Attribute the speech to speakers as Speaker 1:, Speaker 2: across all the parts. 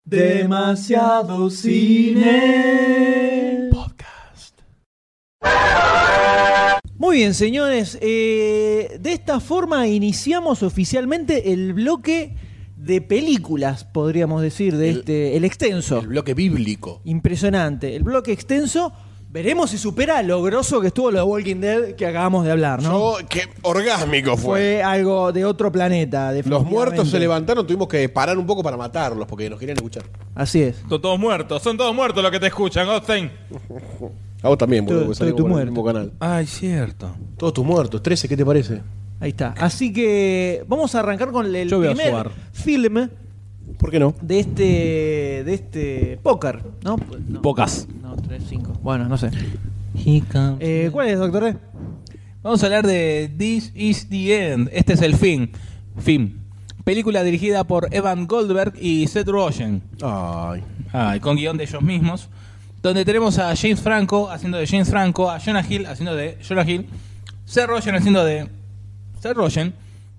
Speaker 1: Demasiado Cine
Speaker 2: Podcast.
Speaker 3: Muy bien, señores. De esta forma iniciamos oficialmente el bloque de películas, podríamos decir, de el extenso.
Speaker 2: El bloque bíblico.
Speaker 3: Impresionante. El bloque extenso. Veremos si supera lo grosso que estuvo lo de Walking Dead que acabamos de hablar, ¿no?
Speaker 2: Qué orgásmico fue.
Speaker 3: Fue algo de otro planeta.
Speaker 2: Los muertos se levantaron, tuvimos que parar un poco para matarlos porque nos querían escuchar.
Speaker 3: Así es.
Speaker 4: Son todos muertos los que te escuchan, Goldstein.
Speaker 2: A vos también,
Speaker 3: Todo-
Speaker 2: porque salimos
Speaker 3: todo tu
Speaker 2: por el
Speaker 3: muerto.
Speaker 2: mismo canal.
Speaker 4: Ay, cierto.
Speaker 2: Todos tus muertos, 13, ¿qué te parece?
Speaker 3: Ahí está. Así que vamos a arrancar con el
Speaker 4: Yo voy a
Speaker 3: primer
Speaker 4: suar.
Speaker 3: film
Speaker 2: ¿Por qué no?
Speaker 3: de este póker, ¿no? No.
Speaker 4: Pocas.
Speaker 3: No, 3, 5. Bueno, no sé.
Speaker 4: ¿Cuál
Speaker 3: ¿Cuál es, doctor D?
Speaker 4: Vamos a hablar de This is the End. Este es el fin. Película dirigida por Evan Goldberg y Seth Rogen. Con guión de ellos mismos. Donde tenemos a James Franco haciendo de James Franco, a Jonah Hill haciendo de Jonah Hill, Seth Rogen haciendo de Seth Rogen,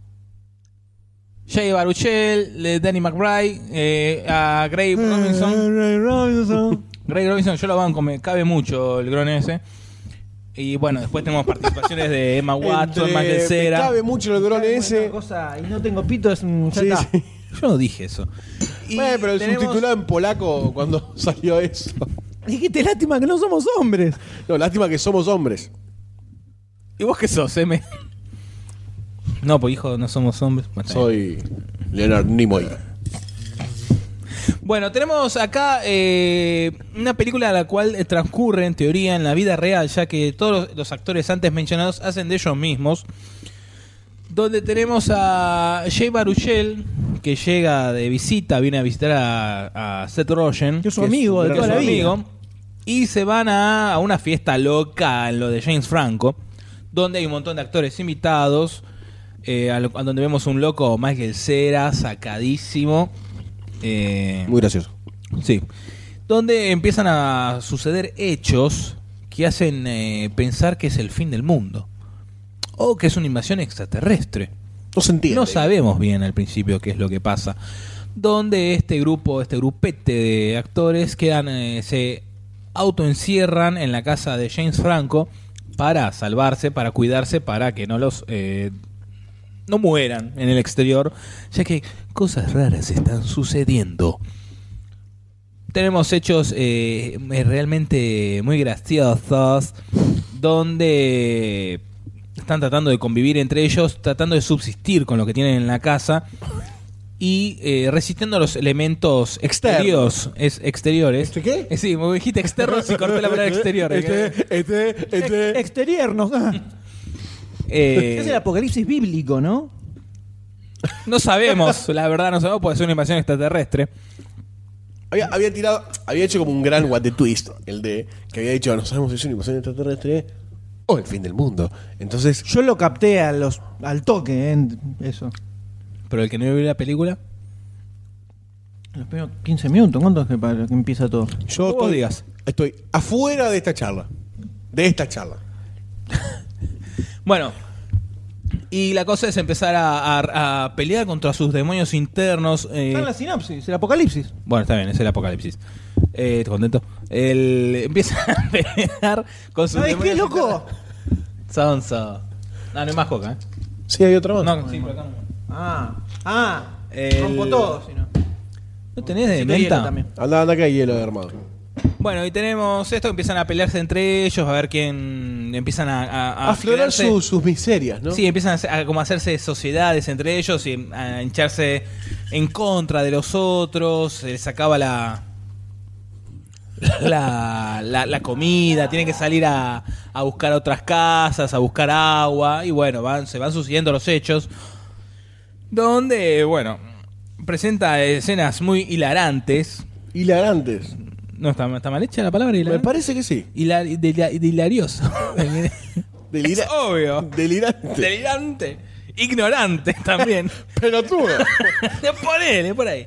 Speaker 4: Jay Baruchel, Danny McBride, a Gray Robinson. Gray Robinson, yo lo banco, me cabe mucho el grone ese. Y bueno, después tenemos participaciones de Emma Watson, Michael
Speaker 2: Me
Speaker 4: Cera.
Speaker 2: cabe mucho el drone ese.
Speaker 3: Una cosa, y no tengo pito, es un... ya
Speaker 2: Sí,
Speaker 3: está.
Speaker 2: sí.
Speaker 4: Yo no dije eso. Y
Speaker 2: Pero el
Speaker 4: tenemos-
Speaker 2: subtitulado en polaco cuando salió eso.
Speaker 3: Dijiste lástima que no somos hombres.
Speaker 2: No, lástima que somos hombres.
Speaker 4: ¿Y vos qué sos, M? No, pues hijo, no somos hombres. Bueno, está bien.
Speaker 2: Soy Leonard Nimoy.
Speaker 4: Bueno, tenemos acá una película la cual transcurre en teoría en la vida real, ya que todos los actores antes mencionados hacen de ellos mismos. Donde tenemos a Jay Baruchel, que llega de visita, viene a visitar a Seth Rogen,
Speaker 3: Que es su amigo de
Speaker 4: que
Speaker 3: toda
Speaker 4: es
Speaker 3: la
Speaker 4: su
Speaker 3: vida.
Speaker 4: amigo, y se van a una fiesta loca en lo de James Franco, donde hay un montón de actores invitados, a donde vemos un loco Michael Cera, sacadísimo.
Speaker 2: Muy gracioso.
Speaker 4: Sí. Donde empiezan a suceder hechos que hacen pensar que es el fin del mundo. O que es una invasión extraterrestre.
Speaker 2: No se entiende.
Speaker 4: No sabemos bien al principio qué es lo que pasa. Donde este grupete de actores se autoencierran en la casa de James Franco para salvarse, para cuidarse, para que no los no mueran en el exterior, ya que cosas raras están sucediendo. Tenemos hechos realmente muy graciosos, donde están tratando de convivir entre ellos, tratando de subsistir con lo que tienen en la casa y resistiendo a los elementos exteriores.
Speaker 2: ¿Este qué?
Speaker 4: Sí, me dijiste externos y corté la palabra exterior.
Speaker 3: Exteriernos. Es el apocalipsis bíblico, ¿no?
Speaker 4: No sabemos, la verdad no sabemos, puede ser una invasión extraterrestre.
Speaker 2: Había hecho como un gran what the twist, el de que había dicho, no sabemos si es una invasión extraterrestre o el fin del mundo. Entonces,
Speaker 3: Yo lo capté al toque, eso.
Speaker 4: Pero el que no vio la película,
Speaker 3: Los primeros 15 minutos, ¿cuánto es que para que empieza todo?
Speaker 2: yo
Speaker 4: vos digas.
Speaker 2: estoy afuera de esta charla.
Speaker 4: bueno, y la cosa es empezar a pelear contra sus demonios internos.
Speaker 3: Está en la sinopsis, el apocalipsis.
Speaker 4: Bueno, está bien, es el apocalipsis. ¿Estás contento? Empieza a pelear con sus
Speaker 3: ¿Sabes qué,
Speaker 4: demonios
Speaker 3: loco?
Speaker 4: internos. Sonso. No, no hay más coca, ¿eh?
Speaker 2: Sí, hay otra más.
Speaker 4: No, sí, pero acá no.
Speaker 3: Rompo todo, si no.
Speaker 4: ¿No tenés de
Speaker 3: Necesito hielo
Speaker 4: menta?
Speaker 3: también.
Speaker 2: Anda que hay hielo, hermano.
Speaker 4: Bueno, y tenemos esto, empiezan a pelearse entre ellos, a ver quién empiezan a
Speaker 2: Aflorar
Speaker 4: crearse-
Speaker 2: sus miserias, ¿no?
Speaker 4: Sí, empiezan como a hacerse sociedades entre ellos y a hincharse en contra de los otros, se les acaba la comida, tienen que salir a buscar otras casas, a buscar agua, y bueno, se van sucediendo los hechos, donde, bueno, presenta escenas muy hilarantes.
Speaker 2: Hilarantes.
Speaker 4: No, está mal hecha la palabra
Speaker 2: Me
Speaker 4: hilarante.
Speaker 2: parece que sí.
Speaker 4: De hilarioso. Es obvio.
Speaker 2: Delirante.
Speaker 4: Delirante. Ignorante también.
Speaker 2: Pelotudo.
Speaker 4: Ponele, por ahí.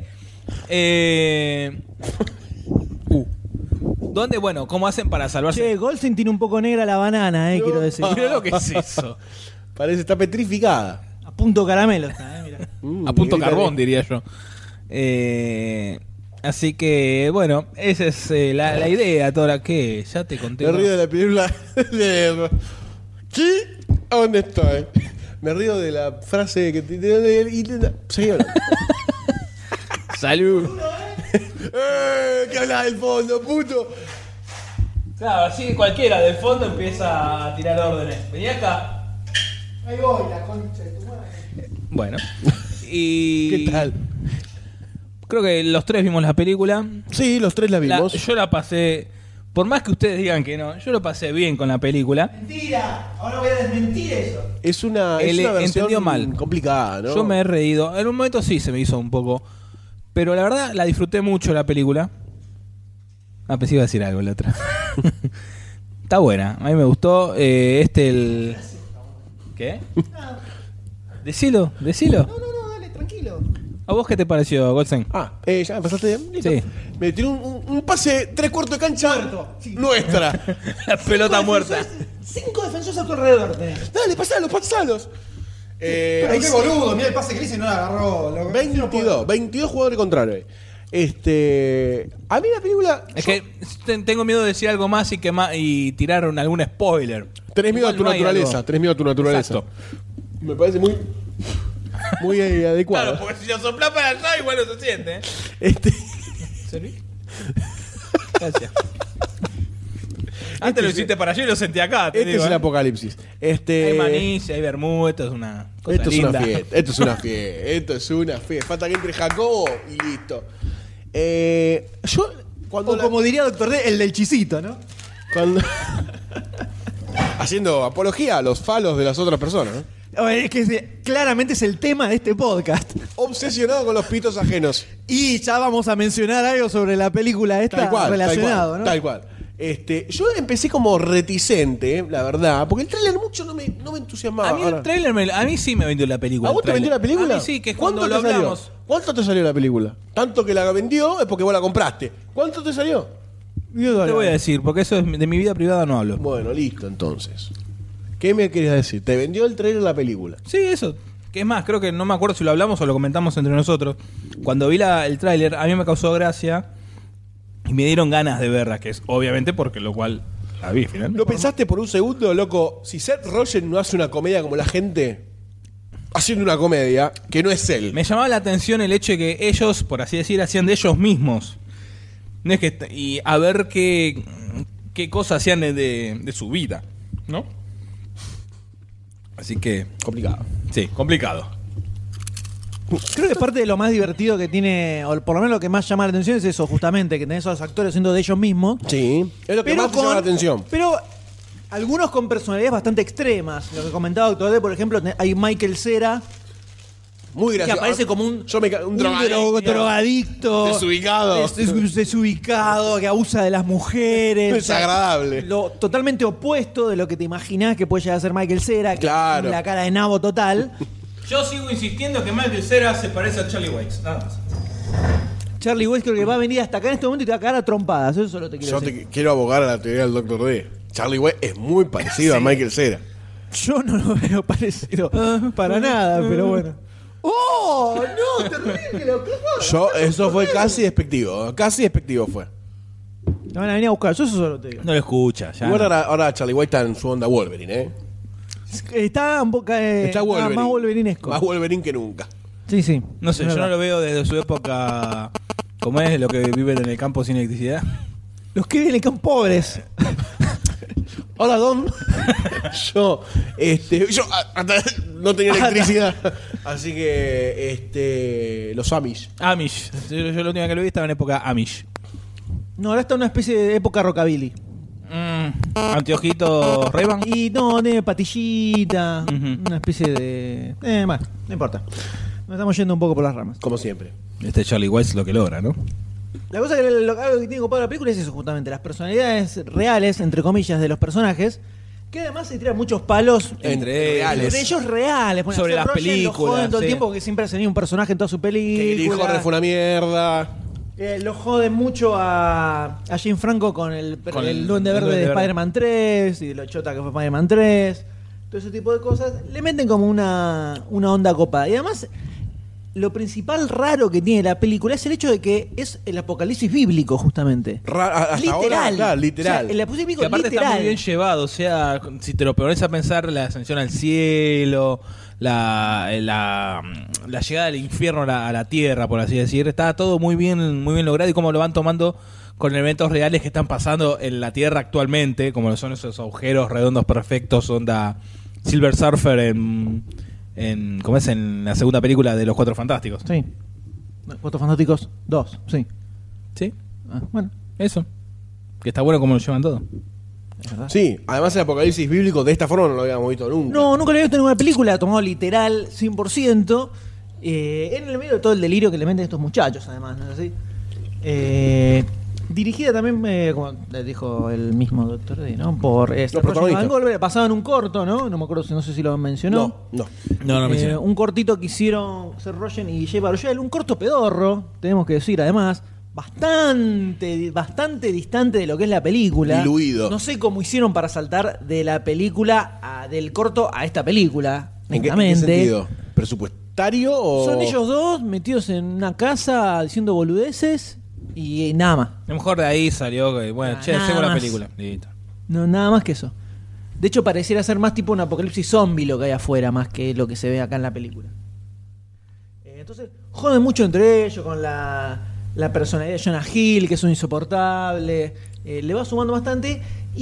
Speaker 4: ¿Dónde, bueno, cómo hacen para salvarse?
Speaker 3: Che, Goldstein tiene un poco negra la banana, quiero decir.
Speaker 4: Mirá lo que es eso.
Speaker 2: Parece, está petrificada.
Speaker 3: A punto caramelo está, mirá.
Speaker 4: A punto
Speaker 2: Grita
Speaker 4: carbón,
Speaker 2: de-
Speaker 4: diría yo. Así que, bueno, esa es la idea, toda que ya te conté.
Speaker 2: Me río de la película de... ¿Qué? ¿A dónde estoy? Me río de la frase que seguí hablando.
Speaker 4: Salud.
Speaker 2: ¿Qué hablas del fondo, puto?
Speaker 4: Claro, así cualquiera del fondo empieza a tirar órdenes. Vení acá.
Speaker 3: Ahí voy, la concha de tu madre.
Speaker 4: Bueno. Y...
Speaker 2: ¿Qué tal?
Speaker 4: Creo que los tres vimos la película.
Speaker 2: Sí, los tres la vimos.
Speaker 4: Yo la pasé... Por más que ustedes digan que no, yo lo pasé bien con la película.
Speaker 3: Mentira, ahora voy a desmentir eso.
Speaker 2: Es una
Speaker 4: Él
Speaker 2: versión
Speaker 4: entendió mal.
Speaker 2: complicada, ¿no?
Speaker 4: Yo me he reído. En un momento sí se me hizo un poco. Pero la verdad la disfruté mucho la película. Ah, pensé iba a decir algo la otra. Está buena, a mí me gustó. ¿Qué? Decilo.
Speaker 3: No, dale, tranquilo.
Speaker 4: ¿A vos qué te pareció, Goldstein?
Speaker 2: ¿Ya empezaste bien? Listo.
Speaker 4: Sí.
Speaker 2: Me tiró un pase 3/4 de cancha
Speaker 3: Sí.
Speaker 2: nuestra.
Speaker 4: La pelota muerta.
Speaker 3: 5 defensores a tu alrededor tenés.
Speaker 2: Dale, pasalos.
Speaker 1: Pero qué boludo, mira el pase que le hice y no la agarró.
Speaker 2: 22 jugadores contrarios. A mí la película...
Speaker 4: Es que tengo miedo de decir algo más y tirar algún spoiler.
Speaker 2: Tenés miedo a tu
Speaker 4: Igual no hay
Speaker 2: naturaleza.
Speaker 4: algo.
Speaker 2: Tenés miedo a tu naturaleza.
Speaker 4: Exacto.
Speaker 2: Me parece muy adecuado.
Speaker 4: Claro, porque si lo soplás para allá igual no se siente. ¿Serví? Gracias. Antes lo hiciste para allá y lo sentí acá. Te
Speaker 2: Este
Speaker 4: digo,
Speaker 2: es el apocalipsis.
Speaker 4: Hay maní, hay vermú, esto es una cosa
Speaker 2: Esto es
Speaker 4: linda.
Speaker 2: una fiesta. Esto es una fiesta. Falta que entre Jacobo y listo. Yo, cuando.
Speaker 3: O como diría Doctor D, el del chisito, ¿no?
Speaker 2: cuando haciendo apología a los falos de las otras personas, ¿no?
Speaker 3: Es que claramente es el tema de este podcast.
Speaker 2: Obsesionado con los pitos ajenos.
Speaker 3: Y ya vamos a mencionar algo sobre la película esta relacionado, ¿no?
Speaker 2: Tal cual. Yo empecé como reticente, la verdad, porque el tráiler mucho no me entusiasmaba.
Speaker 4: A mí el trailer, a mí sí me vendió la película.
Speaker 2: ¿A vos
Speaker 4: el
Speaker 2: te vendió la
Speaker 4: tráiler.
Speaker 2: película?
Speaker 4: A mí sí, que es
Speaker 2: ¿Cuánto
Speaker 4: cuando
Speaker 2: te
Speaker 4: lo
Speaker 2: salió?
Speaker 4: hablamos.
Speaker 2: ¿Cuánto te salió la película? Tanto que la vendió es porque vos la compraste. ¿Cuánto te salió?
Speaker 4: Te voy a decir, porque eso es de mi vida privada no hablo.
Speaker 2: Bueno, listo, entonces. ¿Qué me querías decir? ¿Te vendió el trailer la película?
Speaker 4: Sí, eso. Que es más, creo que no me acuerdo si lo hablamos o lo comentamos entre nosotros. Cuando vi el tráiler, a mí me causó gracia y me dieron ganas de verla, que es obviamente porque lo cual la vi finalmente.
Speaker 2: ¿No pensaste por un segundo, loco, si Seth Rogen no hace una comedia como la gente haciendo una comedia, que no es él?
Speaker 4: Me llamaba la atención el hecho de que ellos, por así decir, hacían de ellos mismos. No es que, y a ver qué cosas hacían de su vida, ¿no? Así que,
Speaker 2: Complicado.
Speaker 4: sí, complicado.
Speaker 3: Creo que parte de lo más divertido que tiene, o por lo menos lo que más llama la atención es eso, justamente, que tenés a esos actores siendo de ellos mismos.
Speaker 2: Sí, es lo que más te llama la atención.
Speaker 3: Pero algunos con personalidades bastante extremas. Lo que comentaba Doctor D, por ejemplo, hay Michael Cera,
Speaker 2: Muy
Speaker 3: que
Speaker 2: gracioso.
Speaker 3: aparece como un drogadicto,
Speaker 2: Desubicado.
Speaker 3: desubicado, que abusa de las mujeres.
Speaker 2: Desagradable.
Speaker 3: Lo totalmente opuesto de lo que te imaginás que puede llegar a ser Michael Cera, que
Speaker 2: Claro.
Speaker 3: tiene la cara de nabo total.
Speaker 4: Yo sigo insistiendo que Michael Cera se parece a Charlie White, nada más.
Speaker 3: Charlie West creo que va a venir hasta acá en este momento y te va a cagar a trompadas. Eso solo te quiero
Speaker 2: Yo
Speaker 3: decir.
Speaker 2: quiero abogar a la teoría del Dr. D. Charlie Way es muy parecido a Michael Cera.
Speaker 3: Yo no lo veo parecido para nada, pero bueno. ¡Oh! ¡No! ¡Terrible!
Speaker 2: Eso fue casi despectivo. Casi despectivo fue.
Speaker 3: Te van a venir a buscar. Yo eso solo te digo.
Speaker 4: No lo escucha, ya.
Speaker 2: Igual
Speaker 4: no.
Speaker 2: ahora Charlie White está en su onda Wolverine, ¿eh?
Speaker 3: Está un poco
Speaker 2: Está Wolverine.
Speaker 3: más wolverinesco.
Speaker 2: Más Wolverine que nunca.
Speaker 3: Sí, sí.
Speaker 4: No sé,
Speaker 3: Es
Speaker 4: yo no
Speaker 3: verdad.
Speaker 4: lo veo desde su época. ¿Cómo es? Lo que viven en el campo sin electricidad.
Speaker 3: Los que viven son pobres.
Speaker 2: Hola, Don. yo no tenía electricidad. Así que, los Amish.
Speaker 4: Amish. Yo la última que lo vi estaba en época Amish.
Speaker 3: No, ahora está en una especie de época rockabilly.
Speaker 4: Anteojitos Ray-Ban.
Speaker 3: Y no, tiene patillita.
Speaker 4: Ujú.
Speaker 3: Una especie de. Bueno, no importa. Nos estamos yendo un poco por las ramas.
Speaker 2: Como siempre.
Speaker 4: Este Charlie White es lo que logra, ¿no?
Speaker 3: La cosa que algo que tiene copado la película es eso, justamente. Las personalidades reales, entre comillas, de los personajes. Que además se tiran muchos palos
Speaker 4: Entre
Speaker 2: reales.
Speaker 3: entre ellos reales. Bueno,
Speaker 4: Sobre
Speaker 3: Seth
Speaker 4: las
Speaker 3: Rogen lo
Speaker 4: películas,
Speaker 3: joden todo el
Speaker 4: sí.
Speaker 3: tiempo porque siempre ha tenido un personaje en toda su
Speaker 2: Que Gary Horner
Speaker 3: película.
Speaker 2: fue una mierda.
Speaker 3: Lo joden mucho a Jim Franco con el Duende Verde de Spider-Man 3 y lo chota que fue Spider-Man 3. Todo ese tipo de cosas. Le meten como una onda copada. Y además, lo principal raro que tiene la película es el hecho de que es el apocalipsis bíblico, justamente.
Speaker 2: Hasta ahora, claro, literal.
Speaker 3: O sea, el apocalipsis bíblico
Speaker 4: Que aparte
Speaker 3: literal.
Speaker 4: está muy bien llevado, o sea, si te lo pones a pensar, la ascensión al cielo, la llegada del infierno a la tierra, por así decir, está todo muy bien logrado y cómo lo van tomando con eventos reales que están pasando en la tierra actualmente, como son esos agujeros redondos perfectos, onda Silver Surfer en ¿cómo es? En la segunda película de Los Cuatro Fantásticos.
Speaker 3: Sí. Cuatro Fantásticos 2, sí.
Speaker 4: ¿Sí?
Speaker 3: Bueno,
Speaker 4: Eso. Que está bueno como lo llevan todo.
Speaker 3: es verdad.
Speaker 2: Sí, además el apocalipsis bíblico de esta forma no lo habíamos visto nunca.
Speaker 3: No, nunca lo había visto en ninguna película, tomado literal, 100%. En el medio de todo el delirio que le meten estos muchachos, además, ¿no es así? Dirigida también, como les dijo el mismo Doctor D, ¿no? Por
Speaker 2: Los
Speaker 3: Roger
Speaker 2: protagonistas.
Speaker 3: Van Goldberg, basado en un corto, ¿no? No me acuerdo, no sé si lo mencionó.
Speaker 2: No.
Speaker 4: No, me
Speaker 3: Un cortito que hicieron Seth Rogen y Jay Baruchel, un corto pedorro, tenemos que decir además, bastante distante de lo que es la película.
Speaker 2: Diluido.
Speaker 3: No sé cómo hicieron para saltar de la película del corto a esta película.
Speaker 2: ¿En qué
Speaker 3: netamente.
Speaker 2: sentido? ¿Presupuestario o...?
Speaker 3: Son ellos dos metidos en una casa diciendo boludeces y nada más.
Speaker 4: A lo mejor de ahí salió que, bueno,
Speaker 3: Nada
Speaker 4: hacemos la
Speaker 3: más.
Speaker 4: película. Listo.
Speaker 3: No, nada más que eso. De hecho, pareciera ser más tipo un apocalipsis zombie lo que hay afuera, más que lo que se ve acá en la película. Entonces, joden mucho entre ellos con la personalidad de Jonah Hill, que es un insoportable. Le va sumando bastante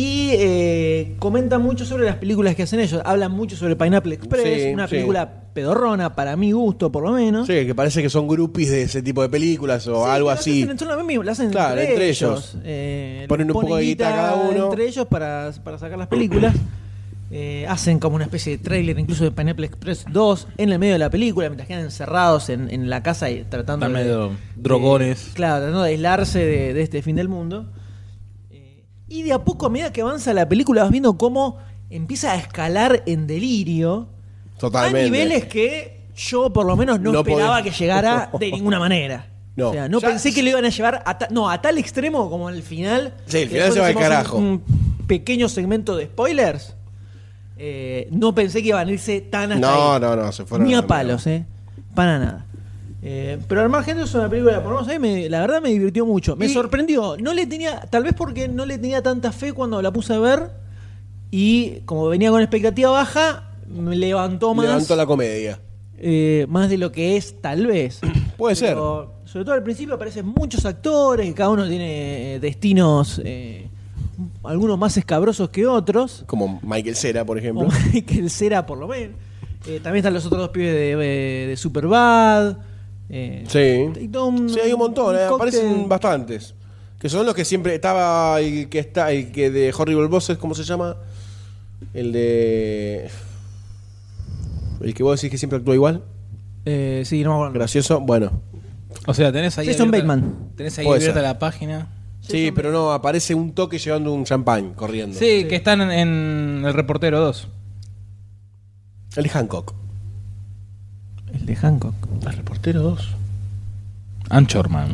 Speaker 3: y comentan mucho sobre las películas que hacen ellos. Hablan mucho sobre Pineapple Express,
Speaker 2: Sí,
Speaker 3: una
Speaker 2: sí.
Speaker 3: película pedorrona, para mi gusto, por lo menos.
Speaker 2: Sí, que parece que son groupies de ese tipo de películas o
Speaker 3: Sí,
Speaker 2: algo
Speaker 3: pero
Speaker 2: así.
Speaker 3: la hacen
Speaker 2: Claro, entre ellos. Ponen un poco de guita cada uno.
Speaker 3: Entre ellos para sacar las películas. Hacen como una especie de tráiler incluso de Pineapple Express 2 en el medio de la película, mientras quedan encerrados en la casa y tratando
Speaker 4: Están medio drogones.
Speaker 3: claro, tratando de aislarse de este fin del mundo. Y de a poco, a medida que avanza la película, vas viendo cómo empieza a escalar en delirio.
Speaker 2: Totalmente.
Speaker 3: A niveles que yo por lo menos no esperaba
Speaker 2: podía.
Speaker 3: que llegara de ninguna manera.
Speaker 2: No.
Speaker 3: O sea, no
Speaker 2: Ya-
Speaker 3: pensé que lo iban a llevar a tal extremo como al final.
Speaker 2: Sí, el
Speaker 3: Que
Speaker 2: final
Speaker 3: después
Speaker 2: se va al
Speaker 3: hacemos
Speaker 2: carajo.
Speaker 3: Un pequeño segmento de spoilers. No pensé que iban a irse tan hasta ahí.
Speaker 2: No, se fueron
Speaker 3: Ni
Speaker 2: a
Speaker 3: a
Speaker 2: la
Speaker 3: palos, para nada. Pero al margen de eso, es una película, por lo menos a mí la verdad me divirtió mucho. Me
Speaker 2: Y-
Speaker 3: sorprendió. No le tenía, tal vez porque no le tenía tanta fe cuando la puse a ver. Y como venía con expectativa baja, me levantó más.
Speaker 2: Levantó la comedia.
Speaker 3: Más de lo que es, tal vez.
Speaker 2: Puede ser.
Speaker 3: Pero, sobre todo al principio aparecen muchos actores, que cada uno tiene destinos, algunos más escabrosos que otros.
Speaker 2: Como Michael Cera, por ejemplo.
Speaker 3: O Michael Cera, por lo menos. También están los otros dos pibes de Superbad.
Speaker 2: Sí.
Speaker 3: Hay todo
Speaker 2: Sí, hay un montón,
Speaker 3: cóctel.
Speaker 2: aparecen bastantes. Que son los que siempre estaba el que de Horrible Bosses, ¿cómo se llama? El que vos decís que siempre actúa igual.
Speaker 3: Sí, no me acuerdo.
Speaker 2: Gracioso. Bueno.
Speaker 4: O sea, tenés ahí
Speaker 3: Jason
Speaker 4: abierta-
Speaker 3: Bateman.
Speaker 4: Tenés ahí
Speaker 2: Puede
Speaker 4: abierta
Speaker 2: ser.
Speaker 4: la página.
Speaker 2: Sí, pero no, aparece un toque llevando un champán corriendo.
Speaker 4: Sí, que están en El Reportero 2.
Speaker 2: El de Hancock.
Speaker 3: El de Hancock.
Speaker 2: El reportero 2.
Speaker 4: Anchorman.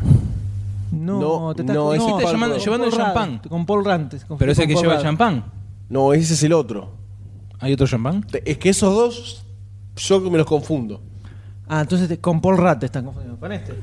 Speaker 3: No, te estás
Speaker 2: no, ese
Speaker 3: con
Speaker 2: está
Speaker 3: Paul
Speaker 4: llevando el
Speaker 3: Rudd,
Speaker 4: champán.
Speaker 3: Con Paul Rudd.
Speaker 4: Pero ese que lleva el champán.
Speaker 2: No, ese es el otro.
Speaker 4: ¿Hay otro champán?
Speaker 2: Es que esos dos, yo me los confundo.
Speaker 3: Ah, entonces con Paul Rudd te están confundiendo. Con este.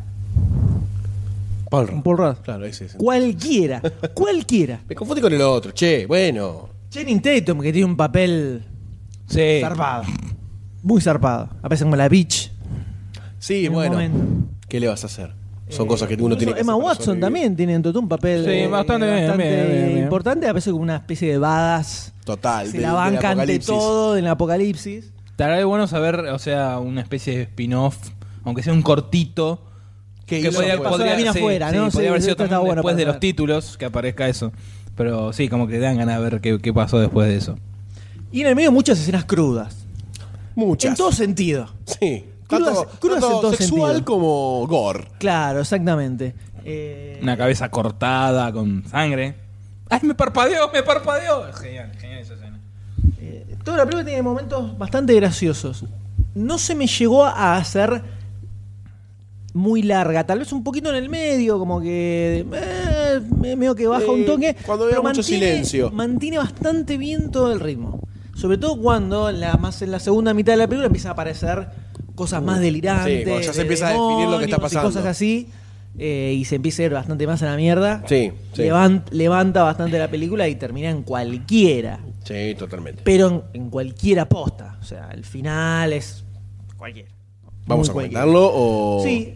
Speaker 3: Con Paul Rudd.
Speaker 2: Claro, ese es.
Speaker 3: Cualquiera.
Speaker 2: Me confundí con el otro. Che, bueno.
Speaker 3: Channing Tatum, que tiene un papel
Speaker 4: Sí.
Speaker 3: zarpado. Muy zarpado. Aparece como la bitch.
Speaker 2: Sí,
Speaker 3: En un
Speaker 2: bueno.
Speaker 3: momento.
Speaker 2: ¿Qué le vas a hacer? Son cosas que uno tiene que
Speaker 3: Emma
Speaker 2: hacer para
Speaker 3: Watson
Speaker 2: sobrevivir.
Speaker 3: también tiene en todo un papel
Speaker 4: Sí, bastante bien.
Speaker 3: importante. Aparece como una especie de badass.
Speaker 2: Total.
Speaker 3: Se
Speaker 2: del-
Speaker 3: la
Speaker 2: del
Speaker 3: banca ante
Speaker 2: apocalipsis.
Speaker 3: todo en el apocalipsis.
Speaker 4: Estará bueno saber, o sea, una especie de spin-off, aunque sea un cortito.
Speaker 2: Que
Speaker 3: hizo
Speaker 2: podría-
Speaker 3: pasó la mina afuera, ¿no? Sí,
Speaker 4: podría haber sido
Speaker 3: esto está
Speaker 4: también
Speaker 3: bueno
Speaker 4: después
Speaker 3: para
Speaker 4: de los
Speaker 3: saber.
Speaker 4: títulos que aparezca eso. Pero sí, como que te dan ganas de ver qué pasó después de eso.
Speaker 3: Y en el medio muchas escenas crudas.
Speaker 2: Muchas.
Speaker 3: En todo sentido.
Speaker 2: Sí.
Speaker 3: Crudas- crudas en todo
Speaker 2: sexual
Speaker 3: sentido.
Speaker 2: como gore.
Speaker 3: Claro, exactamente.
Speaker 4: Una cabeza cortada con sangre. ¡Ay, me parpadeó! Genial esa escena.
Speaker 3: Toda la película tiene momentos bastante graciosos. No se me llegó a hacer muy larga, tal vez un poquito en el medio, como que medio que baja un toque.
Speaker 2: Cuando había
Speaker 3: pero
Speaker 2: mucho silencio.
Speaker 3: Mantiene bastante bien todo el ritmo. Sobre todo cuando más en la segunda mitad de la película empiezan a aparecer cosas más delirantes.
Speaker 2: Sí, cuando ya se
Speaker 3: de
Speaker 2: empieza a definir lo que está
Speaker 3: demonios y
Speaker 2: pasando.
Speaker 3: cosas así. Y se empieza a ir bastante más a la mierda.
Speaker 2: Sí, sí.
Speaker 3: Levanta bastante la película y termina en cualquiera.
Speaker 2: Sí, totalmente.
Speaker 3: Pero en cualquiera posta. O sea, el final es cualquiera.
Speaker 2: ¿Vamos
Speaker 3: Muy
Speaker 2: a
Speaker 3: cualquiera.
Speaker 2: comentarlo o...?
Speaker 3: Sí,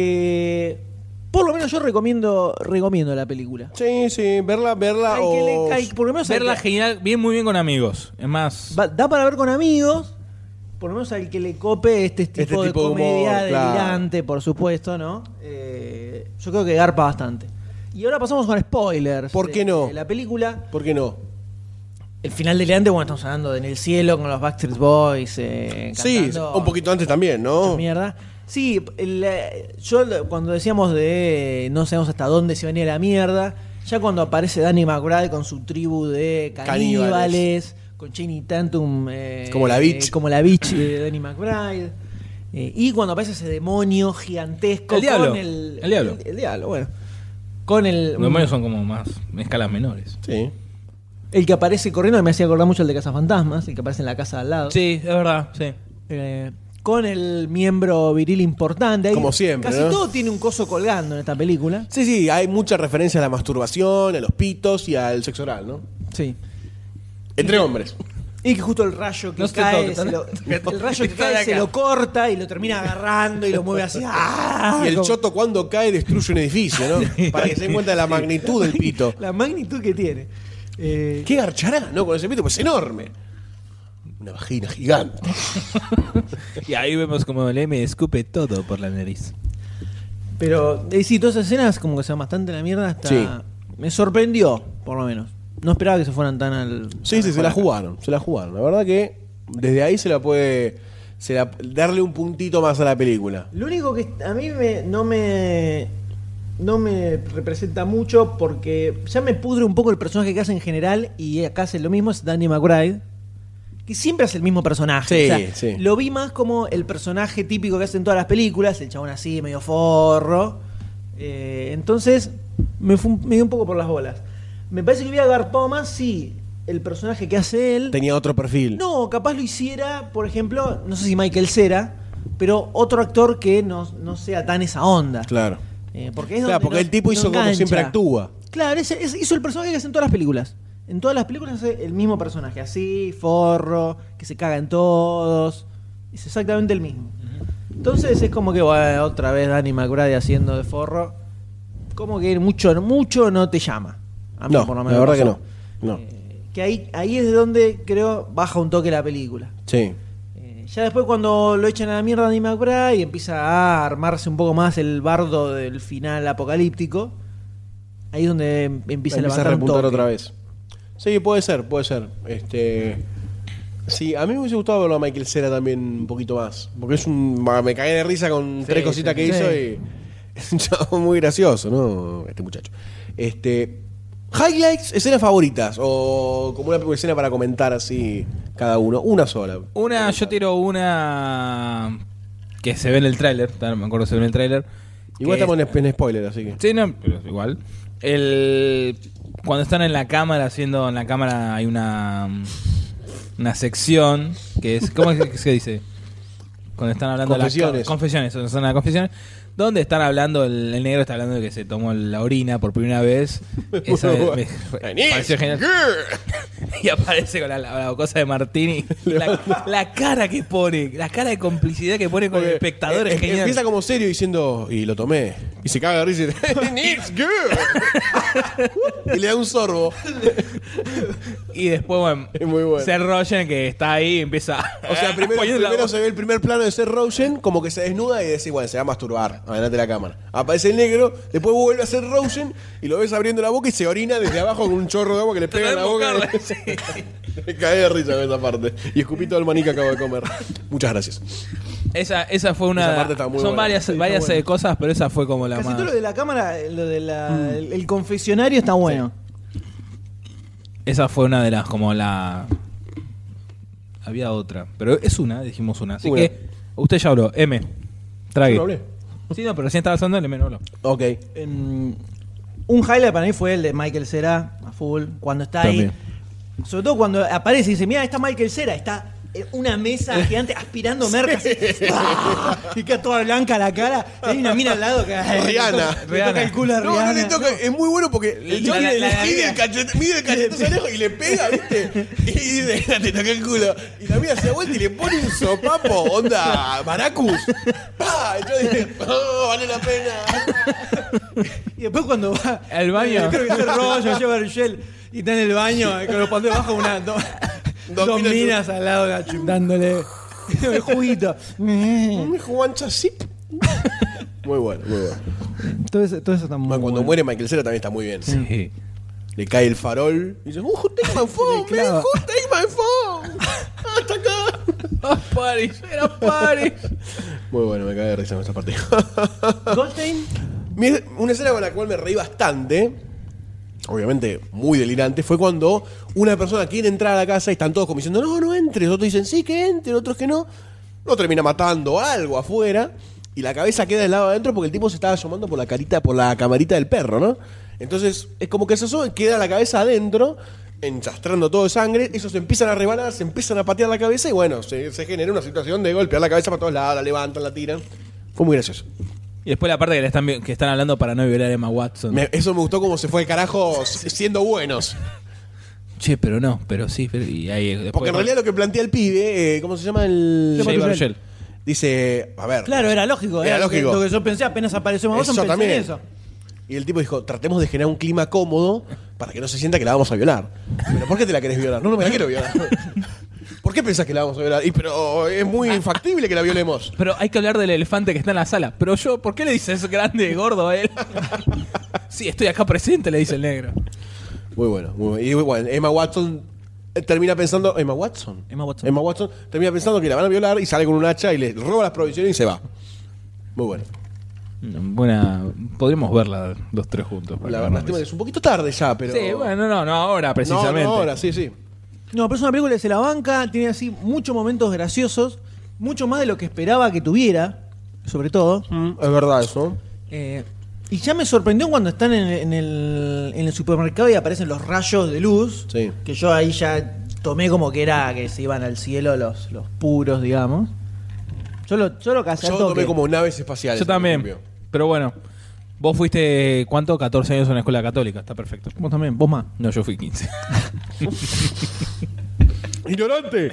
Speaker 3: por lo menos yo recomiendo la película.
Speaker 2: Sí, sí, verla
Speaker 3: Al
Speaker 2: o...
Speaker 3: que le- por lo menos al
Speaker 4: Verla
Speaker 3: que-
Speaker 4: genial, muy bien con amigos. Es más,
Speaker 3: da para ver con amigos, por lo menos al que le cope este tipo de
Speaker 2: tipo de humor,
Speaker 3: comedia
Speaker 2: claro.
Speaker 3: delirante, por supuesto, ¿no? Yo creo que garpa bastante. Y ahora pasamos con spoilers.
Speaker 2: ¿Por qué no?
Speaker 3: De la película.
Speaker 2: ¿Por qué no?
Speaker 3: El final delirante, bueno, estamos hablando de En el cielo con los Backstreet Boys.
Speaker 2: Sí,
Speaker 3: Cantando
Speaker 2: un poquito antes también, ¿no?
Speaker 3: mierda. Sí, yo cuando decíamos de no sabemos hasta dónde se venía la mierda, ya cuando aparece Danny McBride con su tribu de caníbales, con Channing Tatum
Speaker 2: Como la bitch.
Speaker 3: como la bitch de Danny McBride, y cuando aparece ese demonio gigantesco
Speaker 4: El diablo.
Speaker 3: con el
Speaker 4: diablo.
Speaker 3: el diablo, bueno, con el
Speaker 4: los demonios son como más escalas menores.
Speaker 2: Sí.
Speaker 3: el que aparece corriendo, me hacía acordar mucho el de Cazafantasmas, el que aparece en la casa de al lado.
Speaker 4: Sí, es verdad, sí.
Speaker 3: Con el miembro viril importante. Ahí
Speaker 2: Como siempre,
Speaker 3: casi
Speaker 2: ¿no?
Speaker 3: todo tiene un coso colgando en esta película.
Speaker 2: Sí, sí, hay mucha referencia a la masturbación, a los pitos y al sexo oral, ¿no?
Speaker 3: Sí.
Speaker 2: Entre hombres.
Speaker 3: Y que justo el rayo que
Speaker 4: No se
Speaker 3: cae,
Speaker 4: toca, ¿no?
Speaker 3: el rayo que
Speaker 4: Está de
Speaker 3: cae se
Speaker 4: acá.
Speaker 3: lo corta y lo termina agarrando y lo mueve así. ¡Ah!
Speaker 2: Y el
Speaker 3: Como-
Speaker 2: choto cuando cae destruye un edificio, ¿no? Para que se den cuenta de la magnitud del pito.
Speaker 3: La magnitud que tiene.
Speaker 2: ¿Qué garchará, no? Con ese pito, pues es enorme. Una vagina gigante.
Speaker 4: Y ahí vemos como el M escupe todo por la nariz.
Speaker 3: Pero sí, todas esas escenas como que se van bastante a la mierda. Hasta
Speaker 2: Sí.
Speaker 3: me sorprendió, por lo menos. No esperaba que se fueran tan al.
Speaker 2: Sí, sí, se la jugaron. La verdad que desde ahí se la puede darle un puntito más a la película.
Speaker 3: Lo único que a mí no me representa mucho porque ya me pudre un poco el personaje que hace en general y acá hace lo mismo, es Danny McBride, que siempre hace el mismo personaje.
Speaker 2: Sí,
Speaker 3: O sea,
Speaker 2: sí.
Speaker 3: lo vi más como el personaje típico que hacen todas las películas, el chabón así, medio forro. Entonces me dio un poco por las bolas. Me parece que hubiera agarpado más si el personaje que hace él...
Speaker 2: Tenía otro perfil.
Speaker 3: No, capaz lo hiciera, por ejemplo, no sé si Michael Cera, pero otro actor que no sea tan esa onda.
Speaker 2: Claro.
Speaker 3: Porque es
Speaker 2: Claro,
Speaker 3: donde
Speaker 2: porque
Speaker 3: no-
Speaker 2: el tipo
Speaker 3: no
Speaker 2: hizo como
Speaker 3: engancha.
Speaker 2: siempre actúa.
Speaker 3: Claro, hizo el personaje que hace en todas las películas. En todas las películas hace el mismo personaje, así, forro, que se caga en todos. Es exactamente el mismo. Entonces es como que, bueno, otra vez Danny McBride haciendo de forro. Como que mucho no te llama. A mí
Speaker 2: No,
Speaker 3: por lo
Speaker 2: la
Speaker 3: menos
Speaker 2: verdad que
Speaker 3: pasó.
Speaker 2: no. No.
Speaker 3: Que ahí es de donde creo baja un toque la película.
Speaker 2: Sí.
Speaker 3: Ya después cuando lo echan a la mierda a Danny McBride y empieza a armarse un poco más el bardo del final apocalíptico, ahí es donde empieza a
Speaker 2: Empieza a
Speaker 3: levantar un
Speaker 2: repuntar
Speaker 3: toque.
Speaker 2: otra vez. Sí, puede ser. Sí, a mí me hubiese gustado verlo a Michael Cera también un poquito más. Porque me cagué de risa con tres cositas que
Speaker 3: sí.
Speaker 2: hizo y es un chavo muy gracioso, ¿no? Este muchacho. Highlights, escenas favoritas o como una escena para comentar así cada uno. Una sola.
Speaker 4: Yo tiro una que se ve en el tráiler, me acuerdo se ve en el tráiler.
Speaker 2: Igual
Speaker 4: que
Speaker 2: estamos en spoiler, así que.
Speaker 4: Sí, no, pero igual. Cuando están en la cámara haciendo, en la cámara hay una sección que es, ¿cómo es que se dice? Cuando están hablando
Speaker 2: Confesiones.
Speaker 4: de las confesiones, son las confesiones, donde están hablando, el negro está hablando de que se tomó la orina por primera vez. Esa me pareció genial. Y aparece con la cosa de Martini. La cara que pone, la cara de complicidad que pone con el espectador es genial.
Speaker 2: Empieza como serio diciendo, y lo tomé. Y se caga de risa y dice, "It's good". Y le da un sorbo.
Speaker 4: Y después, bueno,
Speaker 2: Es muy bueno.
Speaker 4: Seth Rogen, que está ahí, empieza.
Speaker 2: O sea, primero
Speaker 4: poniendo la voz.
Speaker 2: se ve el primer plano de Seth Rogen, como que se desnuda y dice, bueno, se va a masturbar. Adelante la cámara. Aparece el negro, después vuelve a Seth Rogen y lo ves abriendo la boca y se orina desde abajo con un chorro de agua que le pega en la boca.
Speaker 4: Carla, sí.
Speaker 2: Me caí de risa con esa parte. Y escupí todo el maní que acabo de comer. Muchas gracias.
Speaker 4: Esa fue una.
Speaker 2: Esa parte está muy
Speaker 4: son
Speaker 2: buena.
Speaker 4: varias,
Speaker 3: Sí, está
Speaker 4: varias
Speaker 3: buena.
Speaker 4: cosas, pero esa fue como la
Speaker 3: Casi
Speaker 4: más.
Speaker 3: todo lo de la cámara, lo de el confesionario está bueno.
Speaker 4: Esa fue una de las, como la. Había otra, pero es una, dijimos una. Así
Speaker 2: Una.
Speaker 4: que usted ya habló. M. Trague.
Speaker 2: ¿No hablé?
Speaker 4: Sí, no, pero recién estaba hablando el M, no habló.
Speaker 2: Ok.
Speaker 3: Un highlight para mí fue el de Michael Cera a full, cuando está
Speaker 4: También.
Speaker 3: ahí. Sobre todo cuando aparece y dice, mira, está Michael Cera, está una mesa gigante aspirando merca así, ¡ah! Y queda toda blanca la cara. Hay una mina al lado que
Speaker 2: Rihanna.
Speaker 3: le toca el culo a
Speaker 2: No,
Speaker 3: Rihanna.
Speaker 2: no le toca, es muy bueno porque el chabón mide el cachetazo lejos y le pega, ¿viste? Y dice, te toca el culo. Y la mina se da vuelta y le pone un sopapo, onda, maracus. ¡Pah! Entonces dice, oh, vale la pena.
Speaker 3: Y después cuando va
Speaker 4: al baño,
Speaker 3: creo que es el rollo, lleva el gel y está en el baño con los pantalones bajo dos minas al lado dándole el juguito.
Speaker 2: Juancha Zip. Muy bueno, muy bueno.
Speaker 3: Todo eso está muy
Speaker 2: Cuando
Speaker 3: bueno.
Speaker 2: muere Michael Cera también está muy bien.
Speaker 4: sí.
Speaker 2: Le cae el farol y dice, who take my phone,
Speaker 3: Le clava.
Speaker 2: man, who take my phone. Hasta acá.
Speaker 4: Paris, era Paris.
Speaker 2: Muy bueno, me cae de risa en esa parte.
Speaker 3: Goldstein.
Speaker 2: Una escena con la cual me reí bastante, obviamente muy delirante, fue cuando una persona quiere entrar a la casa y están todos como diciendo, no, no entres. Otros dicen, sí, que entre, otros que no. No termina matando algo afuera y la cabeza queda del lado de adentro porque el tipo se estaba asomando por la camarita del perro, ¿no? Entonces es como que se asoma y queda la cabeza adentro, enchastrando todo de sangre. Esos se empiezan a rebanar, se empiezan a patear la cabeza y bueno, se genera una situación de golpear la cabeza para todos lados, la levantan, la tiran. Fue muy gracioso.
Speaker 4: Y después la parte que están hablando para no violar a Emma Watson.
Speaker 2: Eso me gustó como se fue el carajo siendo buenos.
Speaker 4: Che, pero sí. Y ahí, después,
Speaker 2: Porque en realidad lo que plantea el pibe, ¿cómo se llama el...?
Speaker 4: Jay Baruchel.
Speaker 2: Dice, a ver...
Speaker 3: Claro, era lógico.
Speaker 2: Era lógico.
Speaker 3: Lo que yo pensé apenas apareció Emma Watson,
Speaker 2: Eso
Speaker 3: pensé
Speaker 2: también.
Speaker 3: en eso.
Speaker 2: Y el tipo dijo, tratemos de generar un clima cómodo para que no se sienta que la vamos a violar. ¿Pero por qué te la querés violar? No me la quiero violar. ¿Por qué pensás que la vamos a violar? Pero es muy infactible que la violemos.
Speaker 4: Pero hay que hablar del elefante que está en la sala. Pero ¿por qué le dices grande, gordo a él? Sí, estoy acá presente, le dice el negro.
Speaker 2: Muy bueno, muy bueno. Y bueno, Emma Watson termina pensando... ¿Emma Watson?
Speaker 3: Emma Watson.
Speaker 2: Emma Watson termina pensando que la van a violar y sale con un hacha y le roba las provisiones y se va. Muy bueno.
Speaker 4: Podríamos verla los tres juntos. para
Speaker 2: La
Speaker 4: que
Speaker 2: verdad
Speaker 4: hagamos
Speaker 2: es un poquito tarde ya, pero...
Speaker 4: Sí, bueno, no ahora precisamente.
Speaker 2: No, ahora, sí.
Speaker 3: No, pero es una película que se la banca, tiene así muchos momentos graciosos, mucho más de lo que esperaba que tuviera, sobre todo.
Speaker 2: Es verdad eso.
Speaker 3: Y ya me sorprendió cuando están en el supermercado y aparecen los rayos de luz,
Speaker 2: Sí.
Speaker 3: que yo ahí ya tomé como que era que se iban al cielo los puros, digamos. Yo lo casé al
Speaker 2: Yo
Speaker 3: toque.
Speaker 2: tomé como naves espaciales.
Speaker 4: Yo también.
Speaker 2: al principio.
Speaker 4: Pero bueno, vos fuiste, ¿cuánto? 14 años en una escuela católica. Está perfecto.
Speaker 3: Vos también, vos más.
Speaker 4: No, yo fui 15.
Speaker 2: ¡Ignorante!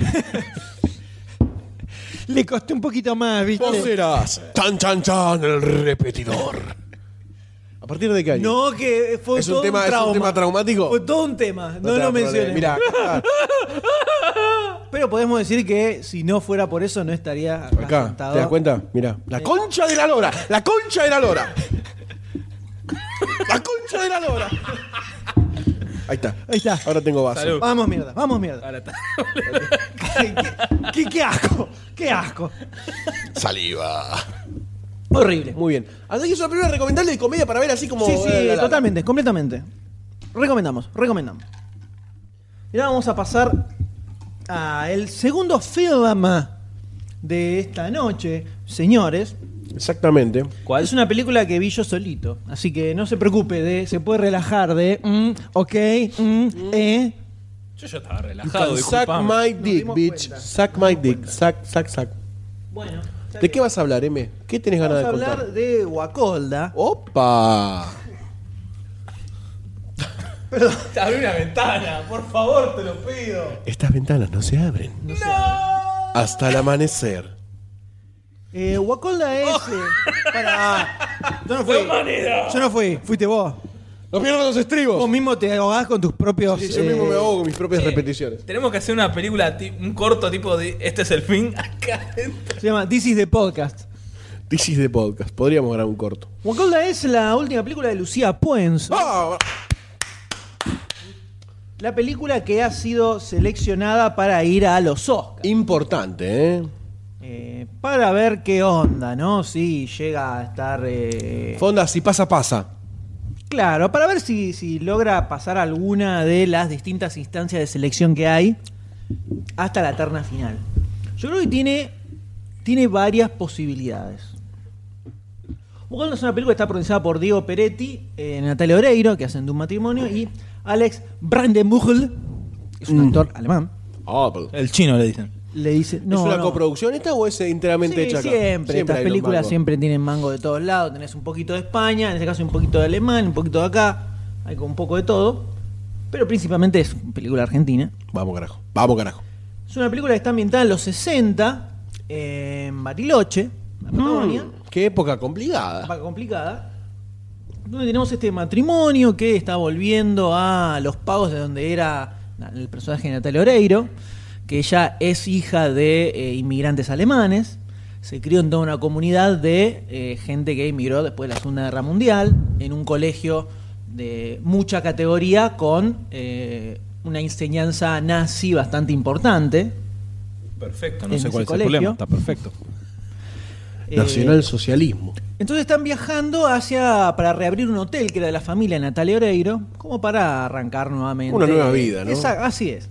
Speaker 3: Le costé un poquito más, ¿viste?
Speaker 2: Vos serás chan chan chan el repetidor. ¿A partir de qué año?
Speaker 3: No, que fue
Speaker 2: ¿Es un
Speaker 3: todo
Speaker 2: tema- es un tema traumático?
Speaker 3: Fue todo un tema, no
Speaker 2: te da
Speaker 3: lo
Speaker 2: problema.
Speaker 3: mencioné.
Speaker 2: Mirá, acá,
Speaker 3: Pero podemos decir que si no fuera por eso no estaría
Speaker 2: acá,
Speaker 3: sentado.
Speaker 2: ¿te das cuenta? Mirá. La concha de la lora. La concha de la lora. La concha de la lora. Ahí está.
Speaker 3: Ahí está.
Speaker 2: Ahora tengo vaso.
Speaker 4: Salud.
Speaker 3: Vamos mierda, vamos mierda.
Speaker 4: Ahora está.
Speaker 3: ¿Qué asco? ¿Qué asco?
Speaker 2: Saliva.
Speaker 3: Horrible.
Speaker 2: Muy bien. Así que es una película recomendable de comedia para ver así como...
Speaker 3: Sí, sí,
Speaker 2: la.
Speaker 3: totalmente, completamente. Recomendamos. Y ahora vamos a pasar a el segundo film de esta noche, señores.
Speaker 2: Exactamente.
Speaker 4: ¿Cuál?
Speaker 3: Es una película que vi yo solito, así que no se preocupe, se puede relajar de, ok,
Speaker 4: Yo ya estaba
Speaker 2: You
Speaker 4: relajado,
Speaker 2: can suck
Speaker 4: disculpame.
Speaker 2: my
Speaker 3: Nos
Speaker 2: dick,
Speaker 3: dimos
Speaker 2: bitch.
Speaker 3: cuenta.
Speaker 2: Suck my dick. Suck.
Speaker 3: Bueno,
Speaker 2: ¿De qué vas a hablar, M? ¿Qué tenés
Speaker 3: vamos
Speaker 2: ganas
Speaker 3: a
Speaker 2: de contar?
Speaker 3: hablar de Wacolda.
Speaker 2: ¡Opa!
Speaker 4: Abrí una ventana, por favor, te lo pido.
Speaker 2: Estas ventanas no se abren. Hasta el amanecer.
Speaker 3: Wacolda es... Pará. Yo no fui, fuiste vos.
Speaker 2: ¡No pierdas los estribos!
Speaker 3: Vos mismo te ahogás con tus propios...
Speaker 2: Sí, yo mismo me ahogo con mis propias repeticiones.
Speaker 4: Tenemos que hacer una película, un corto tipo de este es el fin, acá adentro.
Speaker 3: Se llama This is the Podcast.
Speaker 2: This is the podcast. Podríamos grabar un corto.
Speaker 3: Wacolda es la última película de Lucía Puenzo.
Speaker 2: ¡Ah!
Speaker 3: La película que ha sido seleccionada para ir a los Oscars.
Speaker 2: Importante, ¿eh?
Speaker 3: Para ver qué onda, ¿no? Si llega a estar...
Speaker 2: Fonda, si pasa.
Speaker 3: Claro, para ver si logra pasar alguna de las distintas instancias de selección que hay hasta la terna final. Yo creo que tiene varias posibilidades. Wacolda es una película que está protagonizada por Diego Peretti, Natalia Oreiro, que hacen de un matrimonio, y Alex Brandenburg, que es un actor alemán.
Speaker 2: Ah, perdón.
Speaker 4: El chino le dicen.
Speaker 3: le dice...
Speaker 2: ¿Es una coproducción esta o es enteramente hecha acá?
Speaker 3: Siempre. Estas
Speaker 2: hay los
Speaker 3: películas
Speaker 2: mangos.
Speaker 3: siempre tienen mango de todos lados. Tenés un poquito de España, en este caso un poquito de alemán, un poquito de acá. Hay con un poco de todo. Pero principalmente es una película argentina.
Speaker 2: Vamos, carajo. Vamos, carajo.
Speaker 3: Es una película que está ambientada en los 60, en Bariloche, la Patagonia.
Speaker 2: Qué época complicada.
Speaker 3: Época complicada. Donde tenemos este matrimonio que está volviendo a los pagos de donde era el personaje de Natalia Oreiro, que ella es hija de inmigrantes alemanes. Se crió en toda una comunidad de gente que emigró después de la Segunda Guerra Mundial, en un colegio de mucha categoría con una enseñanza nazi bastante importante.
Speaker 4: Perfecto, no
Speaker 3: En
Speaker 4: sé
Speaker 3: ese
Speaker 4: cuál es el
Speaker 3: colegio.
Speaker 4: problema, está perfecto.
Speaker 2: Nacionalsocialismo.
Speaker 3: Entonces están viajando para reabrir un hotel que era de la familia Natalia Oreiro, como para arrancar nuevamente.
Speaker 2: Una nueva vida, ¿no?
Speaker 3: Así es.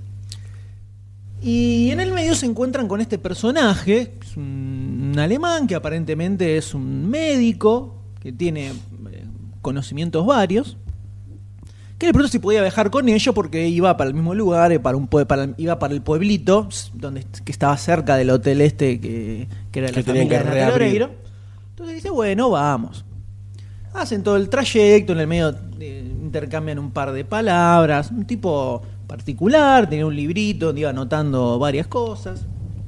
Speaker 3: Y en el medio se encuentran con este personaje, que es un alemán que aparentemente es un médico, que tiene conocimientos varios, que le preguntó si podía viajar con ellos porque iba para el mismo lugar, iba para el pueblito que estaba cerca del hotel que era de la
Speaker 2: Que tenían
Speaker 3: familia
Speaker 2: que
Speaker 3: de Natalia
Speaker 2: reabrir.
Speaker 3: Oreiro. Entonces dice, bueno, vamos. Hacen todo el trayecto, en el medio intercambian un par de palabras, un tipo particular, tenía un librito donde iba anotando varias cosas.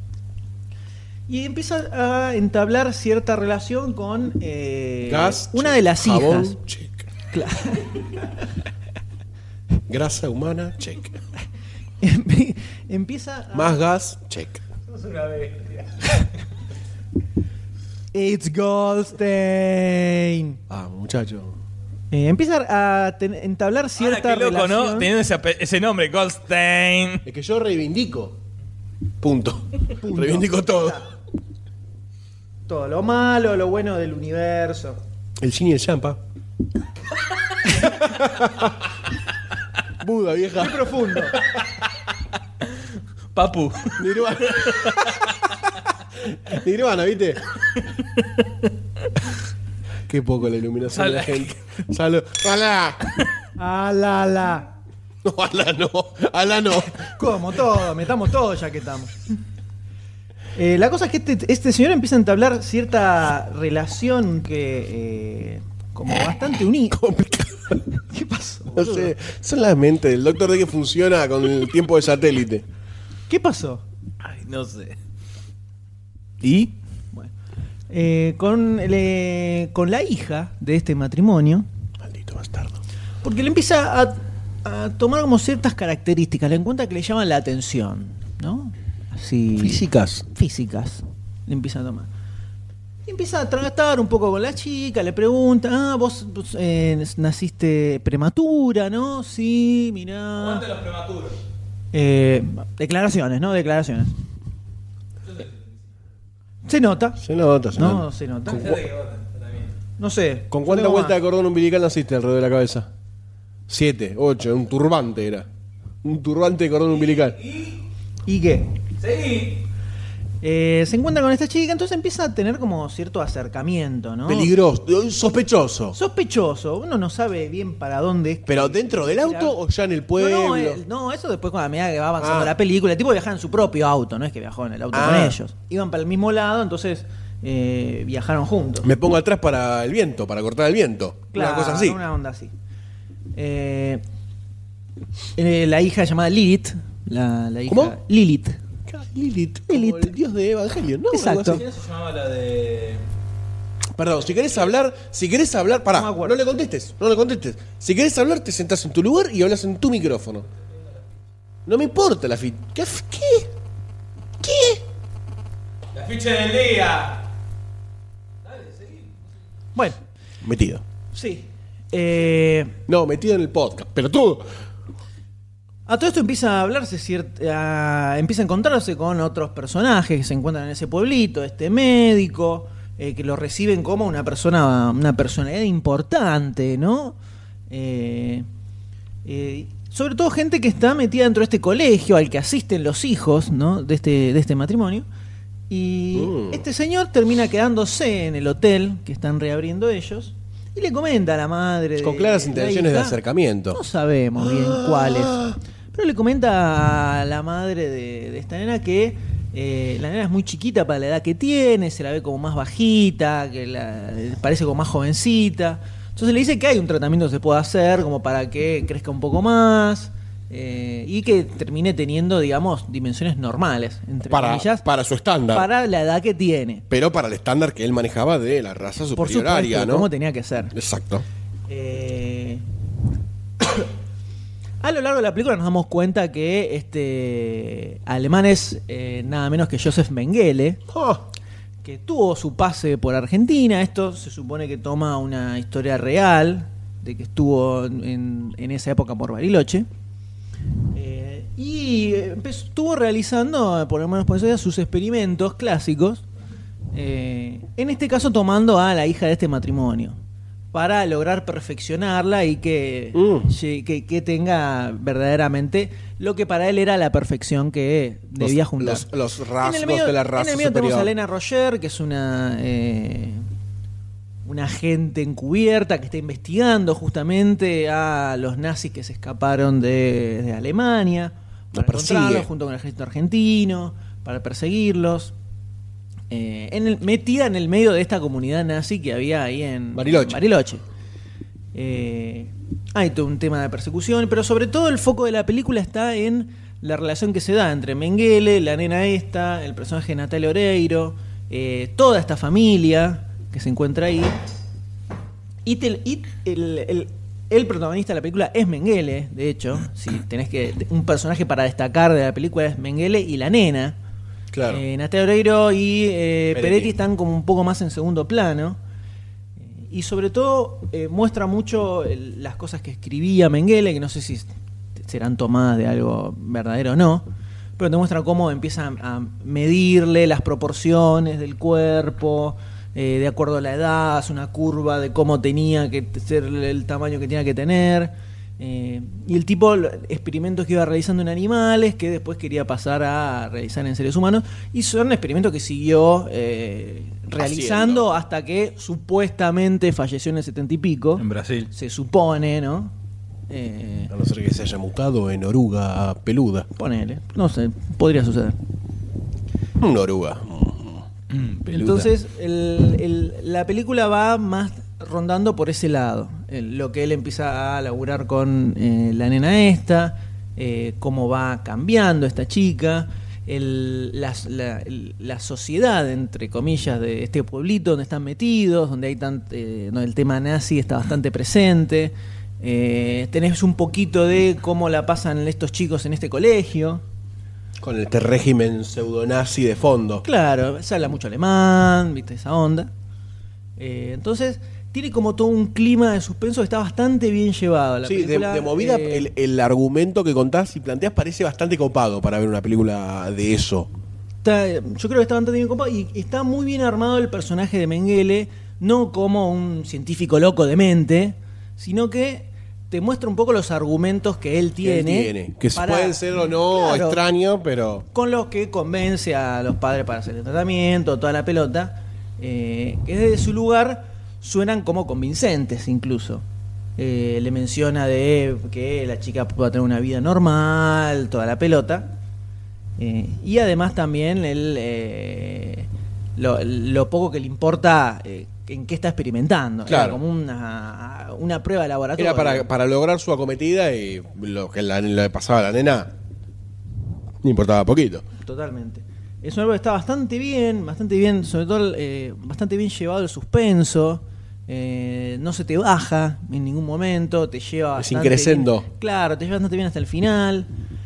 Speaker 3: Y empieza a entablar cierta relación con
Speaker 2: Gas,
Speaker 3: una
Speaker 2: check.
Speaker 3: de las
Speaker 2: Jabón,
Speaker 3: hijas.
Speaker 2: check.
Speaker 3: Claro.
Speaker 2: Grasa humana, check.
Speaker 3: Empieza a...
Speaker 2: Más gas, check.
Speaker 3: It's Goldstein.
Speaker 2: Ah, muchacho.
Speaker 3: Empieza a entablar cierta
Speaker 4: Ahora, qué loco,
Speaker 3: relación.
Speaker 4: ¿no? Teniendo ese nombre, Goldstein.
Speaker 2: Es que yo reivindico. Punto. Reivindico todo.
Speaker 3: Todo lo malo, lo bueno del universo.
Speaker 2: El cine y el champa. Buda, vieja.
Speaker 3: Qué profundo.
Speaker 4: Papu.
Speaker 2: Nirvana. Nirvana, ¿viste? Qué poco la iluminación de la gente. Salud. ¡Alá!
Speaker 3: Alala.
Speaker 2: No, alá no. Alá no.
Speaker 3: Como todo, metamos todo ya que estamos. La cosa es que este señor empieza a entablar cierta relación que como bastante unida. ¿Qué pasó?
Speaker 2: No sé. Son las mentes del Doctor D que funciona con el tiempo de satélite.
Speaker 3: ¿Qué pasó?
Speaker 4: Ay, no sé. ¿Y?
Speaker 3: Bueno, con la hija de este matrimonio,
Speaker 2: Maldito bastardo.
Speaker 3: porque le empieza a tomar como ciertas características, le encuentra que le llaman la atención, ¿no? Así.
Speaker 2: Físicas.
Speaker 3: Físicas. Le empieza a tomar. Y empieza a tratar un poco con la chica, le pregunta, vos naciste prematura, ¿no? Sí, mirá.
Speaker 4: los prematuros.
Speaker 3: Declaraciones, ¿no? Declaraciones. Se nota.
Speaker 2: Se nota, se
Speaker 3: No,
Speaker 2: nota.
Speaker 3: se nota. No sé.
Speaker 2: ¿Con
Speaker 3: yo
Speaker 2: cuánta
Speaker 3: tengo
Speaker 2: vuelta de
Speaker 3: más.
Speaker 2: cordón umbilical naciste alrededor de la cabeza? 7, 8, un turbante era. Un turbante de cordón umbilical.
Speaker 3: ¿Y qué?
Speaker 4: Sí.
Speaker 3: Se encuentra con esta chica, entonces empieza a tener como cierto acercamiento, ¿no?
Speaker 2: Peligroso, sospechoso.
Speaker 3: Sospechoso, uno no sabe bien para dónde es.
Speaker 2: ¿Pero dentro del auto o ya en el pueblo?
Speaker 3: No, eso después con la medida que va avanzando
Speaker 2: Ah.
Speaker 3: la película. El tipo viajaba en su propio auto, no es que viajó en el auto
Speaker 2: Ah.
Speaker 3: con ellos. Iban para el mismo lado, entonces viajaron juntos.
Speaker 2: Me pongo atrás para el viento, para cortar el viento.
Speaker 3: Claro,
Speaker 2: una cosa así.
Speaker 3: una onda así. La hija llamada Lilith. La hija
Speaker 2: ¿Cómo?
Speaker 3: Lilith.
Speaker 2: Lilith,
Speaker 3: Lilith.
Speaker 2: como el dios de Evangelion, ¿no?
Speaker 3: Exacto.
Speaker 2: Algo así.
Speaker 4: Se llamaba la de.
Speaker 2: Perdón, si querés hablar, pará,
Speaker 3: No me acuerdo.
Speaker 2: no le contestes. Si querés hablar, te sentás en tu lugar y hablas en tu micrófono. No me importa la fit. ¿Qué?
Speaker 4: La ficha del día.
Speaker 3: Bueno,
Speaker 2: Metido.
Speaker 3: sí.
Speaker 2: No, metido en el podcast, pero tú.
Speaker 3: A todo esto empieza a hablarse, empieza a encontrarse con otros personajes que se encuentran en ese pueblito, este médico, que lo reciben como una personalidad importante, ¿no? Sobre todo gente que está metida dentro de este colegio al que asisten los hijos, ¿no? de este matrimonio. Y este señor termina quedándose en el hotel que están reabriendo ellos y le comenta a la madre
Speaker 2: Con claras
Speaker 3: la
Speaker 2: intenciones de
Speaker 3: hija.
Speaker 2: acercamiento.
Speaker 3: No sabemos bien cuáles. Pero le comenta a la madre de esta nena que La nena es muy chiquita para la edad que tiene, se la ve como más bajita, parece como más jovencita. Entonces le dice que hay un tratamiento que se puede hacer como para que crezca un poco más y que termine teniendo, digamos, dimensiones normales, entre comillas,
Speaker 2: para su estándar.
Speaker 3: para la edad que tiene.
Speaker 2: Pero para el estándar que él manejaba de la raza
Speaker 3: Por
Speaker 2: superior
Speaker 3: supuesto,
Speaker 2: aria, ¿no?
Speaker 3: como tenía que ser.
Speaker 2: Exacto.
Speaker 3: A lo largo de la película nos damos cuenta que este alemán es nada menos que Joseph Mengele, que tuvo su pase por Argentina. Esto se supone que toma una historia real de que estuvo en esa época por Bariloche. Y estuvo realizando, por lo menos por eso, sus experimentos clásicos, en este caso tomando a la hija de este matrimonio, para lograr perfeccionarla y que tenga verdaderamente lo que para él era la perfección que debía juntar.
Speaker 2: Los rasgos de la raza
Speaker 3: en el medio
Speaker 2: superior.
Speaker 3: tenemos a Elena Roger, que es una agente encubierta que está investigando justamente a los nazis que se escaparon de Alemania,
Speaker 2: Los
Speaker 3: para encontrarlos
Speaker 2: persigue.
Speaker 3: junto con el ejército argentino, para perseguirlos. Metida en el medio de esta comunidad nazi que había ahí en Bariloche. Hay todo un tema de persecución, pero sobre todo el foco de la película está en la relación que se da entre Mengele, la nena esta, el personaje de Natalia Oreiro, toda esta familia que se encuentra ahí. Y el protagonista de la película es Mengele, de hecho. Si tenés un personaje para destacar de la película es Mengele y la nena.
Speaker 2: Claro.
Speaker 3: Natalia Oreiro y Peretti están como un poco más en segundo plano. Y sobre todo muestra mucho las cosas que escribía Mengele, que no sé si serán tomadas de algo verdadero o no, pero te muestra cómo empieza a medirle las proporciones del cuerpo, de acuerdo a la edad, hace una curva de cómo tenía que ser el tamaño que tenía que tener. Y el tipo, experimentos que iba realizando en animales que después quería pasar a realizar en seres humanos, y son experimentos que siguió realizando hasta que supuestamente falleció en el 70 y pico,
Speaker 4: En Brasil.
Speaker 3: se supone, ¿no?
Speaker 2: A no ser que se haya mutado en oruga peluda.
Speaker 3: Ponele, no sé, podría suceder.
Speaker 2: Una oruga.
Speaker 4: Peluda.
Speaker 3: Entonces la película va más rondando por ese lado, lo que él empieza a laburar con la nena esta, cómo va cambiando esta chica, la sociedad, entre comillas, de este pueblito donde están metidos, donde hay donde el tema nazi está bastante presente. Tenés un poquito de cómo la pasan estos chicos en este colegio.
Speaker 2: Con este régimen pseudonazi de fondo.
Speaker 3: Claro, se habla mucho alemán, viste, esa onda. Entonces, tiene como todo un clima de suspenso que está bastante bien llevado. La
Speaker 2: Sí,
Speaker 3: película,
Speaker 2: de movida el argumento que contás y planteás parece bastante copado para ver una película de eso.
Speaker 3: yo creo que está bastante bien copado y está muy bien armado el personaje de Mengele, no como un científico loco de mente, sino que te muestra un poco los argumentos que él tiene.
Speaker 2: Que pueden ser o no
Speaker 3: Claro,
Speaker 2: extraños, pero...
Speaker 3: con los que convence a los padres para hacer el tratamiento, toda la pelota, que desde su lugar suenan como convincentes incluso. Le menciona de que la chica pueda tener una vida normal, toda la pelota. Y además también lo poco que le importa en qué está experimentando.
Speaker 2: Claro.
Speaker 3: Era como una prueba de laboratorio.
Speaker 2: Era para lograr su acometida y lo que le pasaba a la nena le importaba poquito.
Speaker 3: Totalmente. Es un álbum que está bastante bien, sobre todo bastante bien llevado el suspenso. No se te baja en ningún momento, te lleva bastante
Speaker 2: increscendo.
Speaker 3: bien. Claro, te lleva bastante bien hasta el final.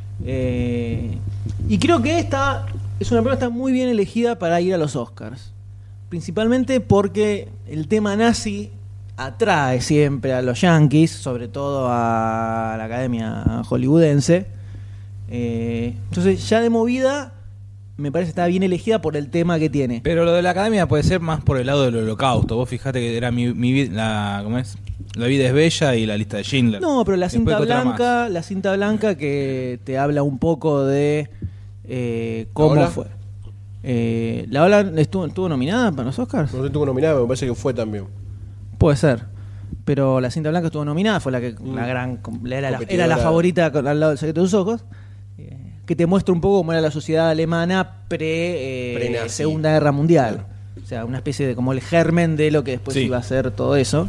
Speaker 3: Y creo que esta es una película que está muy bien elegida para ir a los Oscars. Principalmente porque el tema nazi atrae siempre a los yankees, sobre todo a la academia hollywoodense. Entonces, ya de movida, me parece que está bien elegida por el tema que tiene.
Speaker 4: Pero lo de la academia puede ser más por el lado del holocausto. Vos fijate que era ¿cómo es? La vida es bella y la lista de Schindler.
Speaker 3: No, pero la
Speaker 4: Después,
Speaker 3: cinta blanca que te habla un poco de cómo
Speaker 2: ¿La Ola?
Speaker 3: fue. ¿La Ola estuvo nominada para los Oscars?
Speaker 2: No sé, estuvo nominado, me parece que fue también.
Speaker 3: Puede ser. Pero la cinta blanca estuvo nominada, fue la que la gran era la
Speaker 2: Competidora.
Speaker 3: favorita al lado del secreto de tus ojos. que te muestra un poco cómo era la sociedad alemana
Speaker 2: Pre-nazi.
Speaker 3: Segunda Guerra Mundial. O sea, una especie de como el germen de lo que después
Speaker 4: Sí.
Speaker 3: iba a ser todo eso.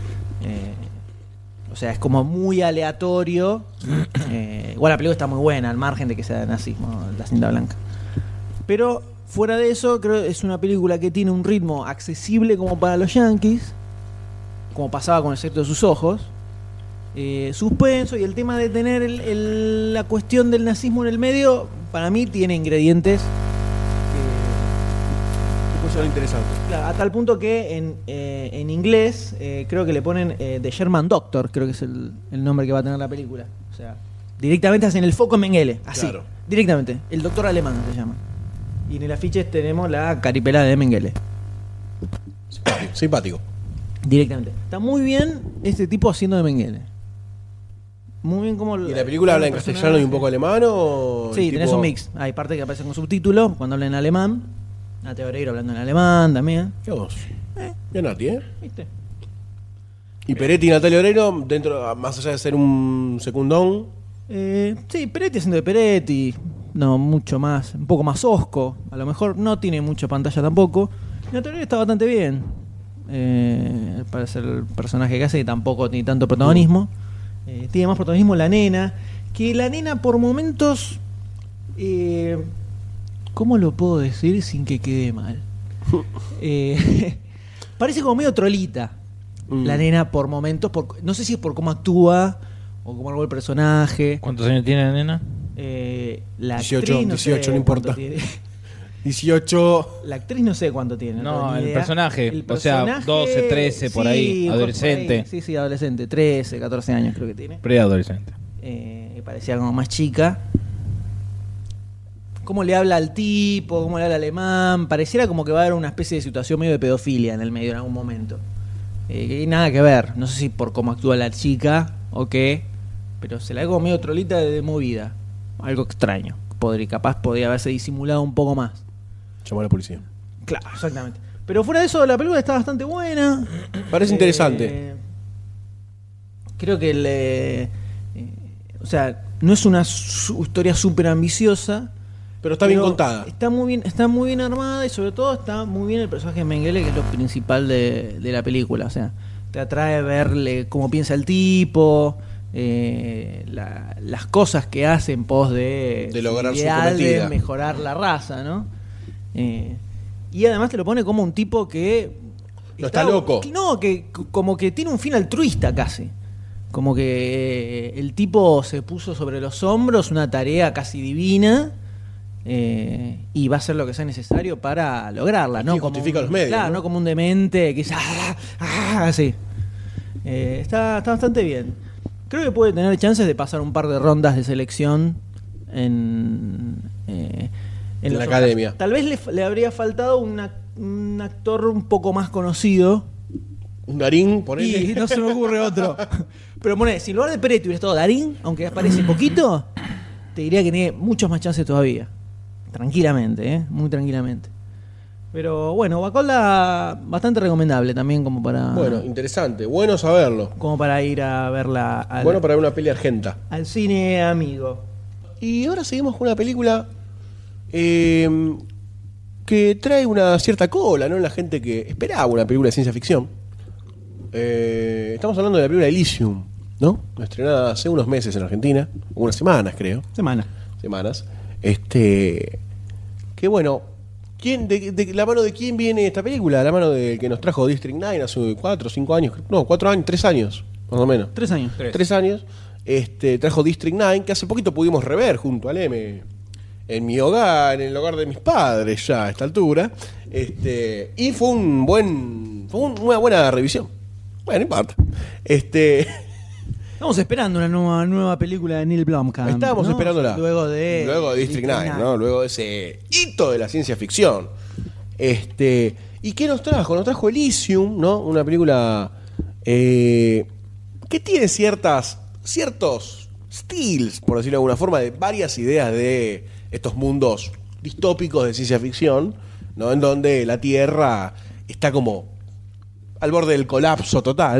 Speaker 3: O sea, es como muy aleatorio. Igual la película está muy buena, al margen de que sea de nazismo, la cinta blanca. Pero fuera de eso, creo que es una película que tiene un ritmo accesible como para los yankees, como pasaba con El secreto de sus ojos. Suspenso, y el tema de tener la cuestión del nazismo en el medio, para mí tiene ingredientes
Speaker 2: Puede ser interesante.
Speaker 3: claro, a tal punto que en inglés creo que le ponen The German Doctor, creo que es el nombre que va a tener la película. O sea, directamente hacen el foco en Mengele, así,
Speaker 2: Claro.
Speaker 3: directamente. El doctor alemán se llama. Y en el afiche tenemos la caripela de Mengele.
Speaker 2: Simpático.
Speaker 3: Directamente. Está muy bien este tipo haciendo de Mengele. Muy bien como...
Speaker 2: ¿Y la película habla en castellano y un poco alemán o...?
Speaker 3: Sí,
Speaker 2: el
Speaker 3: tenés
Speaker 2: tipo-
Speaker 3: un mix. Hay partes que aparecen con subtítulos cuando hablan en alemán. Nate Oreiro hablando en alemán también.
Speaker 2: ¿Qué vos? Bien Nati, ¿eh?
Speaker 3: ¿Viste?
Speaker 2: Y Peretti y Natalia Oreiro, dentro, más allá de ser un secundón,
Speaker 3: Sí, Peretti haciendo de Peretti. No, mucho más. Un poco más osco. A lo mejor no tiene mucha pantalla tampoco. Nate Oreiro está bastante bien. Para ser el personaje que hace, y tampoco tiene tanto protagonismo. Tiene más protagonismo la nena. Que la nena por momentos... ¿Cómo lo puedo decir sin que quede mal? Parece como medio trolita. La nena por momentos. No sé si es por cómo actúa o cómo hago el personaje.
Speaker 4: ¿Cuántos años tiene la nena?
Speaker 3: La
Speaker 2: 18,
Speaker 3: actriz no
Speaker 2: 18,
Speaker 3: sé
Speaker 2: no importa.
Speaker 3: cuánto tiene.
Speaker 2: 18...
Speaker 3: La actriz no sé cuánto tiene.
Speaker 4: No,
Speaker 3: tengo ni
Speaker 4: el
Speaker 3: idea.
Speaker 4: personaje, o sea, 12, 13, por ahí, adolescente.
Speaker 3: Sí, sí, adolescente. 13, 14 años creo que tiene.
Speaker 4: Preadolescente.
Speaker 3: Parecía como más chica. Cómo le habla al tipo, cómo le habla al alemán. Pareciera como que va a haber una especie de situación medio de pedofilia en el medio en algún momento. Y nada que ver. No sé si por cómo actúa la chica o qué. Pero se la ve como medio trolita de movida. Algo extraño. Capaz podría haberse disimulado un poco más.
Speaker 2: Llamó a la policía.
Speaker 3: Claro, exactamente. Pero fuera de eso, la película está bastante buena.
Speaker 2: Parece interesante.
Speaker 3: Creo que o sea, no es una historia súper ambiciosa.
Speaker 2: Pero está bien contada.
Speaker 3: Está muy bien armada, y sobre todo está muy bien el personaje de Mengele, que es lo principal de la película. O sea, te atrae verle cómo piensa el tipo, las cosas que hace en pos de
Speaker 2: lograr su
Speaker 3: ideal
Speaker 2: cometido.
Speaker 3: de mejorar la raza, ¿no? Y además te lo pone como un tipo que
Speaker 2: No está loco.
Speaker 3: No, que como que tiene un fin altruista casi. Como que el tipo se puso sobre los hombros una tarea casi divina, y va a hacer lo que sea necesario para lograrla, ¿no?
Speaker 2: Sí, justifica
Speaker 3: como
Speaker 2: los medios,
Speaker 3: Claro,
Speaker 2: ¿no?
Speaker 3: no como un demente que dice así. Está bastante bien. Creo que puede tener chances de pasar un par de rondas de selección en
Speaker 2: la
Speaker 3: los
Speaker 2: academia.
Speaker 3: Oscars. Tal vez le habría faltado un actor un poco más conocido.
Speaker 2: Un Darín, ponele.
Speaker 3: Y no se me ocurre otro. Pero pone, si en lugar de Peretti hubiera estado Darín, aunque aparece poquito, te diría que tiene muchos más chances todavía. Tranquilamente, muy tranquilamente. Pero bueno, Bacolda bastante recomendable también como para...
Speaker 2: Bueno, interesante. Bueno saberlo.
Speaker 3: Como para ir a verla
Speaker 2: Bueno para ver una peli argenta.
Speaker 3: al cine amigo.
Speaker 2: Y ahora seguimos con una película que trae una cierta cola, ¿no? En la gente que esperaba una película de ciencia ficción. Estamos hablando de la película Elysium, ¿no? Estrenada hace unos meses en Argentina, unas semanas creo. Semanas. Que bueno, de la mano de quién viene esta película? De la mano del que nos trajo District 9 hace 4 o 5 años, no, 4 años, 3 años, más o menos.
Speaker 3: 3 años.
Speaker 2: 3 años. Trajo District 9, que hace poquito pudimos rever junto al M en mi hogar, en el hogar de mis padres ya a esta altura. Y fue una buena revisión. Bueno, no importa.
Speaker 3: Estamos esperando una nueva película de Neil Blomkamp.
Speaker 2: Estábamos
Speaker 3: ¿no?
Speaker 2: esperándola.
Speaker 3: Luego de
Speaker 2: District 9, ¿no? Luego de ese hito de la ciencia ficción. ¿Y qué nos trajo? Nos trajo Elysium, ¿no? Una película que tiene ciertos steals, por decirlo de alguna forma, de varias ideas de estos mundos distópicos de ciencia ficción, ¿no? En donde la Tierra está como al borde del colapso total,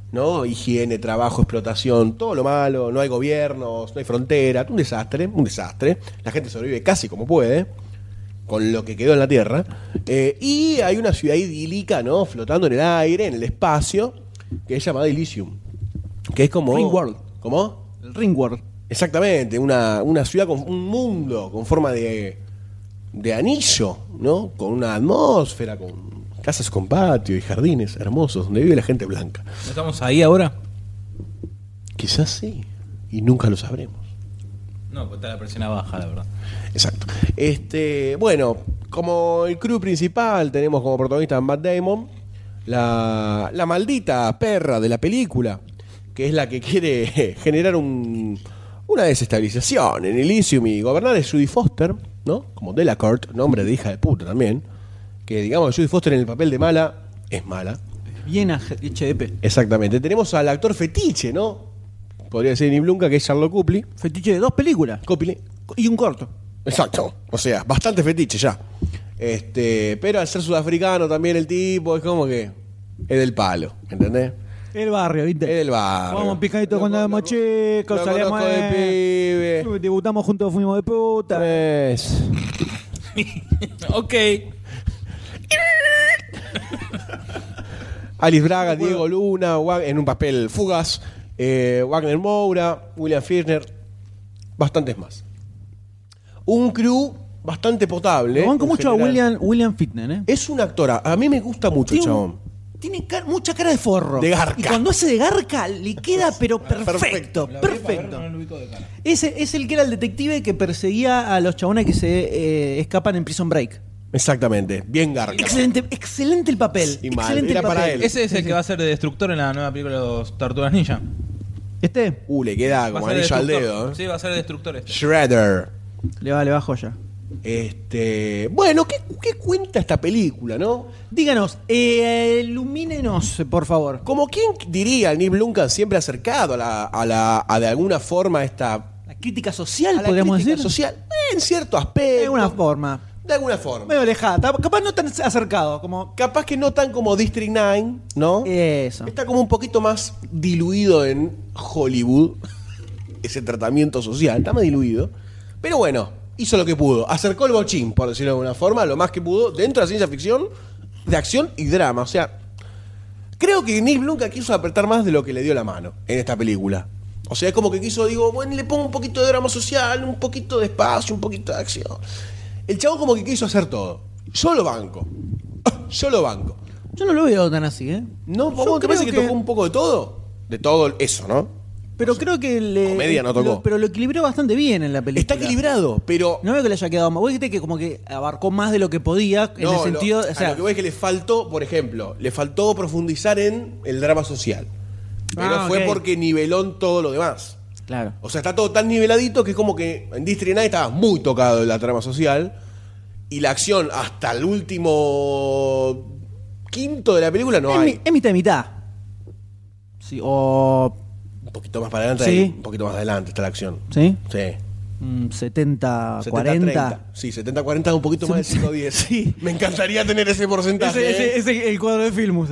Speaker 2: ¿no? Higiene, trabajo, explotación, todo lo malo, no hay gobiernos, no hay frontera, un desastre. La gente sobrevive casi como puede, con lo que quedó en la Tierra. Y hay una ciudad idílica, ¿no? Flotando en el aire, en el espacio, que es llamada Elysium. Que es como...
Speaker 3: Ringworld.
Speaker 2: ¿Cómo?
Speaker 3: El Ringworld.
Speaker 2: Exactamente, una ciudad con un mundo con forma de anillo, ¿no? Con una atmósfera, con casas con patio y jardines hermosos, donde vive la gente blanca.
Speaker 4: ¿No estamos ahí ahora?
Speaker 2: Quizás sí, y nunca lo sabremos.
Speaker 4: No, pues está la presión baja, la verdad.
Speaker 2: Exacto. Bueno, como el crew principal tenemos como protagonista a Matt Damon, la maldita perra de la película, que es la que quiere generar una desestabilización en Elysium y gobernar, es Judy Foster, ¿no? Como Delacourt, nombre de hija de puta también. Que digamos que Judy Foster en el papel de mala es mala.
Speaker 3: Bien HDP.
Speaker 2: Exactamente. Tenemos al actor fetiche, ¿no? Podría ser Ni Blunka, que es Charlotte Copley.
Speaker 3: Fetiche de 2 películas.
Speaker 2: Copley.
Speaker 3: Y un corto.
Speaker 2: Exacto. O sea, bastante fetiche ya. Pero al ser sudafricano también el tipo es como que es del palo, ¿entendés?
Speaker 3: El barrio, ¿viste?
Speaker 2: Es del barrio.
Speaker 3: Vamos picadito cuando éramos chicos,
Speaker 2: lo
Speaker 3: salíamos
Speaker 2: conozco de pibe.
Speaker 3: debutamos juntos, fuimos de puta.
Speaker 2: Es...
Speaker 4: Ok.
Speaker 2: Alice Braga, Diego Luna, en un papel fugaz, Wagner Moura, William Fichtner, bastantes más. Un crew bastante potable.
Speaker 3: Lo banco
Speaker 2: en
Speaker 3: mucho
Speaker 2: general.
Speaker 3: a William Fichtner, ¿eh?
Speaker 2: Es un actor, a mí me gusta mucho el chabón.
Speaker 3: Tiene mucha cara de forro.
Speaker 2: De garca.
Speaker 3: Y cuando hace de garca, le queda pero
Speaker 2: Perfecto.
Speaker 3: perfecto. Ese es el que era el detective que perseguía a los chabones que se escapan en Prison Break.
Speaker 2: Exactamente, bien garca.
Speaker 3: Excelente el papel.
Speaker 2: Y mal,
Speaker 3: Excelente
Speaker 2: era
Speaker 3: el papel.
Speaker 2: para él.
Speaker 4: Ese es el que va a ser de Destructor en la nueva película de los Tortugas Ninja.
Speaker 2: Le queda como
Speaker 4: Va a ser
Speaker 2: anillo al
Speaker 4: Destructor.
Speaker 2: dedo, ¿eh?
Speaker 4: Sí, va a ser Destructor este.
Speaker 2: Shredder.
Speaker 3: Le va joya.
Speaker 2: Bueno, ¿qué cuenta esta película, no?
Speaker 3: Díganos, ilumínenos, por favor.
Speaker 2: Como quien diría, Neil Blomkamp siempre acercado a de alguna forma esta...
Speaker 3: La crítica social,
Speaker 2: a la
Speaker 3: podríamos
Speaker 2: crítica
Speaker 3: decir.
Speaker 2: social, en cierto aspecto.
Speaker 3: De alguna forma.
Speaker 2: De alguna forma.
Speaker 3: Medio alejada. Capaz no tan acercado como.
Speaker 2: Capaz que no tan como District 9, ¿no?
Speaker 3: Eso.
Speaker 2: Está como un poquito más diluido en Hollywood. Ese tratamiento social, está más diluido. Pero bueno, hizo lo que pudo. Acercó el bochín, por decirlo de alguna forma, lo más que pudo, dentro de la ciencia ficción, de acción y drama. O sea, creo que Neil Blomkamp quiso apretar más de lo que le dio la mano en esta película. O sea, es como que quiso, bueno, le pongo un poquito de drama social, un poquito de espacio, un poquito de acción. El chavo como que quiso hacer todo. Yo lo banco. Yo
Speaker 3: no lo veo tan así, ¿eh?
Speaker 2: ¿No?
Speaker 3: Yo
Speaker 2: ¿Te parece
Speaker 3: creo
Speaker 2: que tocó un poco de todo? De todo eso, ¿no?
Speaker 3: Pero creo que
Speaker 2: Comedia no tocó.
Speaker 3: pero lo equilibró bastante bien en la película.
Speaker 2: Está equilibrado, pero...
Speaker 3: No veo que le haya quedado más. Vos dijiste que como que abarcó más de lo que podía en el sentido.
Speaker 2: O sea, lo que voy es que le faltó, por ejemplo, le faltó profundizar en el drama social. Pero fue
Speaker 3: ok.
Speaker 2: porque niveló en todo lo demás.
Speaker 3: Claro.
Speaker 2: O sea, está todo tan niveladito que es como que en District 9 estaba muy tocado de la trama social y la acción hasta el último quinto de la película no hay.
Speaker 3: Es mitad y mitad. Sí, o.
Speaker 2: Un poquito más para adelante,
Speaker 3: Sí.
Speaker 2: un poquito más adelante está la acción.
Speaker 3: ¿Sí?
Speaker 2: Sí.
Speaker 3: 70,
Speaker 2: 70-30.
Speaker 3: 40.
Speaker 2: Sí, 70-40 es un poquito más de 5-10.
Speaker 3: Sí.
Speaker 2: Me encantaría tener ese porcentaje.
Speaker 3: Ese es el cuadro de Filmus.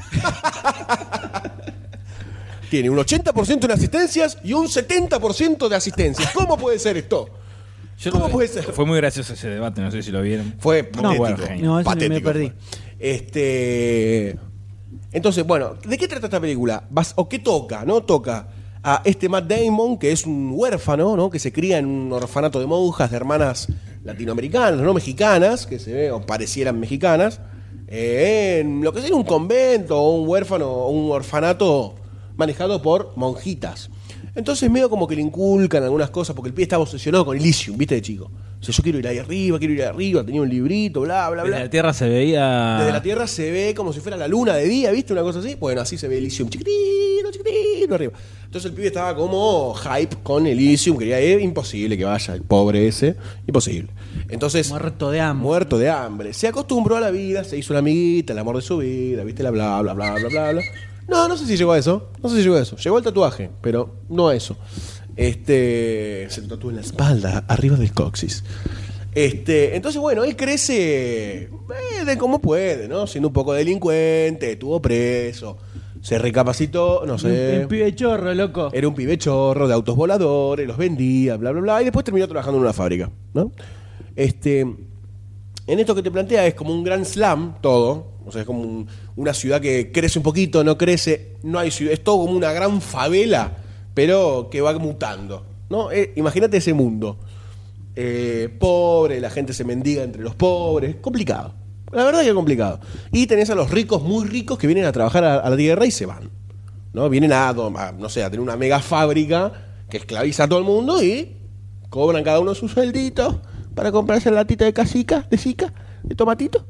Speaker 2: Tiene un 80% en asistencias y un 70% de asistencias. ¿Cómo puede ser esto? ¿Cómo puede ser?
Speaker 4: Fue muy gracioso ese debate, no sé si lo vieron.
Speaker 2: Fue patético.
Speaker 4: bueno,
Speaker 3: no, eso
Speaker 2: patético
Speaker 3: me perdí.
Speaker 2: fue. Entonces, bueno, ¿de qué trata esta película? ¿O qué toca? ¿No? Toca a Matt Damon, que es un huérfano, ¿no? Que se cría en un orfanato de monjas, de hermanas latinoamericanas, no mexicanas, que se ve o parecieran mexicanas, en lo que sería un convento o un huérfano o un orfanato manejado por monjitas. Entonces medio como que le inculcan algunas cosas, porque el pibe estaba obsesionado con Elysium, ¿viste? De chico. O sea, yo quiero ir ahí arriba, tenía un librito, bla, bla, bla.
Speaker 4: Desde la Tierra se veía...
Speaker 2: Desde la Tierra se ve como si fuera la luna de día, ¿viste? Una cosa así. Bueno, así se ve Elysium, chiquitito arriba. Entonces el pibe estaba como hype con Elysium, quería ir, imposible que vaya, el pobre ese, imposible. Entonces,
Speaker 3: Muerto de hambre.
Speaker 2: muerto de hambre. Se acostumbró a la vida, se hizo una amiguita, el amor de su vida, ¿viste? La bla, bla, bla, bla, bla, bla. No sé si llegó a eso. Llegó al tatuaje, pero no a eso. Se lo tatuó en la espalda, arriba del coxis. Entonces, bueno, él crece de como puede, ¿no? Siendo un poco delincuente, estuvo preso, Se recapacitó, no sé.
Speaker 3: Un pibe chorro, loco.
Speaker 2: Era un pibe chorro de autos voladores, los vendía, bla, bla, bla. Y después terminó trabajando en una fábrica, ¿no? En esto que te plantea es como un gran slam todo. O sea, es como una ciudad que crece un poquito, no crece, no hay ciudad. Es todo como una gran favela, pero que va mutando, ¿no? Imagínate ese mundo. Pobre, la gente se mendiga entre los pobres. Complicado. La verdad que es complicado. Y tenés a los ricos, muy ricos, que vienen a trabajar a la tierra y se van, ¿no? Vienen no sé, a tener una mega fábrica que esclaviza a todo el mundo y cobran cada uno sus suelditos para comprarse la latita de casica, de tomatito,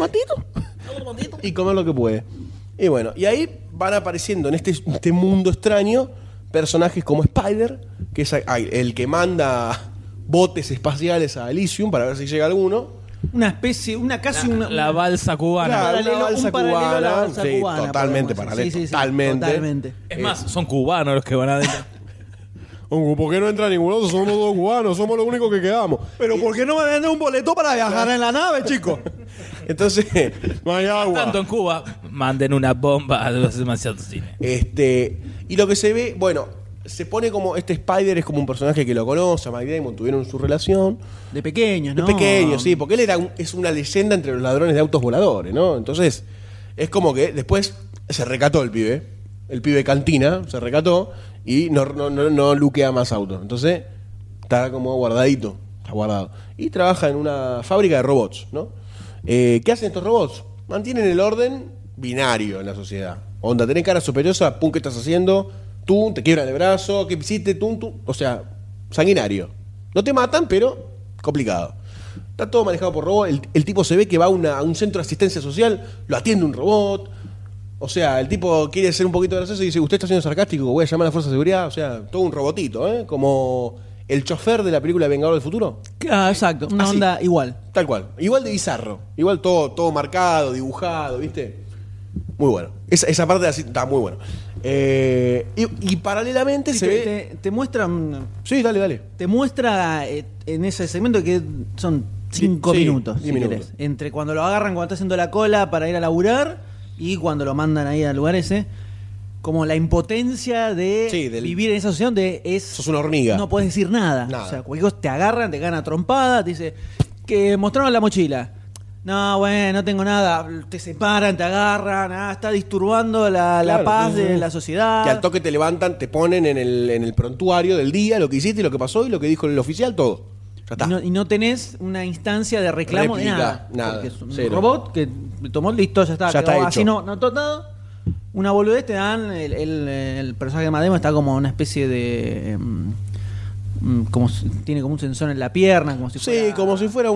Speaker 2: y comer lo que puede. Y bueno, y ahí van apareciendo en este mundo extraño personajes como Spider, que es el que manda botes espaciales a Elysium para ver si llega alguno.
Speaker 3: Una especie,
Speaker 4: la balsa cubana.
Speaker 2: Claro, una balsa
Speaker 3: un paralelo a la
Speaker 2: cubana,
Speaker 3: balsa
Speaker 2: sí,
Speaker 3: cubana,
Speaker 2: totalmente
Speaker 3: podemos
Speaker 2: paralelo,
Speaker 3: decir. Sí,
Speaker 2: totalmente.
Speaker 4: Es más, son cubanos los que van adentro.
Speaker 2: ¿Por qué no entra ninguno? Somos dos cubanos, somos los únicos que quedamos.
Speaker 1: Pero ¿por qué no me venden un boleto para viajar en la nave, chicos?
Speaker 2: Entonces, no hay agua.
Speaker 4: Tanto en Cuba, manden una bomba, es demasiado cine.
Speaker 2: Y lo que se ve, bueno, se pone como este Spider es como un personaje que lo conoce, a Mike Damon tuvieron su relación.
Speaker 3: De pequeños, ¿no?
Speaker 2: De pequeños, sí, porque él es una leyenda entre los ladrones de autos voladores, ¿no? Entonces, es como que después se recató el pibe cantina, se recató y no luquea más autos. Entonces, está como guardadito, está guardado. Y trabaja en una fábrica de robots, ¿no? ¿Qué hacen estos robots? Mantienen el orden binario en la sociedad. Onda, tenés cara sospechosa, pum, ¿qué estás haciendo? Tú, te quiebran el brazo, ¿qué hiciste? Tú. O sea, sanguinario. No te matan, pero complicado. Está todo manejado por robots. El tipo se ve que va a un centro de asistencia social, lo atiende un robot. O sea, el tipo quiere ser un poquito gracioso y dice, usted está siendo sarcástico, voy a llamar a la fuerza de seguridad. O sea, todo un robotito, ¿eh? Como el chofer de la película Vengador del Futuro.
Speaker 3: Ah, exacto, una
Speaker 2: Así.
Speaker 3: onda igual.
Speaker 2: Tal cual. Igual de bizarro. Igual todo marcado, dibujado, ¿viste? Muy bueno. Esa parte así está muy bueno. Y paralelamente
Speaker 3: Sí,
Speaker 2: se ve...
Speaker 3: te muestran.
Speaker 2: Sí, dale.
Speaker 3: Te muestra en ese segmento que son 5
Speaker 2: Sí,
Speaker 3: minutos,
Speaker 2: 10
Speaker 3: si
Speaker 2: minutos.
Speaker 3: querés. Entre cuando lo agarran cuando está haciendo la cola para ir a laburar y cuando lo mandan ahí al lugar ese. Como la impotencia de
Speaker 2: Sí,
Speaker 3: vivir en esa situación
Speaker 2: Sos una hormiga.
Speaker 3: No puedes decir nada.
Speaker 2: Nada.
Speaker 3: O sea, cualquier cosa te agarran, te gana trompada, te dice que mostraron la mochila. No, bueno, no tengo nada. Te separan, te agarran, está disturbando la
Speaker 2: Claro,
Speaker 3: paz
Speaker 2: sí, sí.
Speaker 3: de la sociedad.
Speaker 2: Que al toque te levantan, te ponen en el prontuario del día, lo que hiciste y lo que pasó y lo que dijo el oficial, todo. Ya está.
Speaker 3: Y no tenés una instancia de reclamo de
Speaker 2: Réplica,
Speaker 3: nada.
Speaker 2: nada,
Speaker 3: Porque es un
Speaker 2: cero.
Speaker 3: robot que tomó, listo, ya está.
Speaker 2: Ya está
Speaker 3: quedó
Speaker 2: hecho.
Speaker 3: así no todo. Una boludez te dan, el personaje de Mademo está como una especie de... tiene como un sensor en la pierna, como si
Speaker 2: Sí,
Speaker 3: fuera...
Speaker 2: como si fuera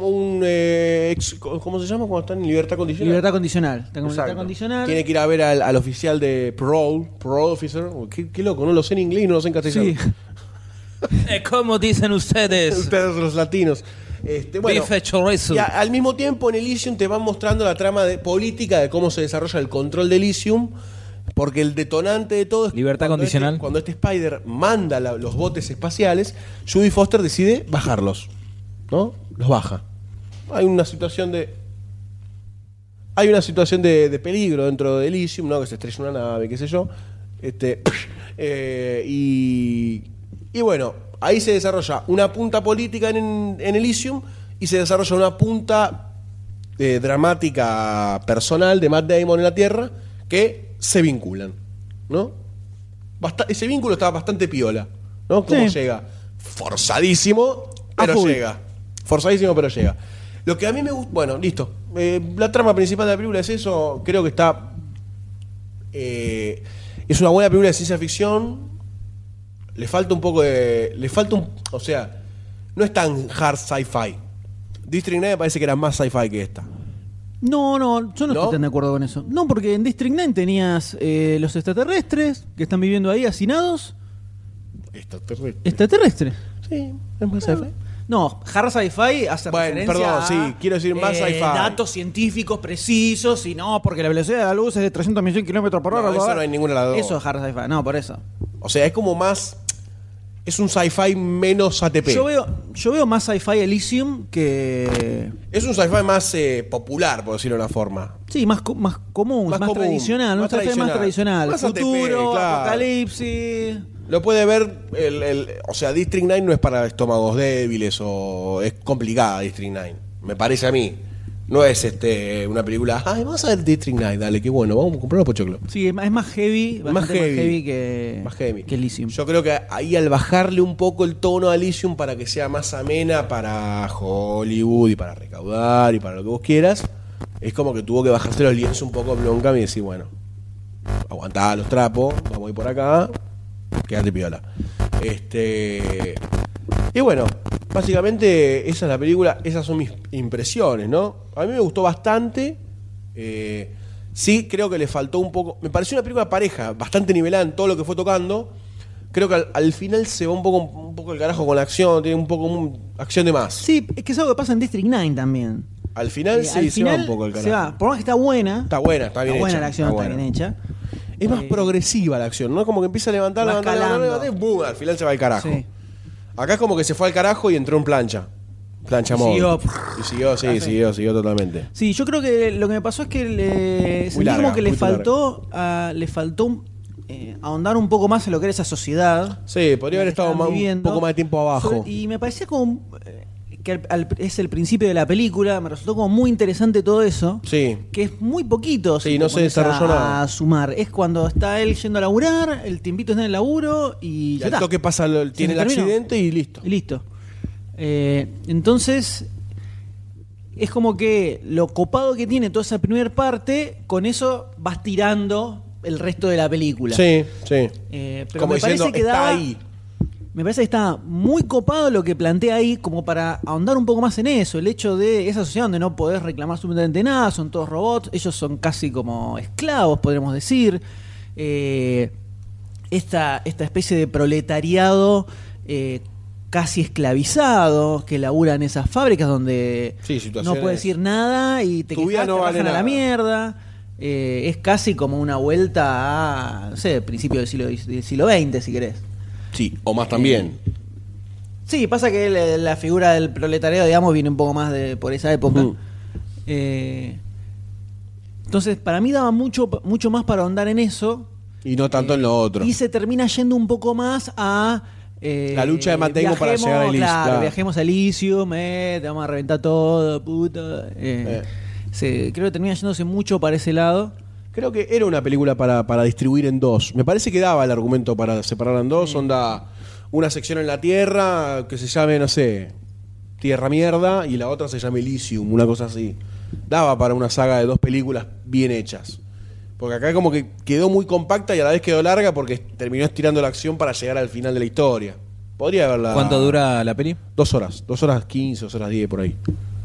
Speaker 2: ¿cómo se llama cuando están en libertad condicional?
Speaker 3: Libertad condicional. Está como
Speaker 2: Exacto.
Speaker 3: libertad condicional.
Speaker 2: Tiene que ir a ver al oficial de parole officer. Qué loco, no lo sé en inglés y no lo sé en castellano.
Speaker 3: Sí.
Speaker 4: ¿Cómo dicen ustedes?
Speaker 2: Ustedes los latinos. Bueno,
Speaker 4: Bife chorizo.
Speaker 2: y al mismo tiempo en Elysium te van mostrando la trama política de cómo se desarrolla el control de Elysium, porque el detonante de todo es
Speaker 4: Libertad
Speaker 2: cuando
Speaker 4: condicional.
Speaker 2: Cuando este Spider manda los botes espaciales, Judy Foster decide bajarlos, ¿no? Los baja. Hay una situación de peligro dentro de Elysium, ¿no? Que se estrella una nave, qué sé yo. Y bueno, ahí se desarrolla una punta política en Elysium y se desarrolla una punta dramática personal de Matt Damon en la Tierra que se vinculan, ¿no? Ese vínculo está bastante piola, ¿no? ¿Cómo
Speaker 3: Sí.
Speaker 2: llega? Forzadísimo, pero
Speaker 3: full.
Speaker 2: llega. Forzadísimo, pero llega. Lo que a mí me gusta... Bueno, listo. La trama principal de la película es eso. Creo que está... es una buena película de ciencia ficción. Le falta un poco de... O sea, no es tan hard sci-fi. District 9 me parece que era más sci-fi que esta.
Speaker 3: No, yo no
Speaker 2: ¿No?
Speaker 3: estoy tan de acuerdo con eso. No, porque en District 9 tenías los extraterrestres que están viviendo ahí hacinados. Extraterrestres.
Speaker 2: Sí, es más sci-fi.
Speaker 3: No, hard sci-fi hace
Speaker 2: Bueno,
Speaker 3: referencia
Speaker 2: perdón,
Speaker 3: a,
Speaker 2: sí, quiero decir más sci-fi.
Speaker 3: datos científicos precisos y no, porque la velocidad de la luz es de 300 millones de kilómetros por hora.
Speaker 2: No,
Speaker 3: bla,
Speaker 2: eso
Speaker 3: bla.
Speaker 2: no hay ninguna de las dos.
Speaker 3: Eso es hard sci-fi, no, por eso.
Speaker 2: O sea, es como más... es un sci-fi menos ATP.
Speaker 3: Yo veo más sci-fi Elysium que...
Speaker 2: Es un sci-fi más popular, por decirlo de una forma.
Speaker 3: Sí, más común, más
Speaker 2: común,
Speaker 3: tradicional.
Speaker 2: más
Speaker 3: Un sci-fi más tradicional.
Speaker 2: Más ATP,
Speaker 3: Futuro,
Speaker 2: claro.
Speaker 3: apocalipsis...
Speaker 2: Lo puede ver, o sea, District 9 no es para estómagos débiles o es complicada District 9, me parece a mí. No es una película, ay, vamos a ver District 9, dale, qué bueno, vamos a comprar un pochoclo.
Speaker 3: Sí, es más heavy,
Speaker 2: Más heavy
Speaker 3: que Elysium.
Speaker 2: Yo creo que ahí al bajarle un poco el tono a Elysium para que sea más amena para Hollywood y para recaudar y para lo que vos quieras, es como que tuvo que bajarse los lienzos un poco a Blomkamp y decir, bueno, aguantá los trapos, vamos a ir por acá, quédate piola. Y bueno, básicamente esa es la película, esas son mis impresiones, ¿no? A mí me gustó bastante. Sí, creo que le faltó un poco. Me pareció una película pareja, bastante nivelada en todo lo que fue tocando. Creo que al final se va un poco el carajo con la acción, tiene un poco acción de más.
Speaker 3: Sí, es que es algo que pasa en District 9 también.
Speaker 2: Al final sí, se va un poco el carajo.
Speaker 3: Se va, por más que está buena.
Speaker 2: Está buena, está bien hecha.
Speaker 3: La acción, está bien hecha.
Speaker 2: Es más progresiva la acción, ¿no? Como que empieza a levantar, y ¡bum! Al final se va al carajo. Sí. Acá es como que se fue al carajo y entró en plancha. Plancha modo. Y siguió totalmente.
Speaker 3: Sí, yo creo que lo que me pasó es que le faltó ahondar un poco más en lo que era esa sociedad.
Speaker 2: Sí, podría haber estado un poco más de tiempo abajo.
Speaker 3: Y me parecía como que es el principio de la película, me resultó como muy interesante todo eso.
Speaker 2: Sí.
Speaker 3: Que es muy poquito.
Speaker 2: Sí, no se desarrolló nada.
Speaker 3: A sumar. Es cuando está él yendo a laburar, el tiempito está en el laburo y
Speaker 2: al toque pasa, tiene el accidente y listo.
Speaker 3: Entonces, es como que lo copado que tiene toda esa primera parte, con eso vas tirando el resto de la película.
Speaker 2: Sí.
Speaker 3: Pero
Speaker 2: como
Speaker 3: me
Speaker 2: diciendo,
Speaker 3: parece que
Speaker 2: está ahí.
Speaker 3: Me parece que está muy copado lo que plantea ahí, como para ahondar un poco más en eso. El hecho de esa sociedad donde no podés reclamar absolutamente nada, son todos robots, ellos son casi como esclavos, podríamos decir. Esta especie de proletariado casi esclavizado que labura en esas fábricas donde no puedes decir nada y te quejas, te bajan a la mierda. Es casi como una vuelta a, no sé, principio del siglo XX, si querés.
Speaker 2: Sí, o más también.
Speaker 3: Sí, pasa que la figura del proletariado, digamos, viene un poco más por esa época. Entonces, para mí daba mucho más para ahondar en eso.
Speaker 2: Y no tanto en lo otro.
Speaker 3: Y se termina yendo un poco más a...
Speaker 2: la lucha de Matt Damon para llegar a Elysium.
Speaker 3: Claro, viajemos a Elysium, te vamos a reventar todo, puta. Creo que termina yéndose mucho para ese lado.
Speaker 2: Creo que era una película para distribuir en dos. Me parece que daba el argumento para separarla en dos. Onda, una sección en la Tierra que se llame, no sé, Tierra Mierda, y la otra se llame Elysium, una cosa así. Daba para una saga de dos películas bien hechas. Porque acá como que quedó muy compacta y a la vez quedó larga porque terminó estirando la acción para llegar al final de la historia. Podría haberla...
Speaker 4: ¿Cuánto dura la peli?
Speaker 2: 2 horas. 2 horas 15, 2 horas 10 por ahí.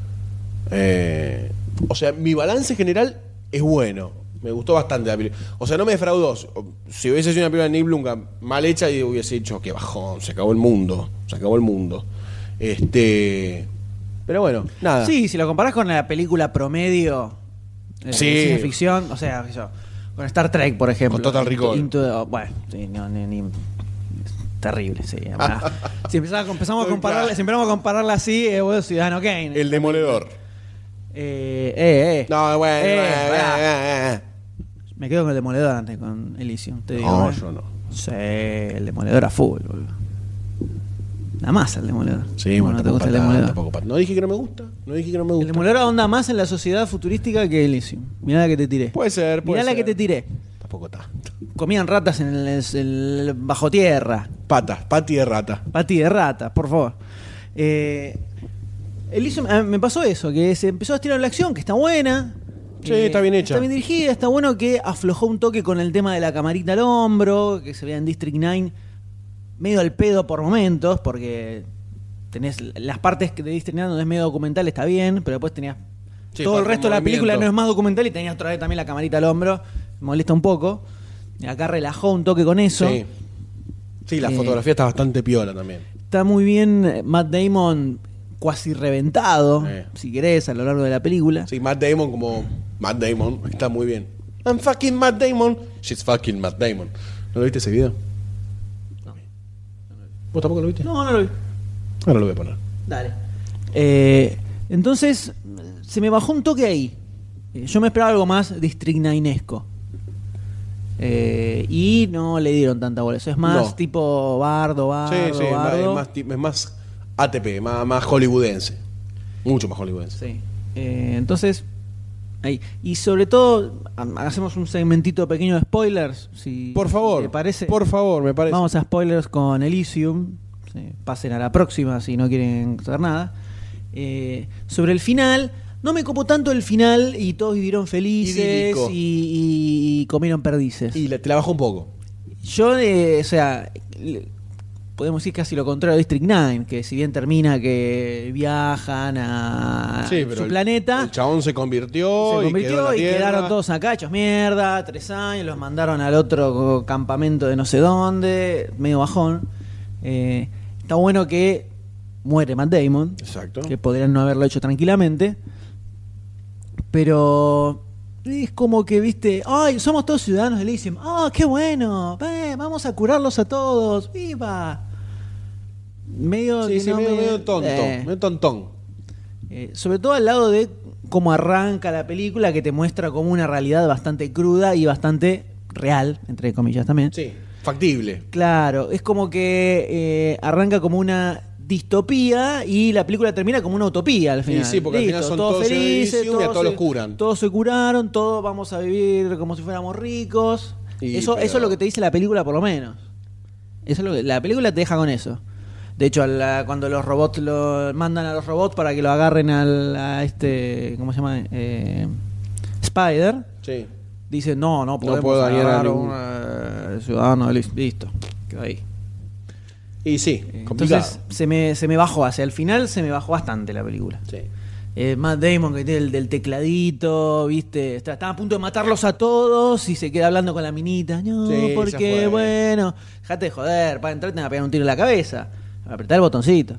Speaker 2: O sea, mi balance general es bueno. Me gustó bastante la película. O sea, no me defraudó. Si hubiese sido una película de Nick Blomkamp mal hecha, y hubiese dicho, qué bajón, se acabó el mundo. Pero bueno, nada.
Speaker 3: Sí, si lo comparás con la película promedio de ciencia ficción, o sea, con Star Trek, por ejemplo.
Speaker 2: Con Total Recall.
Speaker 3: Bueno, sí, terrible, sí. Si empezamos a compararla así, Ciudadano Kane.
Speaker 2: El Demoledor.
Speaker 3: No, bueno. Me quedo con el Demoledor antes, con Elysium. Te digo,
Speaker 2: no, yo no.
Speaker 3: Sí, el Demoledor a full, boludo. Nada más el Demoledor.
Speaker 2: Sí, bueno,
Speaker 3: no te gusta el Demoledor.
Speaker 2: Tampoco, no dije que no me gusta.
Speaker 3: El Demoledor ahonda más en la sociedad futurística que Elysium. Mirá la que te tiré.
Speaker 2: Puede ser.
Speaker 3: Mirá la que te tiré.
Speaker 2: Tampoco tanto.
Speaker 3: Comían ratas en el bajo tierra.
Speaker 2: Pati de rata.
Speaker 3: Pati de rata, por favor. Elysium, me pasó eso, que se empezó a estirar la acción, que está buena.
Speaker 2: Sí, está bien hecha.
Speaker 3: Está bien dirigida, está bueno que aflojó un toque con el tema de la camarita al hombro, que se veía en District 9 medio al pedo por momentos, porque tenés las partes de District 9 donde es medio documental, está bien, pero después tenías todo el resto de la película no es más documental y tenías otra vez también la camarita al hombro, me molesta un poco. Y acá relajó un toque con eso.
Speaker 2: Sí, la fotografía está bastante piola también.
Speaker 3: Está muy bien Matt Damon cuasi reventado, si querés, a lo largo de la película.
Speaker 2: Sí, Matt Damon como Matt Damon está muy bien. I'm fucking Matt Damon. She's fucking Matt Damon. ¿No lo viste ese video? ¿Vos tampoco lo viste?
Speaker 3: No, no lo vi.
Speaker 2: Ahora lo voy a poner.
Speaker 3: Dale. Entonces, se me bajó un toque ahí. Yo me esperaba algo más District 9esco. Y no le dieron tanta bola. Eso es más
Speaker 2: No.
Speaker 3: tipo bardo.
Speaker 2: Sí, es más ATP, más hollywoodense. Mucho más hollywoodense.
Speaker 3: Sí. Entonces, ahí. Y sobre todo, hacemos un segmentito pequeño de spoilers. Si
Speaker 2: Por favor,
Speaker 3: ¿te parece?
Speaker 2: por favor, me parece.
Speaker 3: Vamos a spoilers con Elysium. Sí, pasen a la próxima si no quieren saber nada. Sobre el final, no me copó tanto el final y todos vivieron felices
Speaker 2: Idílico.
Speaker 3: y comieron perdices.
Speaker 2: Y te la bajó un poco.
Speaker 3: Yo, o sea, podemos decir casi lo contrario de District 9, que si bien termina que viajan a
Speaker 2: Sí, pero
Speaker 3: su planeta,
Speaker 2: El chabón se convirtió,
Speaker 3: se
Speaker 2: y quedó en la
Speaker 3: y
Speaker 2: tierra.
Speaker 3: quedaron todos acá hechos mierda, 3 años, los mandaron al otro campamento de no sé dónde, medio bajón. Está bueno que muere Matt Damon,
Speaker 2: Exacto.
Speaker 3: que podrían no haberlo hecho tranquilamente, pero es como que, viste, ay, somos todos ciudadanos de Elysium, qué bueno, vamos a curarlos a todos, viva. Medio,
Speaker 2: Sí,
Speaker 3: que
Speaker 2: sí,
Speaker 3: no
Speaker 2: medio tonto, medio tontón.
Speaker 3: sobre todo al lado de cómo arranca la película, que te muestra como una realidad bastante cruda y bastante real, entre comillas también.
Speaker 2: Sí, factible.
Speaker 3: Claro, es como que arranca como una distopía y la película termina como una utopía al final.
Speaker 2: Sí, porque al final son todos en Elysium y a todos los curan.
Speaker 3: Todos se curaron, todos vamos a vivir como si fuéramos ricos. Eso es lo que te dice la película, por lo menos. Eso es lo que, la película te deja con eso. De hecho, cuando los robots mandan a los robots para que lo agarren a este, ¿cómo se llama? Spider.
Speaker 2: Sí.
Speaker 3: Dicen, no podemos
Speaker 2: puedo dañar a
Speaker 3: agarrar a
Speaker 2: ningún-
Speaker 3: un ciudadano, listo, quedó ahí.
Speaker 2: Y sí, complicado.
Speaker 3: Entonces se me bajó, hacia el final se me bajó bastante la película.
Speaker 2: Sí.
Speaker 3: Matt Damon que tiene el del tecladito, viste, está a punto de matarlos a todos y se queda hablando con la minita. No,
Speaker 2: Sí, ya
Speaker 3: porque
Speaker 2: fue.
Speaker 3: bueno, dejate de joder, para entrar te van a pegar un tiro en la cabeza, apretar el botoncito.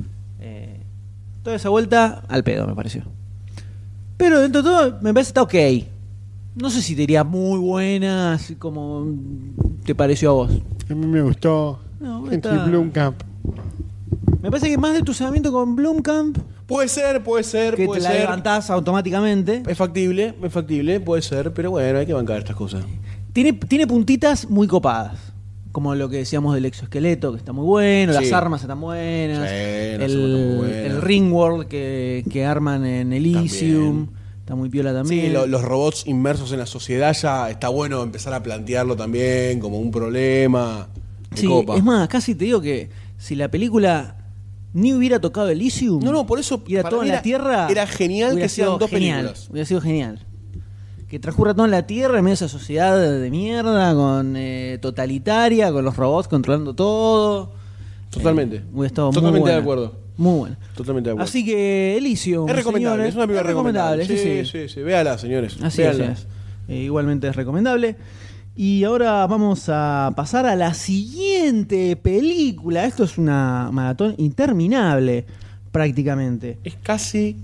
Speaker 3: Toda esa vuelta al pedo me pareció. Pero dentro de todo me parece que está ok. No sé si te diría muy buena, así como te pareció a vos.
Speaker 1: A mí me gustó
Speaker 3: No,
Speaker 1: Henry
Speaker 3: está-
Speaker 1: Blomkamp.
Speaker 3: Me parece que más de tu cebamiento con Blomkamp,
Speaker 2: Puede ser,
Speaker 3: que
Speaker 2: puede
Speaker 3: te la
Speaker 2: ser.
Speaker 3: levantás automáticamente.
Speaker 2: Es factible, puede ser, pero bueno, hay que bancar estas cosas.
Speaker 3: Tiene puntitas muy copadas. Como lo que decíamos del exoesqueleto, que está muy bueno,
Speaker 2: Sí.
Speaker 3: las armas están buenas,
Speaker 2: Sí, las armas están muy buenas.
Speaker 3: el Ringworld que arman en Elysium,
Speaker 2: También.
Speaker 3: está muy piola
Speaker 2: Sí,
Speaker 3: también.
Speaker 2: los robots inmersos en la sociedad ya está bueno empezar a plantearlo también como un problema. Me
Speaker 3: Sí,
Speaker 2: copa.
Speaker 3: es más, casi te digo que si la película ni hubiera tocado Elysium,
Speaker 2: No, por eso
Speaker 3: y era
Speaker 2: para
Speaker 3: todo
Speaker 2: mí
Speaker 3: en la Tierra,
Speaker 2: era genial
Speaker 3: hubiera
Speaker 2: que sean
Speaker 3: sido
Speaker 2: dos
Speaker 3: genial,
Speaker 2: películas.
Speaker 3: hubiera sido genial. Que transcurra todo en la Tierra, en medio de esa sociedad de mierda, con totalitaria, con los robots controlando todo.
Speaker 2: Totalmente.
Speaker 3: Hubiera estado muy
Speaker 2: Totalmente
Speaker 3: buena.
Speaker 2: de acuerdo.
Speaker 3: Muy bueno.
Speaker 2: Totalmente de acuerdo.
Speaker 3: Así que Elysium,
Speaker 2: es recomendable,
Speaker 3: señores,
Speaker 2: es una película recomendable.
Speaker 3: sí.
Speaker 2: Sí. Véala, señores.
Speaker 3: Así
Speaker 2: Véanla.
Speaker 3: es. Igualmente es recomendable. Y ahora vamos a pasar a la siguiente película. Esto es una maratón interminable, prácticamente.
Speaker 2: Es casi.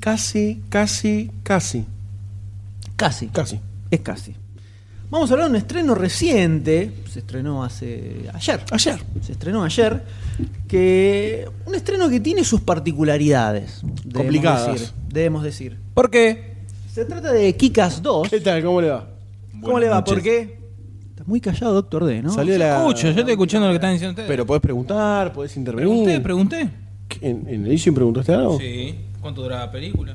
Speaker 3: Casi.
Speaker 2: Casi.
Speaker 3: Es casi. Vamos a hablar de un estreno reciente. Se estrenó ayer.
Speaker 2: Ayer.
Speaker 3: Se estrenó ayer. Un estreno que tiene sus particularidades.
Speaker 2: Complicadas.
Speaker 3: Debemos decir.
Speaker 4: ¿Por qué?
Speaker 3: Se trata de Kick-Ass 2.
Speaker 2: ¿Qué tal? ¿Cómo le va?
Speaker 3: ¿Cómo le va?
Speaker 4: noches.
Speaker 3: ¿Por qué? Está muy callado, Doctor D, ¿no?
Speaker 2: Salió de la.
Speaker 4: Escucho, yo estoy escuchando lo que están diciendo ustedes.
Speaker 2: Pero podés preguntar, podés intervenir.
Speaker 4: Pregunté.
Speaker 2: ¿En Elysium preguntaste algo?
Speaker 4: Sí. ¿Cuánto dura la película?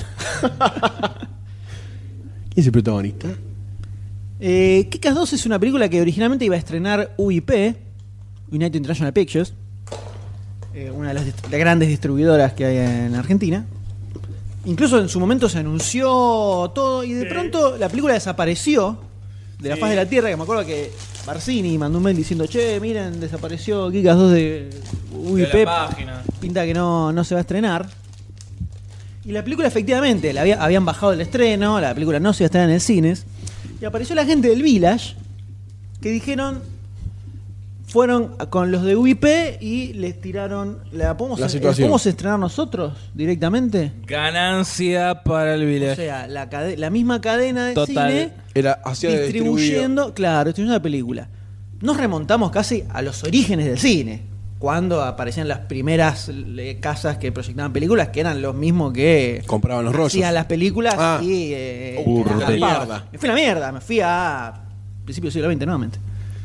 Speaker 2: ¿Quién es el protagonista?
Speaker 3: Kick-Ass 2 es una película que originalmente iba a estrenar UIP, United International Pictures, una de las grandes distribuidoras que hay en Argentina. Incluso en su momento se anunció todo y de pronto la película desapareció de la faz de la Tierra, que me acuerdo que Barcini mandó un mail diciendo, che, miren, desapareció Kick-Ass 2 de UIP,
Speaker 4: De la página.
Speaker 3: pinta que no se va a estrenar. Y la película efectivamente, habían bajado el estreno, la película no se iba a estrenar en el cines, y apareció la gente del Village, que dijeron, fueron con los de UIP y les tiraron,
Speaker 2: La situación.
Speaker 3: ¿podemos estrenar nosotros directamente?
Speaker 4: Ganancia para el
Speaker 3: O
Speaker 4: Village.
Speaker 3: sea, la misma cadena de
Speaker 4: Total.
Speaker 3: cine
Speaker 2: Era hacia de
Speaker 3: distribuyendo la película. Nos remontamos casi a los orígenes del cine. cuando aparecían las primeras casas que proyectaban películas, que eran los mismos que
Speaker 2: Compraban los rollos.
Speaker 3: hacían las películas y
Speaker 2: Burro de
Speaker 3: garpaban.
Speaker 2: mierda.
Speaker 3: Me fui a la mierda, me fui a principios del siglo XX nuevamente.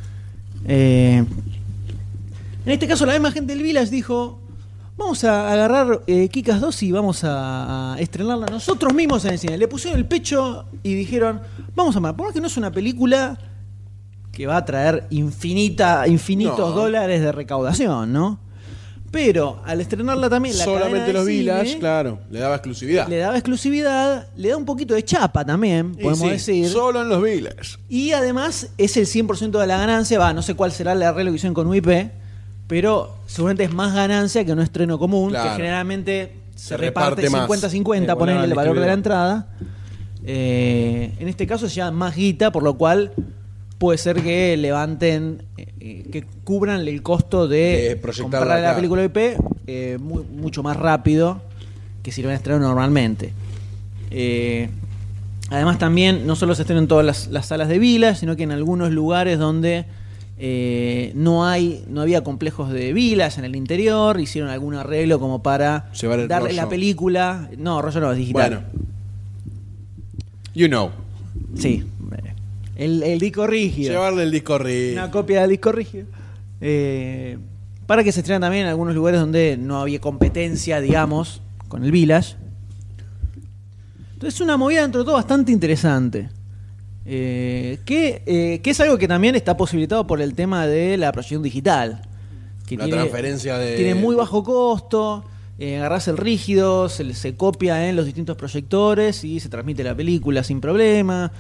Speaker 3: En este caso la misma gente del Village dijo: vamos a agarrar Kick-Ass 2 y vamos a estrenarla nosotros mismos en el cine. Le pusieron el pecho y dijeron: vamos a poner que no es una película que va a traer infinitos dólares de recaudación, ¿no? Pero al estrenarla también la
Speaker 2: solamente
Speaker 3: cadena
Speaker 2: los
Speaker 3: de
Speaker 2: Village,
Speaker 3: cine,
Speaker 2: claro, le daba exclusividad.
Speaker 3: le daba exclusividad, le da un poquito de chapa también,
Speaker 2: Y
Speaker 3: podemos
Speaker 2: sí,
Speaker 3: decir.
Speaker 2: solo en los Village.
Speaker 3: Y además es el 100% de la ganancia. No sé cuál será el arreglo que hicieron con UIP, pero seguramente es más ganancia que un estreno común,
Speaker 2: Claro.
Speaker 3: que generalmente se
Speaker 2: reparte
Speaker 3: reparte
Speaker 2: más.
Speaker 3: 50-50, ponerle el valor de la entrada. En este caso se llama más guita, por lo cual puede ser que levanten, que cubran el costo de
Speaker 2: proyectarla
Speaker 3: comprar la
Speaker 2: acá.
Speaker 3: película IP mucho más rápido que si lo van a estrenar normalmente. Además también no solo se estrenan en todas las salas de Village, sino que en algunos lugares donde no había complejos de Village en el interior, hicieron algún arreglo como para
Speaker 2: Llevar el
Speaker 3: darle
Speaker 2: rollo.
Speaker 3: la película. No, rollo no, es digital.
Speaker 2: Bueno. You know.
Speaker 3: Sí. El disco rígido.
Speaker 2: Llevarle el disco rígido.
Speaker 3: Una copia del disco rígido. Para que se estrenen también en algunos lugares donde no había competencia, digamos, con el Village. Entonces es una movida dentro de todo bastante interesante. Que es algo que también está posibilitado por el tema de la proyección digital. Que
Speaker 2: La transferencia de...
Speaker 3: tiene muy bajo costo. Agarrás el rígido, se copia en los distintos proyectores y se transmite la película sin problema.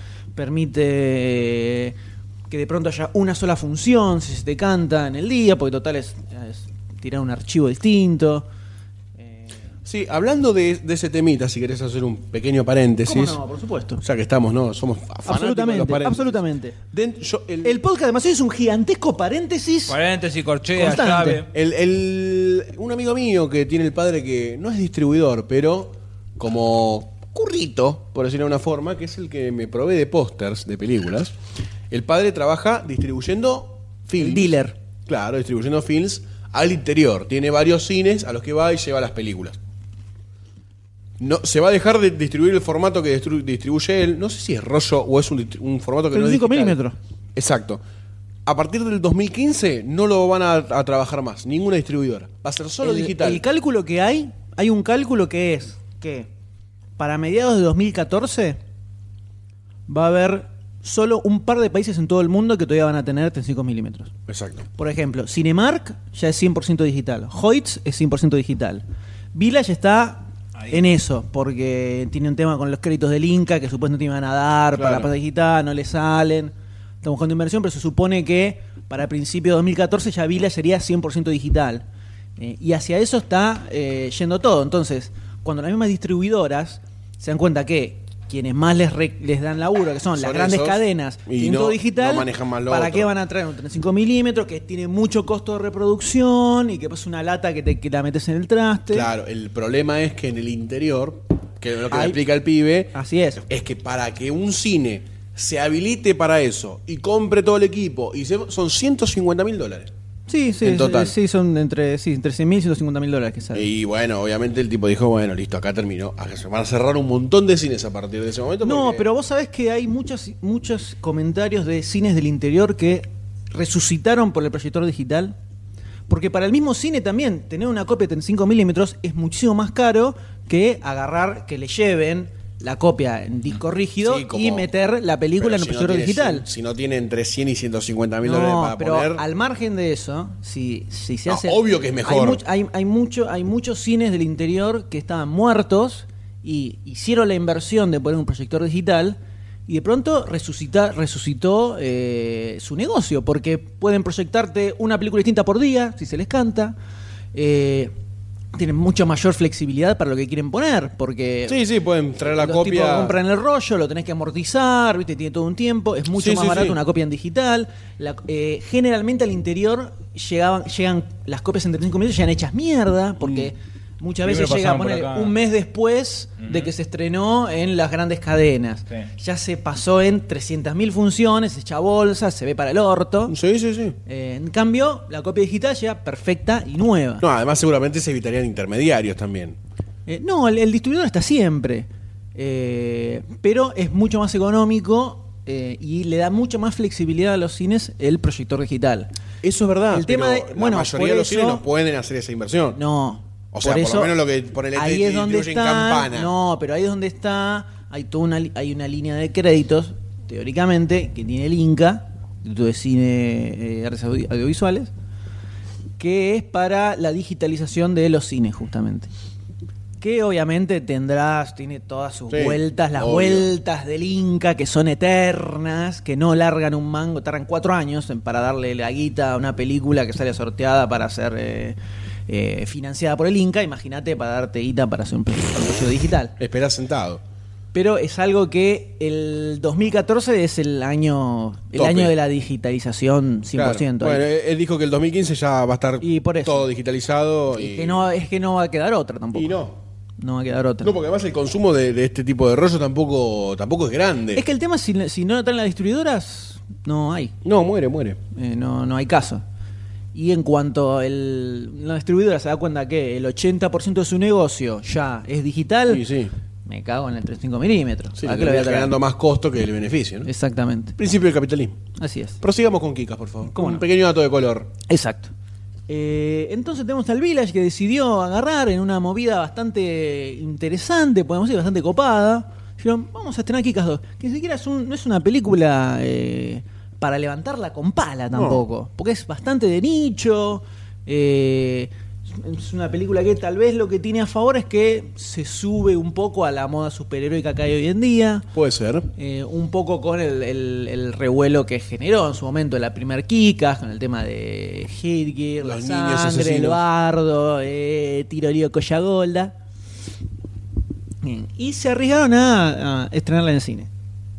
Speaker 3: Permite que de pronto haya una sola función si se te canta en el día, porque total es tirar un archivo distinto.
Speaker 2: Sí, hablando de ese temita, si querés hacer un pequeño paréntesis.
Speaker 3: ¿Cómo no? Por supuesto.
Speaker 2: Ya que estamos, ¿no? Somos fanáticos de los
Speaker 3: Absolutamente,
Speaker 2: paréntesis.
Speaker 3: absolutamente.
Speaker 2: El
Speaker 3: El podcast de Maceo es un gigantesco paréntesis.
Speaker 4: Paréntesis, corchea,
Speaker 3: Constante.
Speaker 4: llave.
Speaker 2: un amigo mío que tiene el padre que no es distribuidor, pero como currito, por decirlo de una forma, que es el que me provee de pósters de películas. El padre trabaja distribuyendo films.
Speaker 3: El dealer.
Speaker 2: Claro, distribuyendo films al interior. Tiene varios cines a los que va y lleva las películas. No, se va a dejar de distribuir el formato que distribuye él. No sé si es rollo o es un formato que no es
Speaker 3: 35
Speaker 2: digital.
Speaker 3: milímetros.
Speaker 2: Exacto. A partir del 2015 no lo van a trabajar más, ninguna distribuidora. Va a ser solo digital.
Speaker 3: El cálculo que hay un cálculo que es que para mediados de 2014 va a haber solo un par de países en todo el mundo que todavía van a tener 35 milímetros.
Speaker 2: Exacto.
Speaker 3: Por ejemplo, Cinemark ya es 100% digital. Hoyts es 100% digital. Village está en eso, porque tiene un tema con los créditos del Inca que supuestamente iban a dar
Speaker 2: Claro.
Speaker 3: para la pasta digital, no le salen. Estamos buscando inversión, pero se supone que para principio de 2014 ya Village sería 100% digital. Y hacia eso está yendo todo. Entonces, cuando las mismas distribuidoras se dan cuenta que quienes más les dan laburo, que son las
Speaker 2: Son
Speaker 3: grandes
Speaker 2: esos,
Speaker 3: cadenas,
Speaker 2: y
Speaker 3: tienen
Speaker 2: no-
Speaker 3: todo digital,
Speaker 2: no manejan más lo
Speaker 3: ¿para
Speaker 2: otro.
Speaker 3: qué van a traer un 35 milímetros que tiene mucho costo de reproducción y que es una lata que la metes en el traste?
Speaker 2: Claro, el problema es que en el interior, que es lo que me
Speaker 3: Hay-
Speaker 2: explica el pibe,
Speaker 3: Así es.
Speaker 2: que para que un cine se habilite para eso y compre todo el equipo, son $150.000.
Speaker 3: Sí, sí,
Speaker 2: en total.
Speaker 3: sí, son entre 100.000 y 150.000 dólares que sale.
Speaker 2: Y bueno, obviamente el tipo dijo, bueno, listo, acá terminó. Se van a cerrar un montón de cines a partir de ese momento.
Speaker 3: No,
Speaker 2: porque-
Speaker 3: pero vos sabés que hay muchos comentarios de cines del interior que resucitaron por el proyector digital. Porque para el mismo cine también, tener una copia de 35 milímetros es muchísimo más caro que agarrar, que le lleven la copia en disco rígido
Speaker 2: Sí, como-
Speaker 3: y meter la película en
Speaker 2: pero
Speaker 3: el
Speaker 2: si
Speaker 3: proyector
Speaker 2: tiene
Speaker 3: digital.
Speaker 2: Si no tiene entre 100 y 150.000 dólares
Speaker 3: No,
Speaker 2: para
Speaker 3: pero
Speaker 2: poner.
Speaker 3: al margen de eso, si se
Speaker 2: No,
Speaker 3: hace.
Speaker 2: obvio que es mejor.
Speaker 3: Hay muchos cines del interior que estaban muertos y hicieron la inversión de poner un proyector digital y de pronto resucitó su negocio, porque pueden proyectarte una película distinta por día, si se les canta. Tienen mucha mayor flexibilidad para lo que quieren poner, porque
Speaker 2: Sí, pueden traer la
Speaker 3: los
Speaker 2: copia.
Speaker 3: tipos compran el rollo, lo tenés que amortizar, ¿viste? Tiene todo un tiempo, es mucho
Speaker 2: Sí,
Speaker 3: más
Speaker 2: sí,
Speaker 3: barato
Speaker 2: sí.
Speaker 3: una copia en digital. Generalmente al interior llegan las copias en 35 minutos llegan hechas mierda, porque muchas
Speaker 4: Primero
Speaker 3: veces llega a
Speaker 4: pasaron por
Speaker 3: poner
Speaker 4: acá.
Speaker 3: un mes después de que se estrenó en las grandes cadenas.
Speaker 4: Sí.
Speaker 3: Ya se pasó en 300.000 funciones, se echa bolsa, se ve para el orto.
Speaker 2: Sí, sí, sí.
Speaker 3: En cambio, la copia digital llega perfecta y nueva.
Speaker 2: No, además seguramente se evitarían intermediarios también.
Speaker 3: No, el distribuidor está siempre. Pero es mucho más económico y le da mucha más flexibilidad a los cines el proyector digital.
Speaker 2: Eso es verdad.
Speaker 3: El tema
Speaker 2: pero
Speaker 3: de- bueno,
Speaker 2: la mayoría
Speaker 3: por
Speaker 2: de los
Speaker 3: eso-
Speaker 2: cines no pueden hacer esa inversión.
Speaker 3: No.
Speaker 2: O sea, por lo menos lo que por el
Speaker 3: ahí es donde
Speaker 2: distribuye en
Speaker 3: está.
Speaker 2: Campana.
Speaker 3: No, pero ahí es donde está. Hay hay una línea de créditos, teóricamente, que tiene el INCA, Instituto de Cine Artes Audiovisuales, que es para la digitalización de los cines, justamente. Que obviamente tiene todas sus
Speaker 2: Sí,
Speaker 3: vueltas, las
Speaker 2: obvio.
Speaker 3: vueltas del Inca, que son eternas, que no largan un mango, tardan 4 años para darle la guita a una película que sale sorteada para ser financiada por el Inca. Imagínate para darte guita para hacer un proyecto digital.
Speaker 2: Esperás sentado.
Speaker 3: Pero es algo que el 2014 es el año
Speaker 2: Tope.
Speaker 3: de la digitalización 100%.
Speaker 2: Claro.
Speaker 3: ahí.
Speaker 2: Bueno, él dijo que el 2015 ya va a estar
Speaker 3: Y por eso.
Speaker 2: todo digitalizado.
Speaker 3: Es que no va a quedar otra tampoco.
Speaker 2: Y no.
Speaker 3: No va a quedar otra.
Speaker 2: No, porque además el consumo de este tipo de rollo tampoco es grande.
Speaker 3: Es que el tema, si no lo traen las distribuidoras, no hay.
Speaker 2: No, muere.
Speaker 3: No hay caso. Y en cuanto la distribuidora se da cuenta que el 80% de su negocio ya es digital,
Speaker 2: Sí, sí.
Speaker 3: me cago en el 35 milímetros.
Speaker 2: Sí,
Speaker 3: ¿Para
Speaker 2: le
Speaker 3: qué lo voy a
Speaker 2: termina
Speaker 3: traer?
Speaker 2: generando más costo que el beneficio, ¿no?
Speaker 3: Exactamente.
Speaker 2: Principio del capitalismo.
Speaker 3: Así es.
Speaker 2: Prosigamos con Kikas, por favor.
Speaker 3: ¿Cómo
Speaker 2: Un
Speaker 3: no?
Speaker 2: pequeño dato de color.
Speaker 3: Exacto. Entonces tenemos al Village que decidió agarrar en una movida bastante interesante, podemos decir, bastante copada. Dijeron, vamos a estrenar Kikas 2. Que ni siquiera no es una película para levantarla con pala tampoco. Porque es bastante de nicho. Es una película que tal vez lo que tiene a favor es que se sube un poco a la moda superheroica que hay hoy en día.
Speaker 2: Puede ser.
Speaker 3: Un poco con el revuelo que generó en su momento la primer Kikas, con el tema de Headgear, la
Speaker 2: Los niños
Speaker 3: sangre, el
Speaker 2: asesinos.
Speaker 3: bardo, Tirorío Collagolda. Bien, y se arriesgaron a estrenarla en el cine.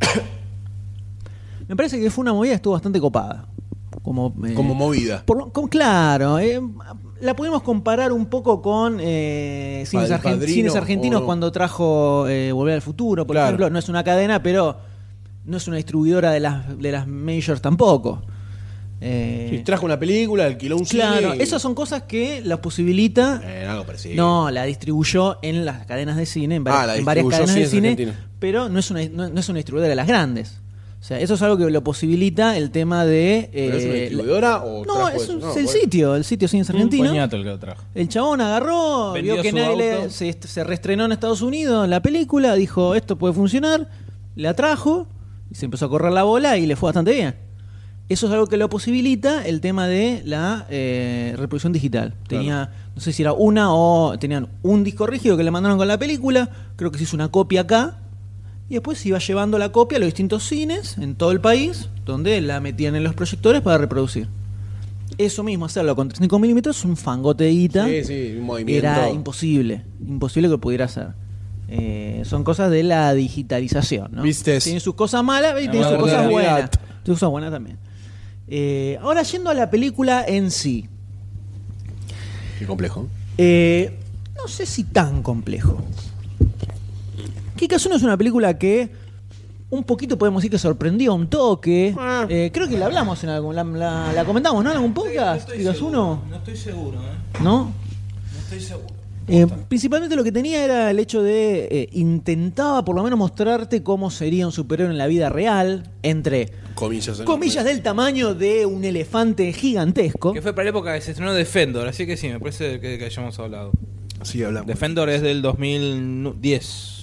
Speaker 3: Me parece que fue una movida que estuvo bastante copada. Como
Speaker 2: movida.
Speaker 3: Claro, la podemos comparar un poco con cines,
Speaker 2: Padrino,
Speaker 3: cines argentinos
Speaker 2: o no.
Speaker 3: cuando trajo Volver al Futuro, por
Speaker 2: Claro.
Speaker 3: ejemplo. No es una cadena, pero no es una distribuidora de las majors tampoco.
Speaker 2: Sí, trajo una película, alquiló un
Speaker 3: Claro,
Speaker 2: cine. y-
Speaker 3: esas son cosas que las posibilita.
Speaker 2: Algo parecido.
Speaker 3: No, la distribuyó en las cadenas de cine, en,
Speaker 2: Ah, la
Speaker 3: en varias
Speaker 2: distribuyó
Speaker 3: cadenas de
Speaker 2: cines
Speaker 3: cine,
Speaker 2: argentinos.
Speaker 3: pero no es una distribuidora de las grandes. O sea, eso es algo que lo posibilita el tema de...
Speaker 2: ¿Pero es una distribuidora o
Speaker 3: No,
Speaker 2: trajo
Speaker 3: es
Speaker 2: eso? No,
Speaker 3: el
Speaker 2: bueno.
Speaker 3: sitio Cines
Speaker 4: Un
Speaker 3: Argentinos.
Speaker 4: coñato el que lo trajo.
Speaker 3: El chabón agarró,
Speaker 4: Vendió
Speaker 3: vio que
Speaker 4: su
Speaker 3: nadie
Speaker 4: auto.
Speaker 3: se reestrenó en Estados Unidos la película, dijo, esto puede funcionar, la trajo y se empezó a correr la bola y le fue bastante bien. Eso es algo que lo posibilita el tema de la reproducción digital. Tenía, no sé si era tenían un disco rígido que le mandaron con la película, creo que se hizo una copia acá, y después se iba llevando la copia a los distintos cines en todo el país, donde la metían en los proyectores para reproducir. Eso mismo, hacerlo con 35 milímetros, es un fangote de guita.
Speaker 2: Sí, sí, un movimiento.
Speaker 3: Era imposible que pudiera hacer. Son cosas de la digitalización, ¿no?
Speaker 2: ¿Vistes?
Speaker 3: Tiene sus cosas malas y tiene
Speaker 2: La
Speaker 3: sus cosas
Speaker 2: realidad.
Speaker 3: buenas. Tiene sus cosas buenas también. Ahora, yendo a la película en sí.
Speaker 2: Qué complejo.
Speaker 3: No sé si tan complejo. Kikas 1 es una película que un poquito podemos decir que sorprendió un toque. Creo que la hablamos en algún... La comentamos, ¿no? En algún podcast. Kikas 1.
Speaker 4: No estoy seguro,
Speaker 3: ¿No?
Speaker 4: No estoy seguro.
Speaker 3: Principalmente lo que tenía era el hecho de intentaba por lo menos mostrarte cómo sería un superhéroe en la vida real, entre comillas del tamaño de un elefante gigantesco.
Speaker 4: Que fue para la época que se estrenó Defender, así que sí, me parece que hayamos hablado.
Speaker 2: Sí, hablamos.
Speaker 4: Defender es del 2010.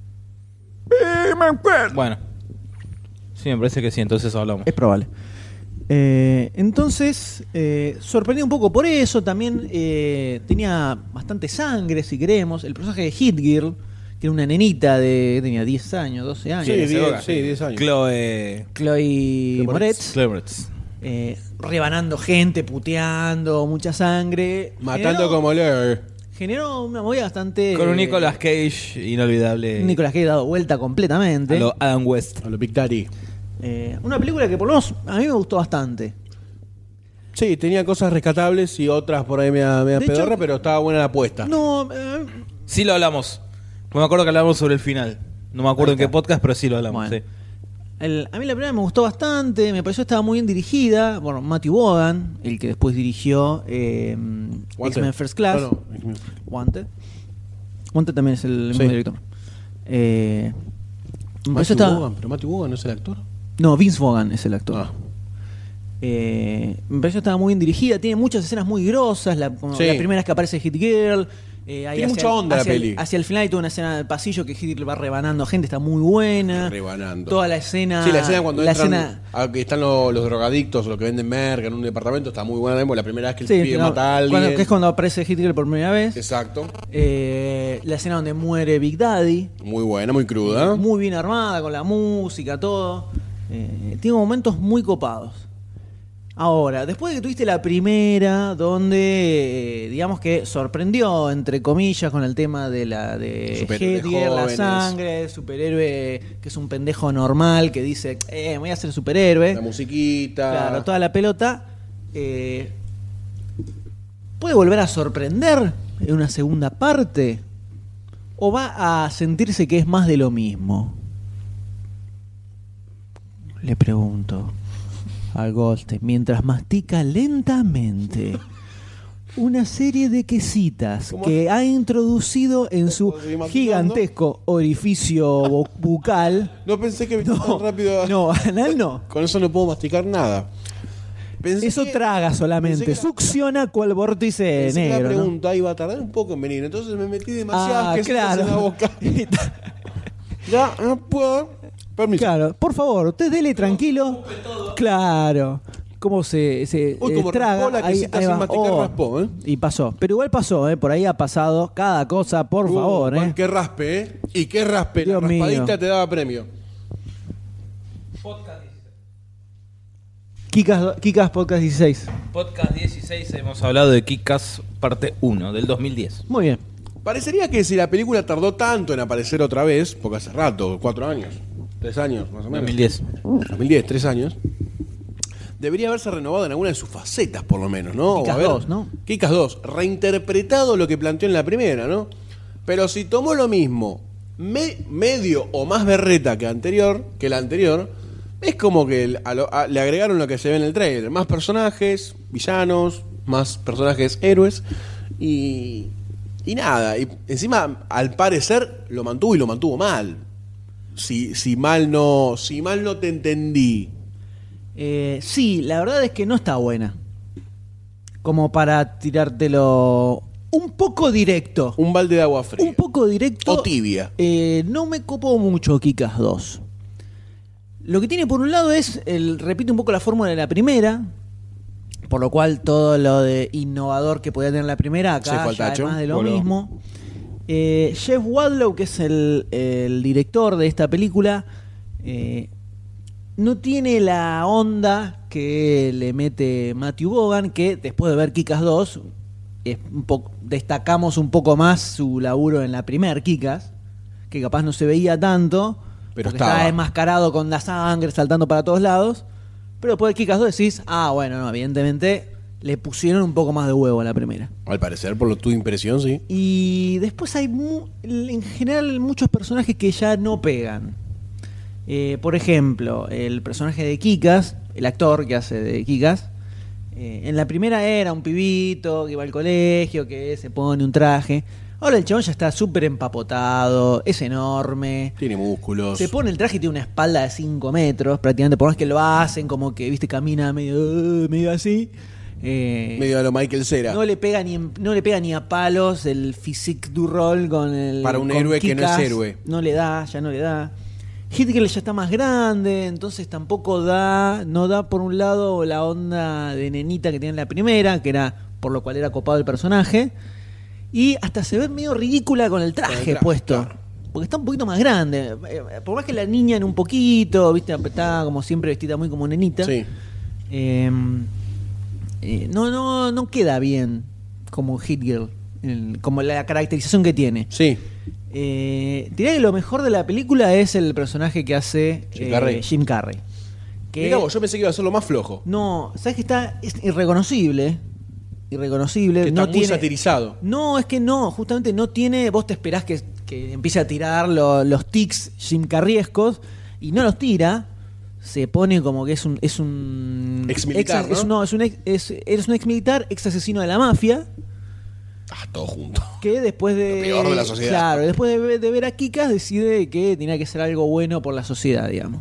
Speaker 4: Bueno. Sí, me parece que sí, entonces hablamos.
Speaker 3: Es probable. Entonces, sorprendió un poco por eso. También tenía bastante sangre, si queremos. El personaje de Headgear, que era una nenita tenía 10 años, 12 años.
Speaker 2: Sí,
Speaker 4: En esa
Speaker 2: 10,
Speaker 4: época,
Speaker 2: sí, 10 años.
Speaker 3: Chloe Moretz.
Speaker 4: Cleveretz.
Speaker 3: Rebanando gente, puteando, mucha sangre.
Speaker 2: Matando como Lur.
Speaker 3: Generó una movida bastante...
Speaker 4: Con un Nicolas Cage inolvidable.
Speaker 3: Nicolas Cage dado vuelta completamente.
Speaker 4: A lo Adam West.
Speaker 2: A lo Big Daddy.
Speaker 3: Una película que por lo menos a mí me gustó bastante.
Speaker 2: Sí, tenía cosas rescatables y otras por ahí media
Speaker 3: De
Speaker 2: pedorra,
Speaker 3: hecho,
Speaker 2: pero estaba buena la apuesta.
Speaker 3: No,
Speaker 4: Sí lo hablamos. No me acuerdo que hablamos sobre el final. No me acuerdo en qué podcast, pero sí lo hablamos.
Speaker 3: Bueno.
Speaker 4: Sí.
Speaker 3: A mí la primera me gustó bastante, me pareció que estaba muy bien dirigida. Bueno, Matthew Vaughan, el que después dirigió X-Men First Class.
Speaker 2: No, X-Men.
Speaker 3: Wanted. Wanted también es el mismo
Speaker 2: Sí.
Speaker 3: director. Me pareció
Speaker 2: Matthew
Speaker 3: estaba...
Speaker 2: Vaughan, pero Matthew Vaughan no es el actor.
Speaker 3: No, Vince Vaughan es el actor.
Speaker 2: Ah.
Speaker 3: Me pareció que estaba muy bien dirigida, tiene muchas escenas muy grosas. Como
Speaker 2: Sí.
Speaker 3: la primera es que aparece Hit Girl.
Speaker 2: Tiene mucha onda la peli.
Speaker 3: Hacia el final hay toda una escena del pasillo que Hit Girl va rebanando gente, está muy buena.
Speaker 2: Rebanando.
Speaker 3: Toda la escena.
Speaker 2: Sí, la escena cuando
Speaker 3: la
Speaker 2: entran,
Speaker 3: escena-
Speaker 2: que están los drogadictos o los que venden merca en un departamento está muy buena también, porque la primera vez que el
Speaker 3: Sí,
Speaker 2: pibe
Speaker 3: no,
Speaker 2: mata a alguien.
Speaker 3: que es cuando aparece Hit Girl por primera vez.
Speaker 2: Exacto.
Speaker 3: La escena donde muere Big Daddy.
Speaker 2: Muy buena, muy cruda.
Speaker 3: Muy bien armada, con la música, todo. Tiene momentos muy copados. Ahora, después de que tuviste la primera, donde digamos que sorprendió, entre comillas, con el tema de la de
Speaker 2: Superhéroes
Speaker 3: Headgear, la
Speaker 2: jóvenes.
Speaker 3: sangre, superhéroe que es un pendejo normal que dice, voy a ser superhéroe.
Speaker 2: La musiquita.
Speaker 3: Claro, toda la pelota. ¿Puede volver a sorprender en una segunda parte? ¿O va a sentirse que es más de lo mismo? Le pregunto al Goldstein mientras mastica lentamente una serie de quesitas
Speaker 2: ¿Cómo?
Speaker 3: que ha introducido en su
Speaker 2: ¿Puedo seguir masticando?
Speaker 3: gigantesco orificio bucal.
Speaker 2: No pensé que tan rápido.
Speaker 3: No, anal no.
Speaker 2: Con eso no puedo masticar nada. Pensé
Speaker 3: Eso
Speaker 2: que-
Speaker 3: traga solamente,
Speaker 2: pensé que la-
Speaker 3: succiona cual vórtice
Speaker 2: pensé que
Speaker 3: negro.
Speaker 2: la
Speaker 3: ¿no?
Speaker 2: pregunta iba a tardar un poco en venir, entonces me metí demasiadas
Speaker 3: Ah,
Speaker 2: quesitas
Speaker 3: claro.
Speaker 2: en la boca. Ya, no puedo. Permiso.
Speaker 3: Claro, por favor, usted dele tranquilo. Claro. Cómo se
Speaker 2: Uy, como
Speaker 3: traga.
Speaker 2: raspó la quesita sin masticar, raspó, ¿eh?
Speaker 3: Y pasó. Pero igual pasó, ¿eh? Por ahí ha pasado cada cosa, por favor,
Speaker 2: Juan,
Speaker 3: ¿eh?
Speaker 2: qué raspe, ¿eh? Y qué raspe.
Speaker 3: Dios
Speaker 2: la raspadita
Speaker 3: mío.
Speaker 2: te daba premio.
Speaker 3: Kikas Podcast 16.
Speaker 4: Podcast 16 hemos hablado de Kick-Ass parte 1 del 2010.
Speaker 3: Muy bien.
Speaker 2: Parecería que si la película tardó tanto en aparecer otra vez, porque hace rato, 4 años, 3 años más o menos.
Speaker 4: 2010.
Speaker 2: 2010, 3 años. Debería haberse renovado en alguna de sus facetas, por lo menos, ¿no?
Speaker 3: Kick-Ass
Speaker 2: O a ver,
Speaker 3: 2, ¿no?
Speaker 2: Kick-Ass 2, reinterpretado lo que planteó en la primera, ¿no? Pero si tomó lo mismo, medio o más berreta que la anterior, es como que le agregaron lo que se ve en el trailer. Más personajes, villanos, más personajes héroes y nada. Y encima, al parecer, lo mantuvo y lo mantuvo mal. Si mal no te entendí.
Speaker 3: Sí, la verdad es que no está buena. Como para tirártelo un poco directo.
Speaker 2: Un balde de agua fría.
Speaker 3: Un poco directo.
Speaker 2: O tibia.
Speaker 3: No me copó mucho Kikas 2. Lo que tiene por un lado es, repite un poco la fórmula de la primera, por lo cual todo lo de innovador que podía tener la primera,
Speaker 2: Se
Speaker 3: acá
Speaker 2: fue al
Speaker 3: ya es
Speaker 2: tacho.
Speaker 3: más de lo
Speaker 2: Voló.
Speaker 3: mismo. Jeff Wadlow, que es el director de esta película, no tiene la onda que le mete Matthew Vaughan, que después de ver Kikas 2, destacamos un poco más su laburo en la primer Kikas, que capaz no se veía tanto,
Speaker 2: Pero
Speaker 3: porque
Speaker 2: estaba.
Speaker 3: estaba enmascarado con la sangre saltando para todos lados. Pero después de Kikas 2 decís, bueno, no, evidentemente le pusieron un poco más de huevo a la primera.
Speaker 2: Al parecer, por tu impresión, sí.
Speaker 3: Y después hay en general muchos personajes que ya no pegan. Por ejemplo, el personaje de Kikas, el actor que hace de Kikas, en la primera era un pibito que iba al colegio, que se pone un traje. Ahora el chabón ya está súper empapotado, es enorme.
Speaker 2: Tiene músculos.
Speaker 3: Se pone el traje y tiene una espalda de 5 metros, prácticamente, por más que lo hacen, como que, viste, camina medio así.
Speaker 2: Medio a lo Michael Cera.
Speaker 3: No le pega ni a palos el physique du rol con el.
Speaker 2: Para un
Speaker 3: con
Speaker 2: héroe que no es
Speaker 3: Kick-Ass.
Speaker 2: héroe.
Speaker 3: No le da. Hit-Girl ya está más grande, entonces tampoco no da por un lado la onda de nenita que tiene en la primera, que era por lo cual era copado el personaje. Y hasta se ve medio ridícula con el traje puesto.
Speaker 2: claro.
Speaker 3: Porque está un poquito más grande. Por más que la niña en un poquito, viste, está como siempre vestida muy como nenita.
Speaker 2: Sí.
Speaker 3: No queda bien como Hit Girl, como la caracterización que tiene.
Speaker 2: Sí.
Speaker 3: Diría que lo mejor de la película es el personaje que hace
Speaker 2: Jim Carrey.
Speaker 3: Jim Carrey,
Speaker 2: Mirá vos, yo pensé que iba a ser lo más flojo.
Speaker 3: No, ¿sabes que es irreconocible? Irreconocible.
Speaker 2: Que está
Speaker 3: no
Speaker 2: muy
Speaker 3: tiene,
Speaker 2: satirizado.
Speaker 3: No, es que no, justamente no tiene. Vos te esperás que empiece a tirar los tics Jim Carriescos y no los tira. Se pone como que es un
Speaker 2: Ex militar, ¿no?
Speaker 3: es un ex militar, ex asesino de la mafia.
Speaker 2: Todo junto.
Speaker 3: Que después de.
Speaker 2: Lo peor de la sociedad.
Speaker 3: Claro, después de ver a Kikas, decide que tenía que ser algo bueno por la sociedad, digamos.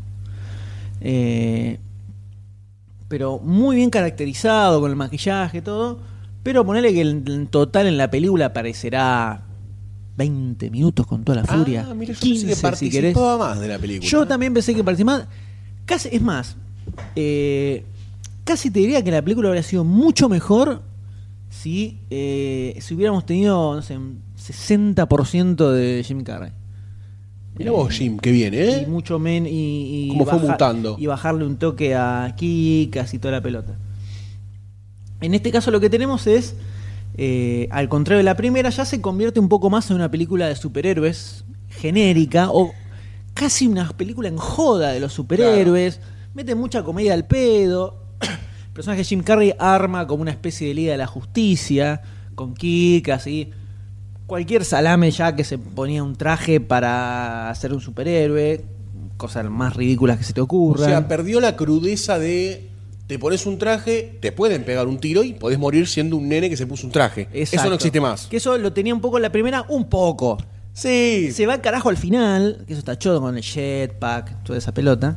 Speaker 3: Pero muy bien caracterizado, con el maquillaje, todo. Pero ponele que en total en la película aparecerá 20 minutos con toda la furia.
Speaker 2: Mira, yo
Speaker 3: 15
Speaker 2: pensé que participaba más de la película.
Speaker 3: Yo también pensé que participaba. Casi, es más, casi te diría que la película habría sido mucho mejor si hubiéramos tenido, no sé, un 60% de Jim Carrey.
Speaker 2: Mirá vos, Jim, qué bien, ¿eh?
Speaker 3: Y mucho menos.
Speaker 2: Cómo fue mutando.
Speaker 3: Y bajarle un toque a Kikas y toda la pelota. En este caso lo que tenemos es, al contrario de la primera, ya se convierte un poco más en una película de superhéroes genérica o casi una película en joda de los superhéroes. Claro. Mete mucha comedia al pedo. El personaje de Jim Carrey arma como una especie de Liga de la Justicia con Kikas y cualquier salame ya que se ponía un traje para ser un superhéroe, cosas más ridículas que se te ocurran.
Speaker 2: O sea, perdió la crudeza de te pones un traje, te pueden pegar un tiro y podés morir siendo un nene que se puso un traje.
Speaker 3: Exacto.
Speaker 2: Eso no existe más.
Speaker 3: Que eso lo tenía un poco en la primera, un poco.
Speaker 2: Sí.
Speaker 3: Se va al carajo al final, que eso está chodo con el jetpack, toda esa pelota.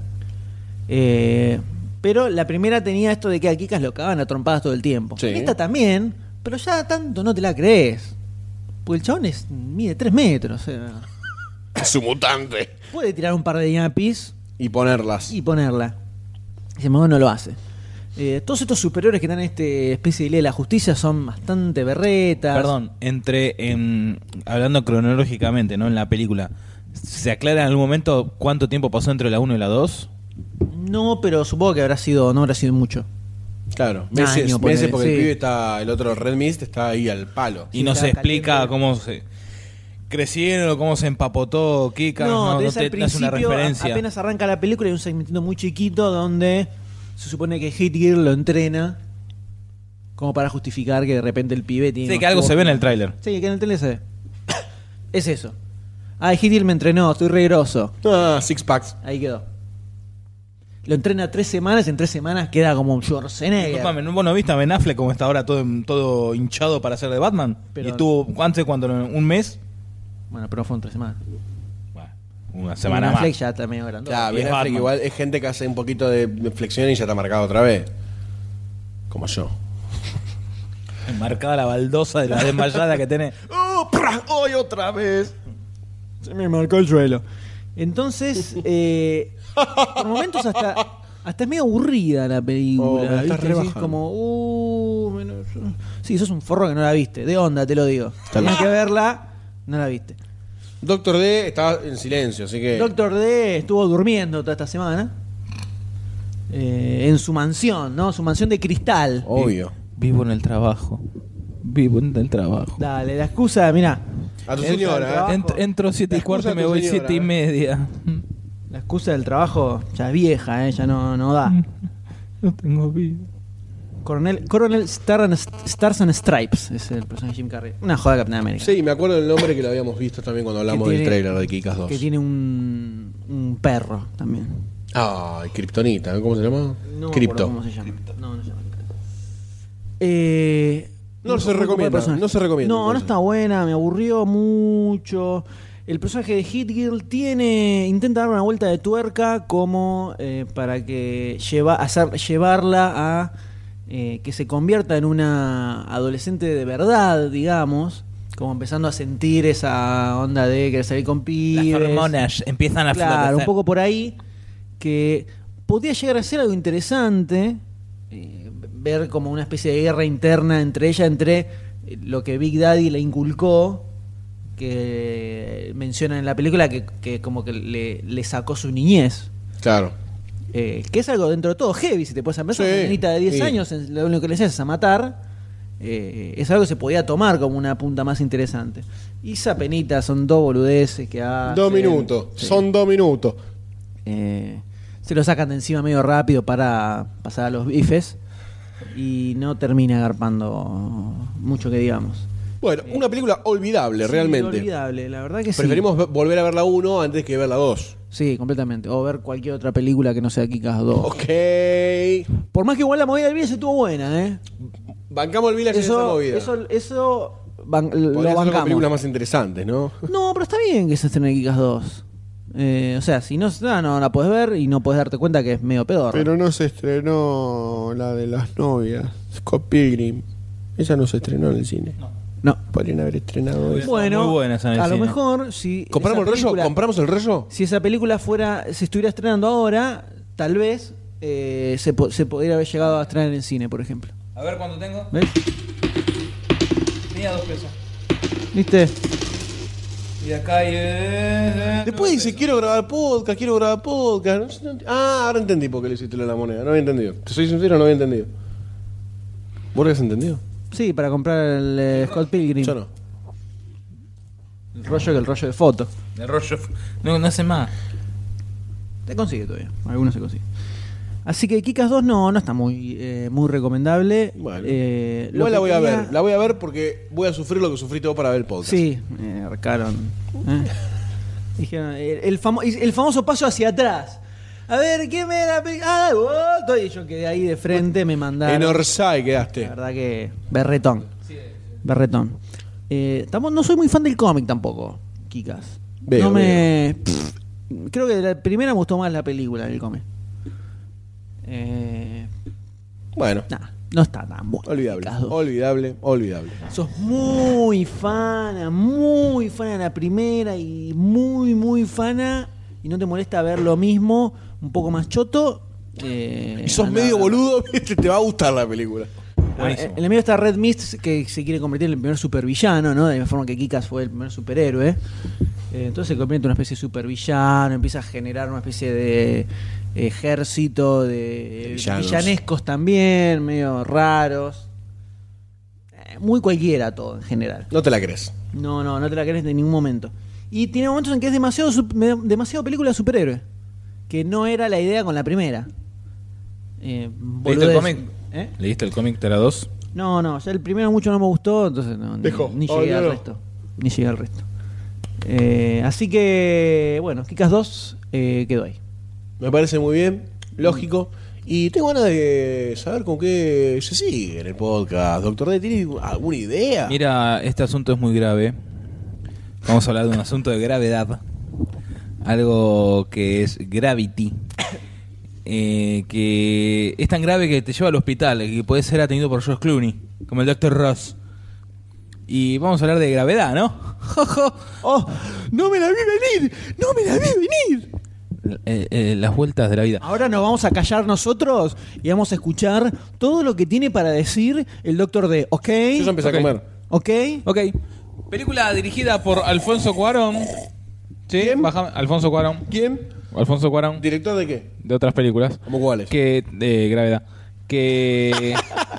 Speaker 3: Pero la primera tenía esto de que a Kikas lo cagaban a trompadas todo el tiempo.
Speaker 2: Sí.
Speaker 3: Esta también, pero ya tanto no te la crees. Porque el chabón mide 3 metros. O sea,
Speaker 2: es un mutante.
Speaker 3: Puede tirar un par de ñapis
Speaker 2: y ponerlas.
Speaker 3: Y ponerla. Sin embargo, no lo hace. Todos estos superiores que están en esta especie de Ley de la Justicia son bastante berretas.
Speaker 4: Perdón, hablando cronológicamente, ¿no? En la película, ¿se aclara en algún momento cuánto tiempo pasó entre la 1 y la 2?
Speaker 3: No, pero supongo que no habrá sido mucho.
Speaker 2: Claro, meses porque sí. El pibe el otro Red Mist está ahí al palo.
Speaker 4: Y no se explica cómo se crecieron o cómo se empapotó Kikas.
Speaker 3: No
Speaker 4: te hace una referencia.
Speaker 3: Apenas arranca la película hay un segmento muy chiquito donde se supone que Hit Girl lo entrena como para justificar que de repente el pibe tiene...
Speaker 4: Sí, que algo se ve en el tráiler.
Speaker 3: Sí, que en el tráiler se ve. Es eso. Hit Girl me entrenó, estoy re groso.
Speaker 2: Six packs.
Speaker 3: Ahí quedó. Lo entrena 3 semanas, en 3 semanas queda como un Schwarzenegger.
Speaker 4: Disculpame, ¿vos no viste a Ben Affleck como está ahora todo hinchado para ser de Batman? Pero, y estuvo antes, ¿un mes?
Speaker 3: Bueno, pero fueron 3 semanas.
Speaker 4: Una semana
Speaker 3: Ben
Speaker 4: más.
Speaker 3: Affleck ya está medio grande.
Speaker 2: Claro, Ben Affleck igual es gente que hace un poquito de flexión y ya está marcado otra vez. Como yo.
Speaker 4: Marcada la baldosa de la desmayada que tenés.
Speaker 2: ¡Hoy otra vez!
Speaker 3: Se me marcó el suelo. Entonces, por momentos hasta es medio aburrida la película.
Speaker 2: Estás rebajando.
Speaker 3: Como, sí, sos un forro que no la viste. De onda, te lo digo. Tenías que verla, no la viste.
Speaker 2: Doctor D estaba en silencio, así que...
Speaker 3: Doctor D estuvo durmiendo toda esta semana. En su mansión, ¿no? Su mansión de cristal.
Speaker 2: Obvio.
Speaker 4: Vivo en el trabajo.
Speaker 3: Dale, la excusa, mirá.
Speaker 2: A tu señora,
Speaker 4: Entro 7:15 y me voy 7:30.
Speaker 3: La excusa del trabajo ya es vieja, ya no da.
Speaker 4: No tengo vida.
Speaker 3: Coronel Stars and Stripes es el personaje de Jim Carrey. Una joda de Capitán América.
Speaker 2: Sí, me acuerdo del nombre que lo habíamos visto también cuando hablamos del trailer de Kikas 2.
Speaker 3: Que tiene un perro también.
Speaker 2: Kryptonita, ¿cómo se llama?
Speaker 3: No
Speaker 2: Crypto.
Speaker 3: ¿Cómo se llama? No se llama.
Speaker 2: No se recomienda.
Speaker 3: No está buena, me aburrió mucho. El personaje de Hit Girl intenta dar una vuelta de tuerca como para que llevarla a que se convierta en una adolescente de verdad, digamos, como empezando a sentir esa onda de querer salir con pibes.
Speaker 4: Las hormonas empiezan a florecer.
Speaker 3: Claro, un poco por ahí, que podría llegar a ser algo interesante, ver como una especie de guerra interna entre ella, entre lo que Big Daddy le inculcó, que menciona en la película que como que le sacó su niñez.
Speaker 2: Claro.
Speaker 3: Que es algo dentro de todo heavy, si te puedes pensar. Una niñita de 10 años, lo único que le haces es a matar. Es algo que se podía tomar como una punta más interesante. Y esa penita son 2 boludeces que hacen.
Speaker 2: 2 minutos, sí. Son 2 minutos.
Speaker 3: se lo sacan de encima medio rápido para pasar a los bifes y no termina agarpando mucho que digamos.
Speaker 2: Bueno, una película olvidable,
Speaker 3: Sí,
Speaker 2: realmente.
Speaker 3: olvidable, la verdad que sí.
Speaker 2: Preferimos volver a ver la 1 antes que ver la 2.
Speaker 3: Sí, completamente. O ver cualquier otra película que no sea Kick-Ass 2.
Speaker 2: Ok.
Speaker 3: Por más que igual la movida del Village estuvo buena, ¿eh?
Speaker 2: Bancamos el Village en esa movida.
Speaker 3: Eso lo
Speaker 2: Podría ser con
Speaker 3: bancamos.
Speaker 2: películas más interesantes, ¿no?
Speaker 3: No, pero está bien que se estrene Kick-Ass 2. O sea, si no la podés ver y no podés darte cuenta que es medio pedorra.
Speaker 2: Pero no se estrenó la de las novias, Scott Pilgrim. Esa no se estrenó en el cine.
Speaker 3: No.
Speaker 2: Podrían haber estrenado esa.
Speaker 3: Bueno,
Speaker 4: Muy buena esa en el
Speaker 3: a lo
Speaker 4: cine.
Speaker 3: mejor si
Speaker 2: ¿Compramos
Speaker 3: esa
Speaker 2: el rollo?
Speaker 3: película-
Speaker 2: ¿Compramos el rollo?
Speaker 3: Si esa película se estuviera estrenando ahora, tal vez se podría haber llegado a estrenar en cine, por ejemplo.
Speaker 4: A ver cuánto tengo.
Speaker 3: ¿Ves?
Speaker 4: Tenía 2 pesos.
Speaker 3: ¿Viste?
Speaker 4: Y acá hay.
Speaker 2: Después dice, quiero grabar podcast. Ahora entendí por qué le hiciste la moneda. No había entendido. Te soy sincero, no había entendido. ¿Vos lo habías entendido?
Speaker 3: Sí, para comprar el Scott Pilgrim.
Speaker 2: Yo no.
Speaker 3: El rollo de foto.
Speaker 4: El rollo. No hace más.
Speaker 3: Te consigue todavía. Algunos se consigue. Así que Kick-Ass 2 no está muy recomendable.
Speaker 2: Bueno.
Speaker 3: Lo
Speaker 2: Igual
Speaker 3: que
Speaker 2: la voy a
Speaker 3: quería-
Speaker 2: ver. La voy a ver porque voy a sufrir lo que sufriste vos para ver el podcast.
Speaker 3: Sí, arcaron. Dijeron, el famoso paso hacia atrás. A ver, ¿qué me la y yo quedé ahí de frente, me mandaron.
Speaker 2: En Orsay
Speaker 3: La
Speaker 2: quedaste.
Speaker 3: verdad que berretón. Berretón. No soy muy fan del cómic tampoco, Kick-Ass.
Speaker 2: Veo,
Speaker 3: No me. Creo que la primera me gustó más la película del cómic.
Speaker 2: Bueno,
Speaker 3: No está tan bueno.
Speaker 2: olvidable.
Speaker 3: Kick-Ass 2.
Speaker 2: Olvidable.
Speaker 3: Sos muy fana de la primera y muy fana y no te molesta ver lo mismo, un poco más choto.
Speaker 2: Y sos medio boludo, ¿viste? Te va a gustar la película.
Speaker 4: Buenísimo.
Speaker 3: En el medio está Red Mist, que se quiere convertir en el primer supervillano, ¿no? De la misma forma que Kick-Ass fue el primer superhéroe. Entonces se convierte en una especie de supervillano, empieza a generar una especie de ejército de
Speaker 2: Villanos.
Speaker 3: villanescos también, medio raros. Muy cualquiera todo en general.
Speaker 2: No te la crees.
Speaker 3: No te la crees de ningún momento. Y tiene momentos en que es demasiado película de superhéroe. Que no era la idea con la primera.
Speaker 4: ¿Leíste el
Speaker 3: boludez.
Speaker 4: cómic?
Speaker 3: ¿Eh?
Speaker 4: ¿Leíste el cómic de la 2?
Speaker 3: No, ya el primero mucho no me gustó, entonces
Speaker 2: Dejó.
Speaker 3: ni llegué
Speaker 2: Oh,
Speaker 3: al
Speaker 2: no.
Speaker 3: resto. Ni llegué al resto. Así que, bueno, Kick-Ass 2 quedó ahí.
Speaker 2: Me parece muy bien, lógico. Y tengo ganas de saber con qué se sigue en el podcast. Doctor D, ¿tiene alguna idea?
Speaker 4: Mira, este asunto es muy grave. Vamos a hablar de un asunto de gravedad. Algo que es Gravity. Que es tan grave que te lleva al hospital, que puede ser atendido por George Clooney, como el Dr. Ross. Y vamos a hablar de gravedad, ¿no?
Speaker 3: ¡Oh! ¡No me la vi venir!
Speaker 4: Las vueltas de la vida.
Speaker 3: Ahora nos vamos a callar nosotros y vamos a escuchar todo lo que tiene para decir el Doctor D, ¿ok?
Speaker 2: Yo ya empecé
Speaker 4: Ok.
Speaker 2: a comer.
Speaker 3: ¿Ok?
Speaker 4: Ok. Película dirigida por Alfonso Cuarón. ¿Sí?
Speaker 2: ¿Quién?
Speaker 4: Alfonso Cuarón.
Speaker 2: ¿Quién?
Speaker 4: Alfonso Cuarón.
Speaker 2: ¿Director de qué?
Speaker 4: De otras películas.
Speaker 2: ¿Cómo cuáles?
Speaker 4: Que de gravedad. Que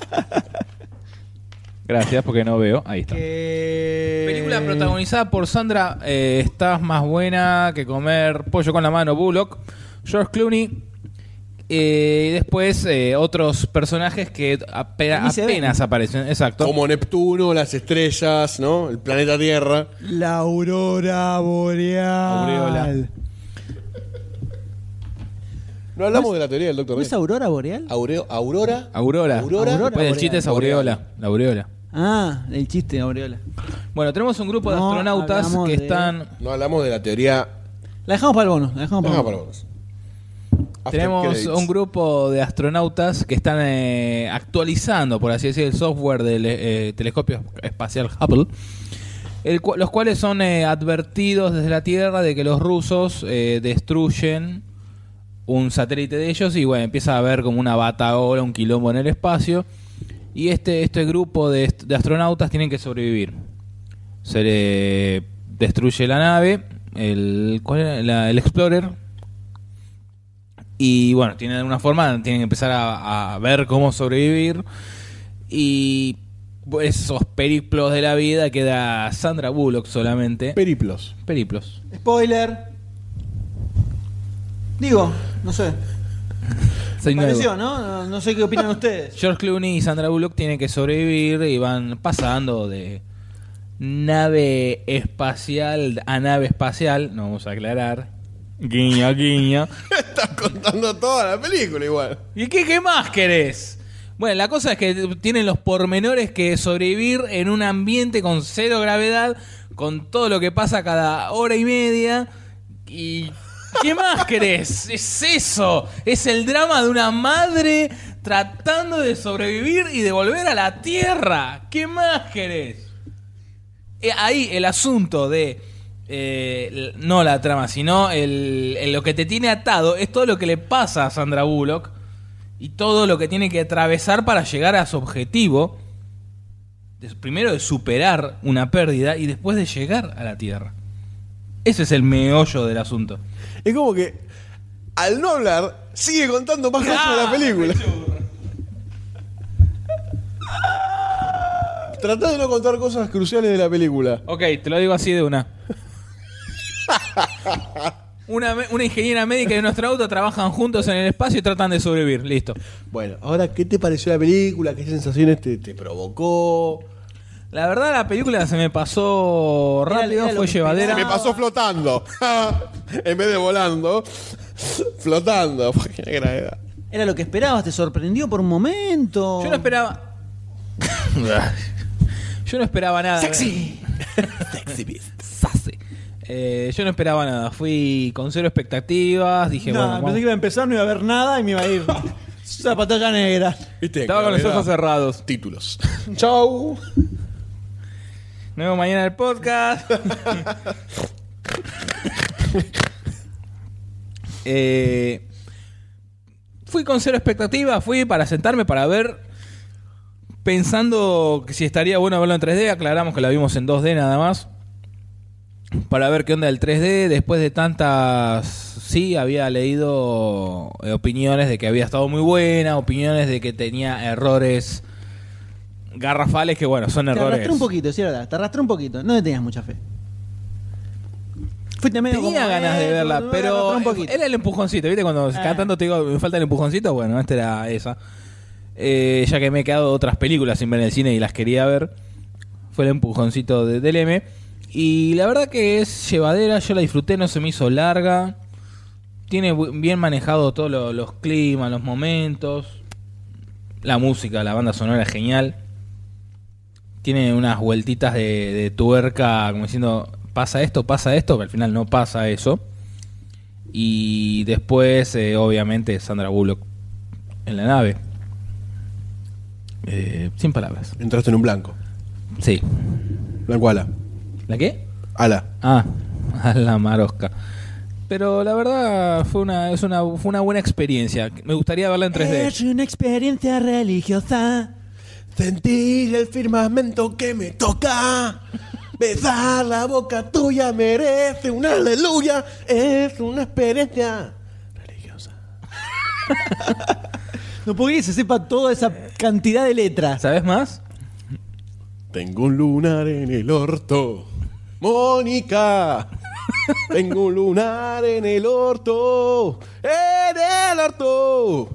Speaker 4: gracias porque no veo. Ahí está. Película protagonizada por Sandra Estás más buena que comer pollo con la mano, Bullock, George Clooney y después otros personajes que
Speaker 3: Ni se ven.
Speaker 4: apenas aparecen. Exacto.
Speaker 2: Como Neptuno, las estrellas, ¿no? El planeta Tierra.
Speaker 3: La aurora boreal.
Speaker 4: Aureola.
Speaker 2: No hablamos de la teoría del Doctor
Speaker 3: ¿No
Speaker 2: D.
Speaker 3: es aurora boreal?
Speaker 2: Aurora.
Speaker 4: Aurora.
Speaker 2: Aurora.
Speaker 4: Después del chiste es aureola. La aureola.
Speaker 3: Ah, el chiste de aureola.
Speaker 4: Bueno, tenemos un grupo de
Speaker 3: No,
Speaker 4: astronautas
Speaker 3: hablamos
Speaker 4: que
Speaker 3: de-
Speaker 4: están...
Speaker 2: No hablamos de la teoría.
Speaker 3: La dejamos para el bono. La dejamos para
Speaker 2: Deja
Speaker 3: el
Speaker 2: para
Speaker 3: bono.
Speaker 2: vos. After
Speaker 4: Tenemos
Speaker 2: credits.
Speaker 4: un grupo de astronautas que están actualizando, por así decir, el software del telescopio espacial Hubble, los cuales son advertidos desde la Tierra de que los rusos destruyen un satélite de ellos y bueno, empieza a haber como una batahola, un quilombo en el espacio y este grupo de astronautas tienen que sobrevivir. Se le destruye la nave, ¿cuál era? El Explorer. Y bueno, tienen de alguna forma, tienen que empezar a ver cómo sobrevivir. Y pues, esos periplos de la vida queda Sandra Bullock solamente.
Speaker 2: Periplos.
Speaker 4: Periplos.
Speaker 3: Spoiler. Digo, no sé.
Speaker 4: Soy nuevo.
Speaker 3: Pareció, ¿no? No sé qué opinan ustedes.
Speaker 4: George Clooney y Sandra Bullock tienen que sobrevivir y van pasando de nave espacial a nave espacial. No vamos a aclarar. Guiño, guiño.
Speaker 2: Estás contando toda la película igual.
Speaker 4: ¿Y qué más querés? Bueno, la cosa es que tienen los pormenores que sobrevivir en un ambiente con cero gravedad, con todo lo que pasa cada hora y media. ¿Y qué más querés? Es eso. Es el drama de una madre tratando de sobrevivir y de volver a la Tierra. ¿Qué más querés? Ahí el asunto de... no la trama, sino lo que te tiene atado es todo lo que le pasa a Sandra Bullock y todo lo que tiene que atravesar para llegar a su objetivo, primero de superar una pérdida y después de llegar a la Tierra. Ese es el meollo del asunto.
Speaker 2: Es como que al no hablar sigue contando más cosas de la película. Tratá de no contar cosas cruciales de la película.
Speaker 4: Ok, te lo digo así de una. Una ingeniera médica y un astronauta trabajan juntos en el espacio y tratan de sobrevivir. Listo.
Speaker 2: Bueno, ahora, ¿qué te pareció la película? ¿Qué sensaciones te provocó?
Speaker 4: La verdad, la película se me pasó rápido,
Speaker 3: era lo
Speaker 4: fue
Speaker 3: que
Speaker 4: llevadera.
Speaker 2: Se me pasó flotando. En vez de volando, flotando. Porque la gravedad.
Speaker 3: ¿Era lo que esperabas? ¿Te sorprendió por un momento?
Speaker 4: Yo no esperaba. Yo no esperaba nada.
Speaker 3: ¡Sexy!
Speaker 2: Sexy beast.
Speaker 4: Sassy. Yo no esperaba nada. Fui con cero expectativas. Dije,
Speaker 3: No,
Speaker 4: bueno,
Speaker 3: pensé
Speaker 4: vamos.
Speaker 3: que iba a empezar, no iba a haber nada y me iba a ir. Esa pantalla negra.
Speaker 2: ¿Viste?
Speaker 4: Estaba con los
Speaker 2: Gravedad.
Speaker 4: ojos cerrados.
Speaker 2: Títulos. Chau.
Speaker 4: Nos vemos mañana en el podcast. Fui con cero expectativas. Fui para sentarme para ver. Pensando que si estaría bueno verlo en 3D. Aclaramos que la vimos en 2D nada más. Para ver qué onda del 3D. Después de tantas... Sí, había leído opiniones de que había estado muy buena. Opiniones de que tenía errores garrafales. Que bueno, son
Speaker 3: Te
Speaker 4: errores.
Speaker 3: arrastré un poquito, sí, verdad. Te arrastré un poquito. No le tenías mucha fe. Fuiste medio
Speaker 4: Tenía
Speaker 3: como,
Speaker 4: ganas de verla,
Speaker 3: me
Speaker 4: pero
Speaker 3: arrastré un poquito.
Speaker 4: era el empujoncito, ¿viste? Cuando cada tanto te digo, me falta el empujoncito, bueno, esta era esa. Ya que me he quedado otras películas sin ver en el cine y las quería ver, fue el empujoncito del M. Y la verdad que es llevadera, yo la disfruté, no se me hizo larga. Tiene bien manejado todos los climas, los momentos. La música, la banda sonora es genial. Tiene unas vueltitas de tuerca, como diciendo... pasa esto, que al final no pasa eso. Y después, obviamente, Sandra Bullock en la nave. Sin palabras.
Speaker 2: Entraste en un blanco.
Speaker 4: Sí.
Speaker 2: Blanco ala.
Speaker 4: ¿La qué?
Speaker 2: Ala.
Speaker 4: Ah, a la marosca. Pero la verdad fue una buena experiencia. Me gustaría verla en 3D.
Speaker 3: Es una experiencia religiosa.
Speaker 2: Sentir el firmamento que me toca. Besar la boca tuya merece un aleluya. Es una experiencia religiosa.
Speaker 3: No puedo que se sepa toda esa cantidad de letras.
Speaker 4: ¿Sabes más?
Speaker 2: Tengo un lunar en el orto. Mónica. Tengo un lunar en el orto. En el orto.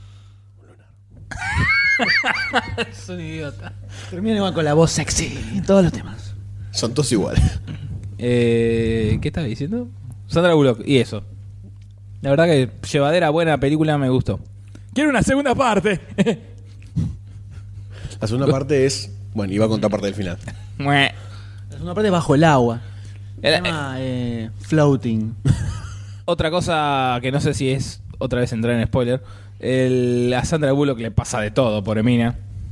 Speaker 4: Es un idiota.
Speaker 3: Termina igual con la voz sexy en todos los temas.
Speaker 2: Son todos iguales.
Speaker 4: ¿Qué estás diciendo? Sandra Bullock, y eso. La verdad que llevadera, buena película, me gustó. Quiero una segunda parte.
Speaker 2: La segunda parte es... Bueno, iba a contar parte del final.
Speaker 3: La segunda parte es bajo el agua. Se
Speaker 4: Era-
Speaker 3: llama Floating.
Speaker 4: Otra cosa que no sé si es otra vez entrar en spoiler. A Sandra Bullock le pasa de todo por Emina.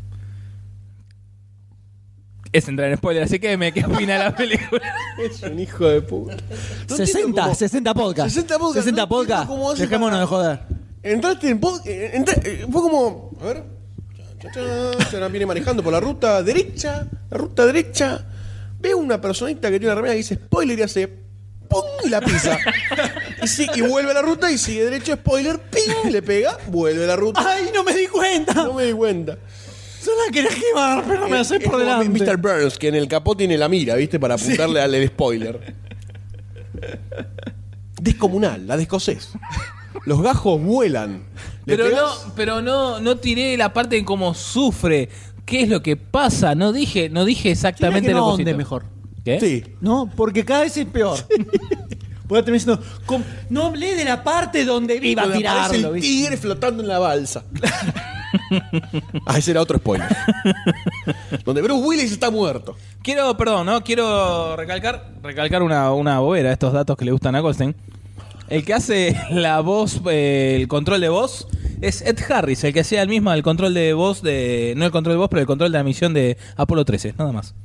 Speaker 4: Es entrar en spoiler, así que ¿qué opina la película?
Speaker 2: Es un hijo de puta. No entiendo cómo-
Speaker 3: 60 podcast.
Speaker 2: 60 podcast.
Speaker 3: 60
Speaker 2: No
Speaker 3: podcast.
Speaker 2: entiendo cómo hace
Speaker 3: Dejémonos
Speaker 2: para-
Speaker 3: de joder.
Speaker 2: Entraste en fue como... A ver. Se la viene manejando por la ruta derecha. La ruta derecha. Veo una personita que tiene una remera que dice spoiler y hace... ¡Pum! Y la pisa. Y vuelve a la ruta y sigue derecho, spoiler, ¡ping! Le pega, vuelve a la ruta.
Speaker 3: ¡Ay, no me di cuenta!
Speaker 2: No me di cuenta.
Speaker 3: Solo la quería quemar, pero no me la sé
Speaker 2: Es
Speaker 3: por
Speaker 2: como
Speaker 3: delante.
Speaker 2: Mr. Burns, que en el capó tiene la mira, ¿viste? Para apuntarle al spoiler. Descomunal, la de escocés. Los gajos vuelan. ¿Le
Speaker 4: Pero
Speaker 2: pegás?
Speaker 4: no tiré la parte en cómo sufre. ¿Qué es lo que pasa? No dije exactamente
Speaker 3: que
Speaker 4: lo
Speaker 3: no
Speaker 4: que
Speaker 3: onde mejor.
Speaker 4: ¿Qué?
Speaker 2: Sí.
Speaker 3: No, porque cada vez es peor. Voy a terminar diciendo, no hablé de la parte donde iba a
Speaker 2: Donde aparece
Speaker 3: tirarlo.
Speaker 2: el
Speaker 3: ¿viste?
Speaker 2: tigre flotando en la balsa. Ese era otro spoiler. Donde Bruce Willis está muerto.
Speaker 4: Quiero recalcar una bobera, estos datos que le gustan a Goldstein. El que hace la voz, el control de voz, es Ed Harris, el que hacía el mismo el control de voz no el control de voz, pero el control de la misión de Apolo 13, nada más.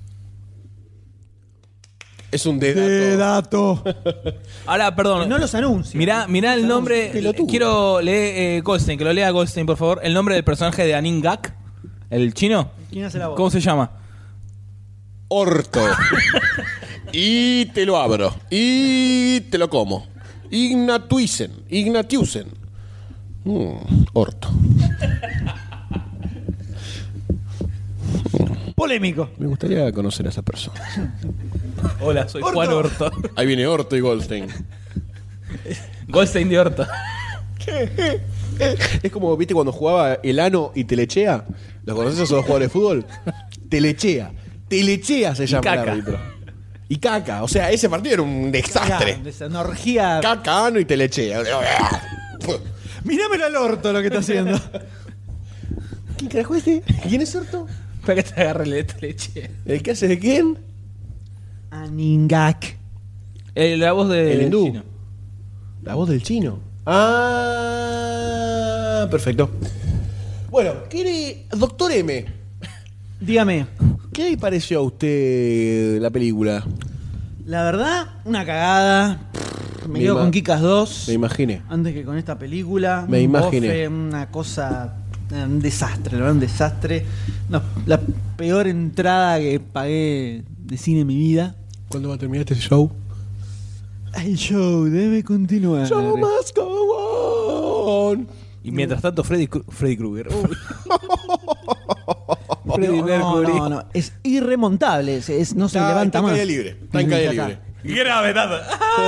Speaker 2: Es un dato.
Speaker 4: Ahora, perdón.
Speaker 3: No los anuncios.
Speaker 4: Mirá el nombre.
Speaker 2: Pelotudo.
Speaker 4: Quiero leer Goldstein, que lo lea Goldstein, por favor. El nombre del personaje de Anin Gak, el chino.
Speaker 3: ¿Quién hace la voz?
Speaker 4: ¿Cómo se llama?
Speaker 2: Orto. Y te lo abro. Y te lo como. Ignatiusen. Orto.
Speaker 3: Polémico.
Speaker 2: Me gustaría conocer a esa persona.
Speaker 4: Hola, soy Juan Orto.
Speaker 2: Ahí viene Orto y Goldstein.
Speaker 4: Goldstein de Orto.
Speaker 2: Es como, viste, cuando jugaba Elano y Telechea. ¿Los conoces a esos jugadores de fútbol? Telechea. Telechea se llama el
Speaker 4: Caca.
Speaker 2: árbitro. Y Caca. O sea, ese partido era un desastre.
Speaker 3: Una orgía.
Speaker 2: Caca, Ano y Telechea.
Speaker 3: Míramelo al orto lo que está haciendo.
Speaker 2: ¿Quién carajo es este? ¿Quién es Orto?
Speaker 4: Para que te agarre la leche.
Speaker 2: ¿El que hace de quién?
Speaker 3: Aningak.
Speaker 4: La voz de
Speaker 2: El hindú.
Speaker 4: chino.
Speaker 2: La voz del chino. Ah, perfecto. Bueno, doctor M,
Speaker 3: Dígame,
Speaker 2: ¿qué le pareció a usted la película?
Speaker 3: la verdad, una cagada. Me
Speaker 2: Me
Speaker 3: quedo
Speaker 2: ima-
Speaker 3: con Kikas 2.
Speaker 2: Me imaginé.
Speaker 3: Antes que con esta película.
Speaker 2: Me
Speaker 3: un
Speaker 2: imaginé.
Speaker 3: bofe, una cosa. Un desastre, la verdad, un desastre. No, la peor entrada que pagué de cine en mi vida.
Speaker 2: ¿Cuándo va a terminar este show?
Speaker 3: El show debe continuar.
Speaker 2: Show must go on.
Speaker 4: Y mientras tanto, Freddy Krueger.
Speaker 3: No,
Speaker 4: Freddie Mercury.
Speaker 3: no, es irremontable. No se levanta
Speaker 2: en
Speaker 3: más.
Speaker 2: caída libre. Está en
Speaker 3: Sí,
Speaker 2: caída
Speaker 3: ya
Speaker 2: libre.
Speaker 4: Gravedad.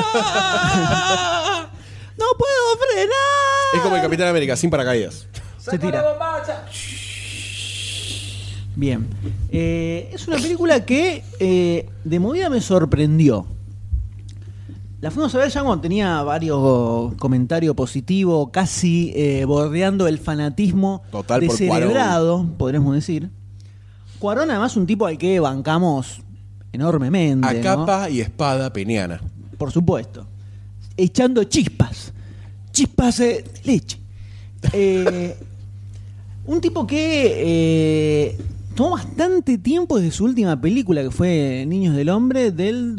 Speaker 3: ¡No puedo frenar!
Speaker 2: Es como el Capitán América, sin paracaídas.
Speaker 3: Se tira. Bien. Es una película que de movida me sorprendió. La fuimos a ver ya cuando tenía varios comentarios positivos, casi bordeando el fanatismo
Speaker 2: Total por
Speaker 3: descerebrado, podríamos decir. Cuarón, además, un tipo al que bancamos enormemente.
Speaker 2: A
Speaker 3: ¿no?
Speaker 2: capa y espada peniana.
Speaker 3: Por supuesto. Echando chispas. Chispas de leche. Un tipo que tomó bastante tiempo desde su última película, que fue Niños del Hombre, del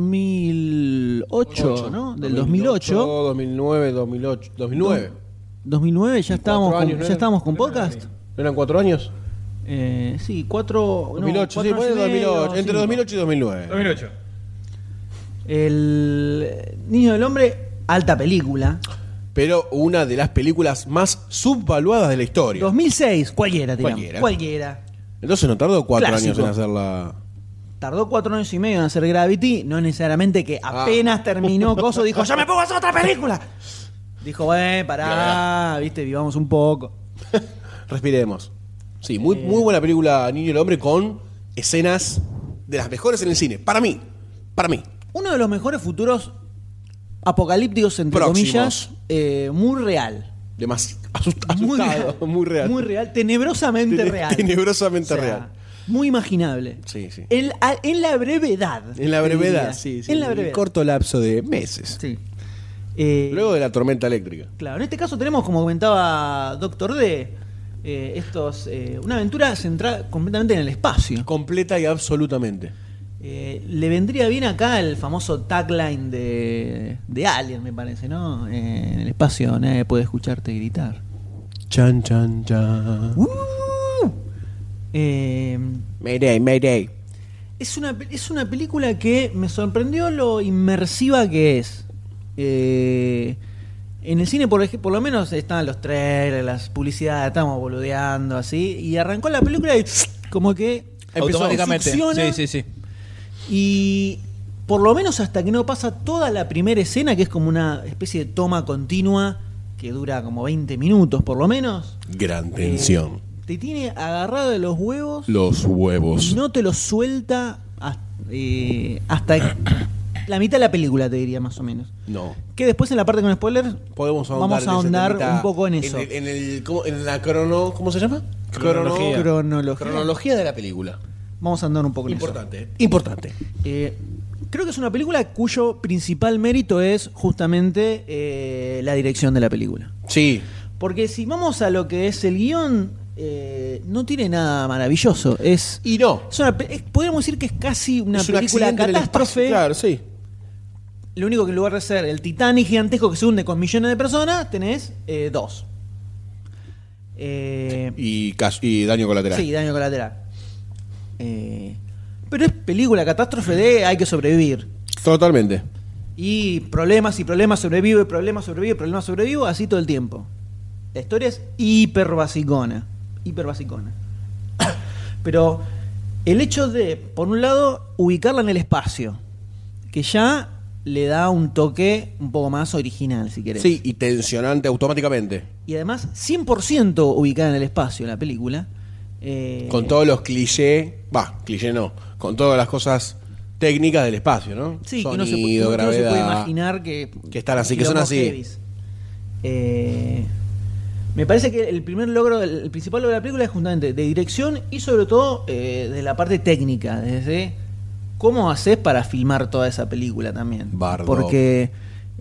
Speaker 3: 2008, ¿no? Del 2008.
Speaker 2: 2009, 2008. 2009.
Speaker 3: 2009 ya estábamos,
Speaker 2: 4 años,
Speaker 3: con,
Speaker 2: ¿no
Speaker 3: ya
Speaker 2: era?
Speaker 3: estábamos con podcast.
Speaker 2: ¿No eran 4 años?
Speaker 3: Sí, 4...
Speaker 2: 2008, sí, fue 2008. Entre 2008 y 2009.
Speaker 4: 2008.
Speaker 3: El Niños del Hombre, alta película.
Speaker 2: Pero una de las películas más subvaluadas de la historia.
Speaker 3: 2006, cualquiera, tiramos.
Speaker 2: Cualquiera.
Speaker 3: Cualquiera.
Speaker 2: Entonces no tardó 4
Speaker 3: Clásico.
Speaker 2: años en hacerla.
Speaker 3: Tardó 4 años y medio en hacer Gravity, no necesariamente que apenas terminó Coso, dijo, ¡ya me pongo a hacer otra película! Dijo, pará, viste, vivamos un poco.
Speaker 2: Respiremos. Sí, muy buena película Niño y el Hombre con escenas de las mejores en el cine. Para mí.
Speaker 3: Uno de los mejores futuros apocalípticos, entre
Speaker 2: Próximos.
Speaker 3: comillas, muy real.
Speaker 2: Asustado, muy real.
Speaker 3: Muy real, tenebrosamente real.
Speaker 2: Tenebrosamente
Speaker 3: O sea,
Speaker 2: real.
Speaker 3: Muy imaginable.
Speaker 2: Sí, sí.
Speaker 3: En la brevedad.
Speaker 2: En la
Speaker 3: te
Speaker 2: brevedad,
Speaker 3: diría.
Speaker 2: sí, sí.
Speaker 3: En la
Speaker 2: un
Speaker 3: brevedad.
Speaker 2: corto lapso de meses.
Speaker 3: Sí.
Speaker 2: Luego de la tormenta eléctrica.
Speaker 3: Claro, en este caso tenemos, como comentaba Doctor D, una aventura centrada completamente en el espacio.
Speaker 2: Completa y absolutamente.
Speaker 3: Le vendría bien acá el famoso tagline de Alien, me parece, ¿no? En el espacio nadie puede escucharte gritar.
Speaker 2: Chan, chan, chan. Mayday, Mayday.
Speaker 3: Es una película que me sorprendió lo inmersiva que es. En el cine, por lo menos, están los trailers, las publicidades, estamos boludeando así. Y arrancó la película y como que
Speaker 4: Automáticamente.
Speaker 3: succiona.
Speaker 4: Sí.
Speaker 3: Y por lo menos hasta que no pasa toda la primera escena, que es como una especie de toma continua que dura como 20 minutos por lo menos.
Speaker 2: Gran tensión.
Speaker 3: Te tiene agarrado de los huevos.
Speaker 2: Los huevos.
Speaker 3: Y no te los suelta hasta la mitad de la película, te diría más o menos.
Speaker 2: No.
Speaker 3: Que después en la parte con spoilers
Speaker 2: Podemos
Speaker 3: vamos a ahondar un poco en eso.
Speaker 2: En la ¿cómo se llama?
Speaker 4: Cronología.
Speaker 2: Cronología de la película.
Speaker 3: Vamos a andar un poco en
Speaker 2: Importante.
Speaker 3: eso.
Speaker 2: Importante.
Speaker 3: Creo que es una película cuyo principal mérito es justamente la dirección de la película.
Speaker 2: Sí.
Speaker 3: Porque si vamos a lo que es el guión, no tiene nada maravilloso.
Speaker 2: Y no.
Speaker 3: Podríamos decir que es casi una
Speaker 2: Es un
Speaker 3: película
Speaker 2: accidente en el
Speaker 3: catástrofe.
Speaker 2: espacio, claro, sí.
Speaker 3: Lo único que en lugar de ser el Titanic gigantesco que se hunde con millones de personas, tenés 2.
Speaker 2: Y daño colateral.
Speaker 3: Sí, daño colateral. Pero es película catástrofe de hay que sobrevivir.
Speaker 2: Totalmente.
Speaker 3: Y problemas, sobrevivo, problemas, sobrevivo, así todo el tiempo. La historia es hiper basicona. Pero el hecho de, por un lado, ubicarla en el espacio, que ya le da un toque un poco más original, si querés.
Speaker 2: Sí, y tensionante automáticamente.
Speaker 3: Y además, 100% ubicada en el espacio la película.
Speaker 2: Con todos los clichés, cliché no, con todas las cosas técnicas del espacio, ¿no?
Speaker 3: Sí,
Speaker 2: Sonido,
Speaker 3: que uno se
Speaker 2: gravedad,
Speaker 3: puede imaginar que
Speaker 2: están así, que son así.
Speaker 3: heavies. Me parece que el principal logro de la película es justamente de dirección y sobre todo de la parte técnica, desde cómo haces para filmar toda esa película también.
Speaker 2: Bardo.
Speaker 3: Porque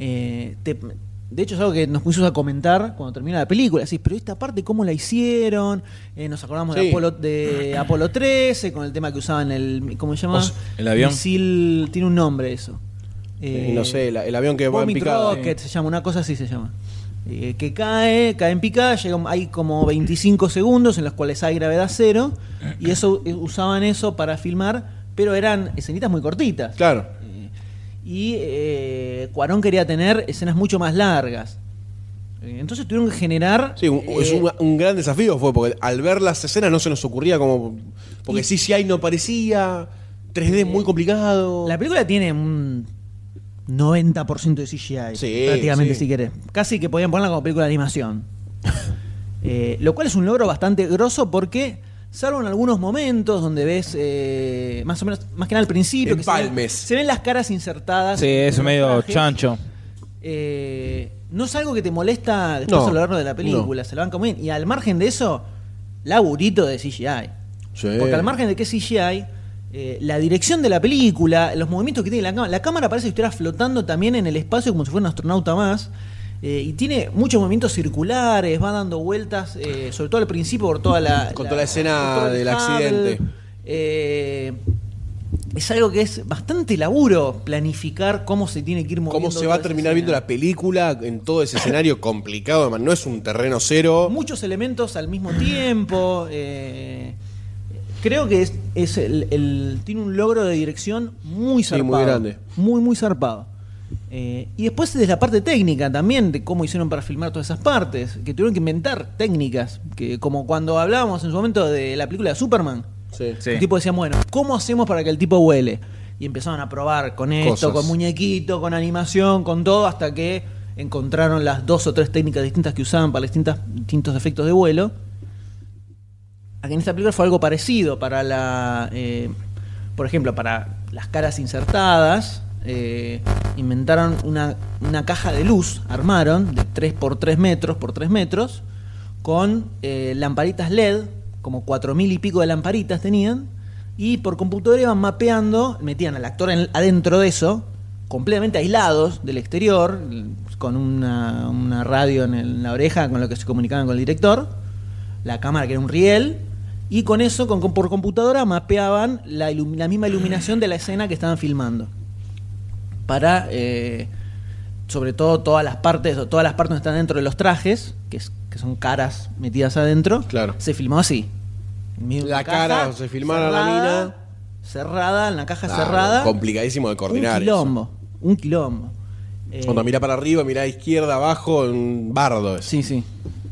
Speaker 3: de hecho es algo que nos pusimos a comentar cuando termina la película. Así, pero esta parte, ¿cómo la hicieron? Nos acordamos
Speaker 2: Sí.
Speaker 3: de Apolo 13, con el tema que usaban ¿cómo se llama?
Speaker 4: ¿El avión?
Speaker 3: Misil, tiene un nombre eso.
Speaker 2: No sé, el avión que va en
Speaker 3: Vomit
Speaker 2: picada.
Speaker 3: Rocket se llama, una cosa así se llama. Que cae en picada, hay como 25 segundos en los cuales hay gravedad cero, y eso usaban eso para filmar, pero eran escenitas muy cortitas.
Speaker 2: Claro.
Speaker 3: Y Cuarón quería tener escenas mucho más largas. Entonces tuvieron que generar...
Speaker 2: Sí, es un gran desafío fue, porque al ver las escenas no se nos ocurría como... Porque CGI no parecía, 3D muy complicado.
Speaker 3: La película tiene un 90% de CGI,
Speaker 2: Sí,
Speaker 3: prácticamente,
Speaker 2: sí.
Speaker 3: si querés. Casi que podían ponerla como película de animación. Lo cual es un logro bastante grosso porque, salvo en algunos momentos donde ves, más o menos, más que nada al principio, que
Speaker 2: Empalmes.
Speaker 3: se ven las caras insertadas.
Speaker 4: Sí, es
Speaker 3: en los
Speaker 4: medio
Speaker 3: trajes.
Speaker 4: chancho.
Speaker 3: No es algo que te molesta después
Speaker 2: No,
Speaker 3: a lo largo de la película, se lo van como bien. Y al margen de eso, laburito de CGI.
Speaker 2: Sí.
Speaker 3: Porque al margen de que es CGI, la dirección de la película, los movimientos que tiene la cámara parece que estuviera flotando también en el espacio como si fuera un astronauta más. Y tiene muchos movimientos circulares, va dando vueltas, sobre todo al principio por toda
Speaker 2: Con toda la escena
Speaker 3: por todo el
Speaker 2: del
Speaker 3: hubble.
Speaker 2: accidente.
Speaker 3: Es algo que es bastante laburo planificar cómo se tiene que ir moviendo.
Speaker 2: Cómo se va a
Speaker 3: toda esa
Speaker 2: terminar viendo
Speaker 3: escena.
Speaker 2: la película en todo ese escenario complicado. No es un terreno cero.
Speaker 3: Muchos elementos al mismo tiempo. Creo que tiene un logro de dirección muy
Speaker 2: Sí,
Speaker 3: zarpado.
Speaker 2: muy grande.
Speaker 3: Muy zarpado. Y después desde la parte técnica también, de cómo hicieron para filmar todas esas partes, que tuvieron que inventar técnicas, que como cuando hablábamos en su momento de la película de Superman,
Speaker 2: Sí.
Speaker 4: Sí.
Speaker 3: el tipo decía, bueno, ¿cómo hacemos para que el tipo vuele? Y empezaron a probar con esto,
Speaker 2: Cosas.
Speaker 3: con muñequito, con animación, con todo, hasta que encontraron las 2 o 3 técnicas distintas que usaban para distintos efectos de vuelo. Aquí en esta película fue algo parecido para por ejemplo, para las caras insertadas, inventaron una caja de luz, armaron de 3 por 3 metros por 3 metros, con lamparitas LED, como 4.000 y pico de lamparitas tenían, y por computadora iban mapeando, metían al actor adentro de eso, completamente aislados del exterior, con una radio en la oreja con lo que se comunicaban con el director, la cámara que era un riel, y con eso, por computadora, mapeaban la misma iluminación de la escena que estaban filmando. Para, sobre todo, todas las partes donde están dentro de los trajes, que son caras metidas adentro,
Speaker 2: Claro.
Speaker 3: se filmó así.
Speaker 2: La cara, se filmara la mina.
Speaker 3: Cerrada, en la caja
Speaker 2: Claro,
Speaker 3: cerrada.
Speaker 2: complicadísimo de coordinar.
Speaker 3: Un quilombo.
Speaker 2: Cuando mira para arriba, mira a izquierda, abajo, un bardo. Eso.
Speaker 3: Sí.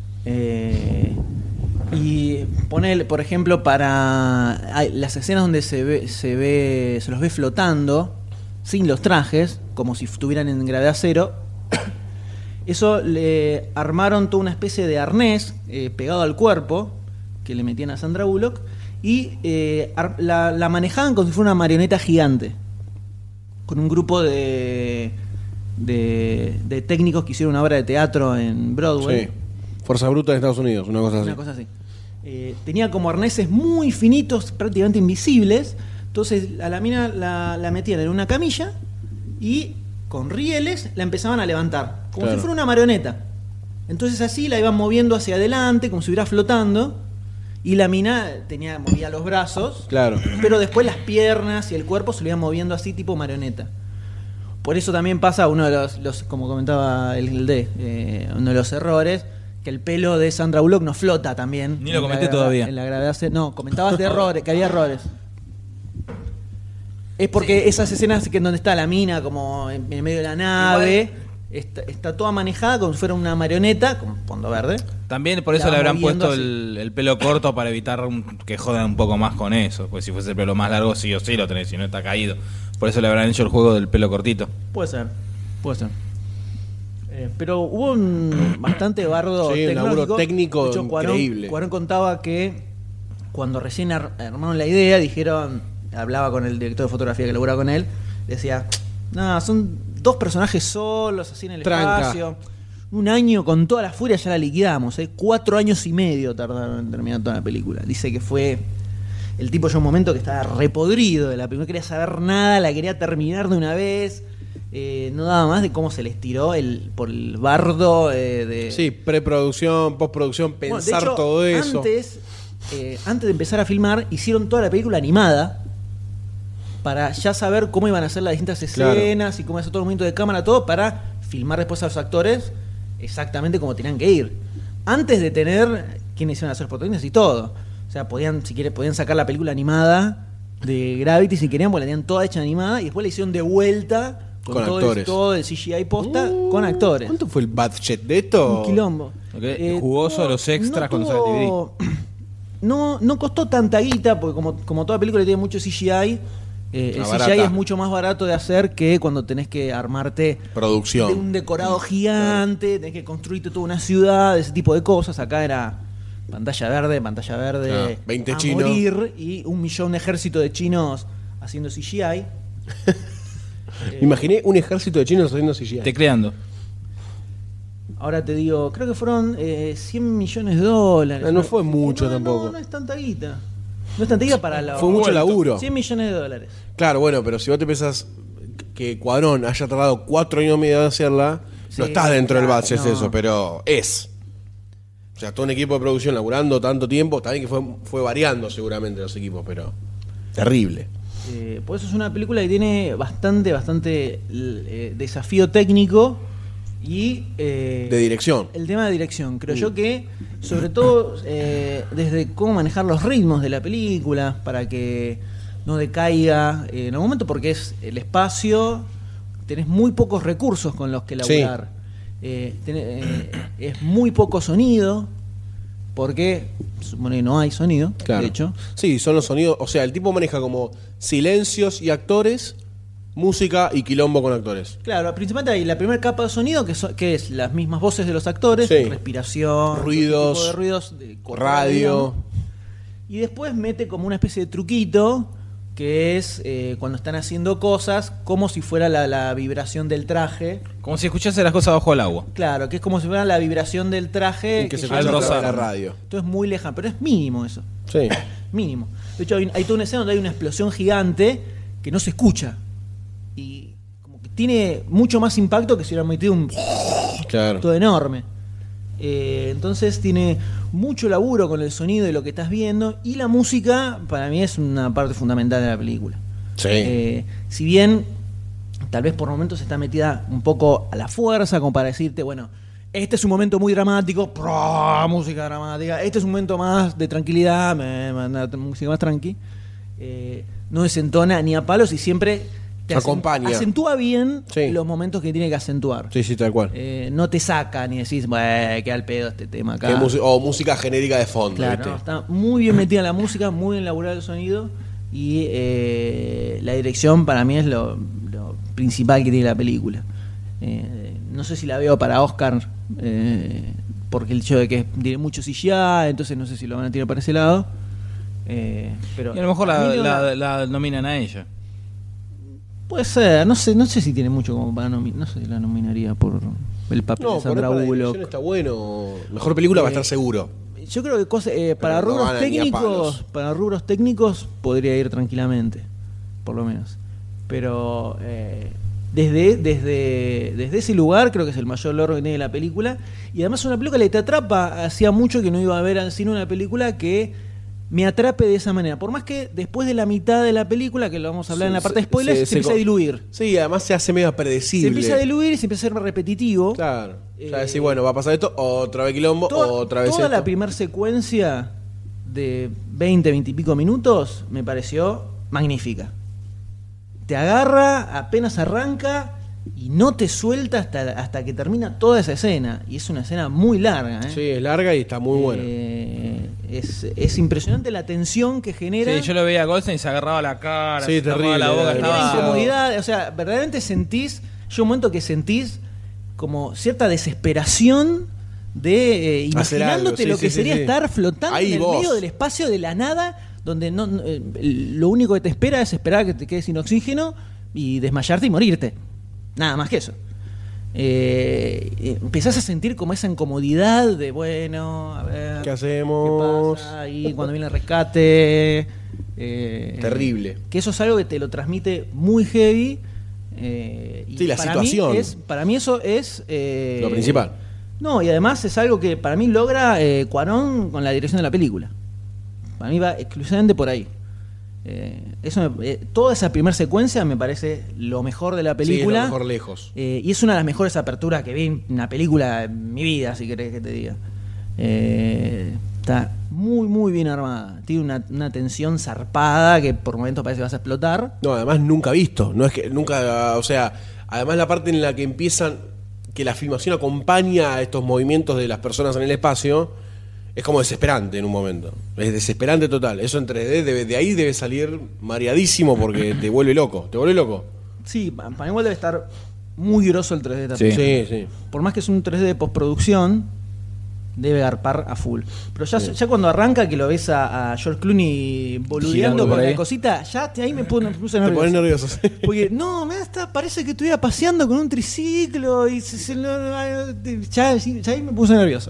Speaker 3: Y poner, por ejemplo, para las escenas donde se los ve flotando sin los trajes, como si estuvieran en gravedad cero, Eso le armaron toda una especie de arnés pegado al cuerpo que le metían a Sandra Bullock y la manejaban como si fuera una marioneta gigante con un grupo de técnicos que hicieron una obra de teatro en Broadway.
Speaker 2: Sí. Fuerza Bruta de Estados Unidos, una cosa así.
Speaker 3: Una cosa así. Tenía como arneses muy finitos, prácticamente invisibles. Entonces a la mina la metían en una camilla y con rieles la empezaban a levantar, como si fuera una marioneta. Entonces así la iban moviendo hacia adelante, como si estuviera flotando. Y la mina movía los brazos,
Speaker 2: Claro.
Speaker 3: pero después las piernas y el cuerpo se lo iban moviendo así tipo marioneta. Por eso también pasa uno de los como comentaba uno de los errores, que el pelo de Sandra Bullock no flota también.
Speaker 4: Ni lo comenté todavía.
Speaker 3: En la gravedad no, comentabas de errores, que había errores. Es porque esas escenas que en donde está la mina como en medio de la nave, está toda manejada como si fuera una marioneta, con fondo verde.
Speaker 4: También por eso
Speaker 3: La
Speaker 4: le habrán
Speaker 3: moviendo
Speaker 4: puesto
Speaker 3: así.
Speaker 4: el pelo corto para evitar que jodan un poco más con eso. Pues si fuese el pelo más largo, sí o sí lo tenés, si no está caído. Por eso le habrán hecho el juego del pelo cortito.
Speaker 3: Puede ser. Pero hubo un bastante bardo
Speaker 2: Sí, un laburo técnico
Speaker 3: De hecho,
Speaker 2: increíble.
Speaker 3: Cuarón contaba que cuando recién armaron la idea, hablaba con el director de fotografía que laburaba con él, decía, nada, son 2 personajes solos, así en el
Speaker 2: Tranca.
Speaker 3: espacio. Un año con toda la furia ya la liquidamos, 4 años y medio tardaron en terminar toda la película. Dice que fue... El tipo llegó un momento que estaba repodrido de la película, no quería saber nada, la quería terminar de una vez. No daba más de cómo se les tiró por el bardo de...
Speaker 2: Sí, preproducción, postproducción,
Speaker 3: Bueno,
Speaker 2: pensar
Speaker 3: de hecho,
Speaker 2: todo eso.
Speaker 3: Antes de empezar a filmar, hicieron toda la película animada para ya saber cómo iban a hacer las distintas escenas y cómo hacer todo el movimiento de cámara, todo para filmar después a los actores exactamente como tenían que ir. Antes de tener quiénes iban a ser protagonistas y todo. O sea, podían sacar la película animada de Gravity si querían, porque la tenían toda hecha animada y después la hicieron de vuelta
Speaker 2: Con
Speaker 3: todo
Speaker 2: actores.
Speaker 3: todo el CGI posta con actores.
Speaker 2: ¿Cuánto fue el budget de esto?
Speaker 3: Un quilombo.
Speaker 4: Jugoso los extras cuando sale DVD.
Speaker 3: No costó tanta guita, porque como toda película tiene mucho CGI, el CGI
Speaker 2: barata.
Speaker 3: es mucho más barato de hacer que cuando tenés que armarte
Speaker 2: Producción.
Speaker 3: de un decorado gigante, tenés que construirte toda una ciudad, ese tipo de cosas. Acá era pantalla verde,
Speaker 2: Claro, 20
Speaker 3: a
Speaker 2: chinos.
Speaker 3: morir y 1 millón de ejército de chinos haciendo CGI.
Speaker 2: Imaginé un ejército de chinos haciendo CGI.
Speaker 4: Tecleando.
Speaker 3: Ahora te digo, creo que fueron $100 millones de dólares.
Speaker 2: No fue mucho tampoco.
Speaker 3: No es tanta guita. No es tanta guita para la...
Speaker 2: Fue mucho laburo.
Speaker 3: $100 millones de dólares.
Speaker 2: Claro, bueno, pero si vos te pensás que Cuarón haya tardado 4 años y medio de hacerla,
Speaker 3: Sí,
Speaker 2: no está dentro del
Speaker 3: claro,
Speaker 2: budget
Speaker 3: no.
Speaker 2: eso, pero es. O sea, todo un equipo de producción laburando tanto tiempo, está bien que fue variando seguramente los equipos, pero terrible.
Speaker 3: Por eso es una película que tiene bastante desafío técnico y...
Speaker 2: De dirección.
Speaker 3: El tema de dirección. Creo yo que, sobre todo, desde cómo manejar los ritmos de la película para que no decaiga en algún momento, porque es el espacio, tenés muy pocos recursos con los que laburar. Es muy poco sonido, porque supone que no hay sonido,
Speaker 2: Claro.
Speaker 3: de hecho.
Speaker 2: Sí, son los sonidos. O sea, el tipo maneja como silencios y actores, música y quilombo con actores.
Speaker 3: Claro, principalmente hay la primera capa de sonido, que es las mismas voces de los actores,
Speaker 2: Sí.
Speaker 3: respiración,
Speaker 2: Ruidos,
Speaker 3: todo tipo de ruidos,
Speaker 2: radio.
Speaker 3: Y después mete como una especie de truquito, que es cuando están haciendo cosas, como si fuera la vibración del traje.
Speaker 4: Como si escuchase las cosas bajo el agua.
Speaker 3: Claro, que es como si fuera la vibración del traje.
Speaker 2: Y que se
Speaker 3: ya
Speaker 2: escucha
Speaker 3: no-
Speaker 2: a través de la
Speaker 4: rosaron.
Speaker 2: radio.
Speaker 3: Entonces es muy lejano, pero es mínimo eso.
Speaker 2: Sí.
Speaker 3: Mínimo. De hecho, hay toda una escena donde hay una explosión gigante que no se escucha. Y como que tiene mucho más impacto que si hubieran metido un
Speaker 2: Claro.
Speaker 3: todo enorme. Entonces tiene mucho laburo con el sonido de lo que estás viendo. Y la música, para mí, es una parte fundamental de la película.
Speaker 2: Sí.
Speaker 3: Si bien tal vez por momentos está metida un poco a la fuerza, como para decirte, bueno, este es un momento muy dramático, música dramática, este es un momento más de tranquilidad, música más tranqui, no desentona ni a palos y siempre te
Speaker 2: Acompaña.
Speaker 3: acentúa bien
Speaker 2: Sí.
Speaker 3: los momentos que tiene que acentuar.
Speaker 2: Sí, tal cual.
Speaker 3: No te saca ni decís, queda al pedo este tema acá.
Speaker 2: O música genérica de fondo,
Speaker 3: Claro,
Speaker 2: ¿viste?
Speaker 3: no, está muy bien metida la música, muy bien elaborado el sonido y la dirección para mí es lo principal que tiene la película. no sé si la veo para Oscar, porque el hecho de que tiene mucho CGI, entonces no sé si lo van a tirar para ese lado. Pero
Speaker 4: Y a lo mejor
Speaker 3: a mí
Speaker 4: la nominan a ella.
Speaker 3: puede ser, no sé si tiene mucho como para nominar, no sé si la nominaría por el papel de
Speaker 2: No, por
Speaker 3: Sandra
Speaker 2: ahí para
Speaker 3: Bullock.
Speaker 2: dirección está bueno. Mejor película va a estar seguro.
Speaker 3: Yo creo que para
Speaker 2: Pero no
Speaker 3: rubros
Speaker 2: van ni a
Speaker 3: técnicos,
Speaker 2: palos.
Speaker 3: para rubros técnicos podría ir tranquilamente, por lo menos. Pero desde ese lugar creo que es el mayor logro que tiene la película. Y además es una película que te atrapa. Hacía mucho que no iba a ver al cine una película que me atrape de esa manera. Por más que después de la mitad de la película, que lo vamos a hablar en la parte de spoilers, se empieza a diluir.
Speaker 2: Sí, además se hace medio predecible.
Speaker 3: Se empieza a diluir y se empieza a ser repetitivo.
Speaker 2: Claro. Ya decís, bueno, va a pasar esto, otra vez quilombo, otra vez
Speaker 3: Toda
Speaker 2: esto.
Speaker 3: la primera secuencia de 20 y pico minutos me pareció magnífica. Te agarra, apenas arranca y no te suelta hasta que termina toda esa escena. Y es una escena muy larga.
Speaker 2: Sí, es larga y está muy buena.
Speaker 3: Es impresionante la tensión que genera.
Speaker 4: Sí, yo lo veía a Goldstein y se agarraba la cara,
Speaker 2: Sí,
Speaker 4: se tapaba
Speaker 2: terrible,
Speaker 4: la boca,
Speaker 2: era
Speaker 3: La
Speaker 4: estaba...
Speaker 3: incomodidad, o sea, verdaderamente sentís, yo un momento que sentís como cierta desesperación de
Speaker 2: Hacer
Speaker 3: imaginándote
Speaker 2: algo,
Speaker 3: lo que sería
Speaker 2: sí.
Speaker 3: estar flotando
Speaker 2: Ahí
Speaker 3: en el
Speaker 2: vos.
Speaker 3: medio del espacio de la nada, donde lo único que te espera es esperar a que te quedes sin oxígeno y desmayarte y morirte. Nada más que eso. Empezás a sentir como esa incomodidad de, bueno, a ver,
Speaker 2: ¿Qué hacemos?
Speaker 3: ¿qué pasa? Y cuando viene el rescate.
Speaker 2: Terrible.
Speaker 3: Que eso es algo que te lo transmite muy heavy. Y
Speaker 2: Sí, la
Speaker 3: para
Speaker 2: situación.
Speaker 3: Para mí eso es...
Speaker 2: Lo principal.
Speaker 3: No, y además es algo que para mí logra Cuarón con la dirección de la película. Para mí va exclusivamente por ahí. Toda esa primera secuencia me parece lo mejor de la película.
Speaker 2: Sí, es lo mejor lejos.
Speaker 3: Y es una de las mejores aperturas que vi en una película en mi vida, si querés que te diga. Está muy, muy bien armada. Tiene una tensión zarpada que por momentos parece que vas a explotar.
Speaker 2: No, además nunca visto. No es que nunca, o sea, además la parte en la que empiezan, que la filmación acompaña a estos movimientos de las personas en el espacio, es como desesperante en un momento. Es desesperante total. Eso en 3D, de ahí debe salir mareadísimo porque te vuelve loco. ¿Te vuelve loco?
Speaker 3: Sí, para mí igual debe estar muy grosso el 3D
Speaker 4: Sí.
Speaker 3: también.
Speaker 2: Sí.
Speaker 3: Por más que es un 3D de postproducción, debe garpar a full. Pero ya cuando arranca, que lo ves a George Clooney boludeando
Speaker 4: Girando por
Speaker 3: con la
Speaker 4: ahí.
Speaker 3: cosita, ya ahí me puse
Speaker 2: Te
Speaker 3: nervioso.
Speaker 2: pones nervioso. Sí.
Speaker 3: Porque no, parece que estuviera paseando con un triciclo y ya ahí me puse nervioso.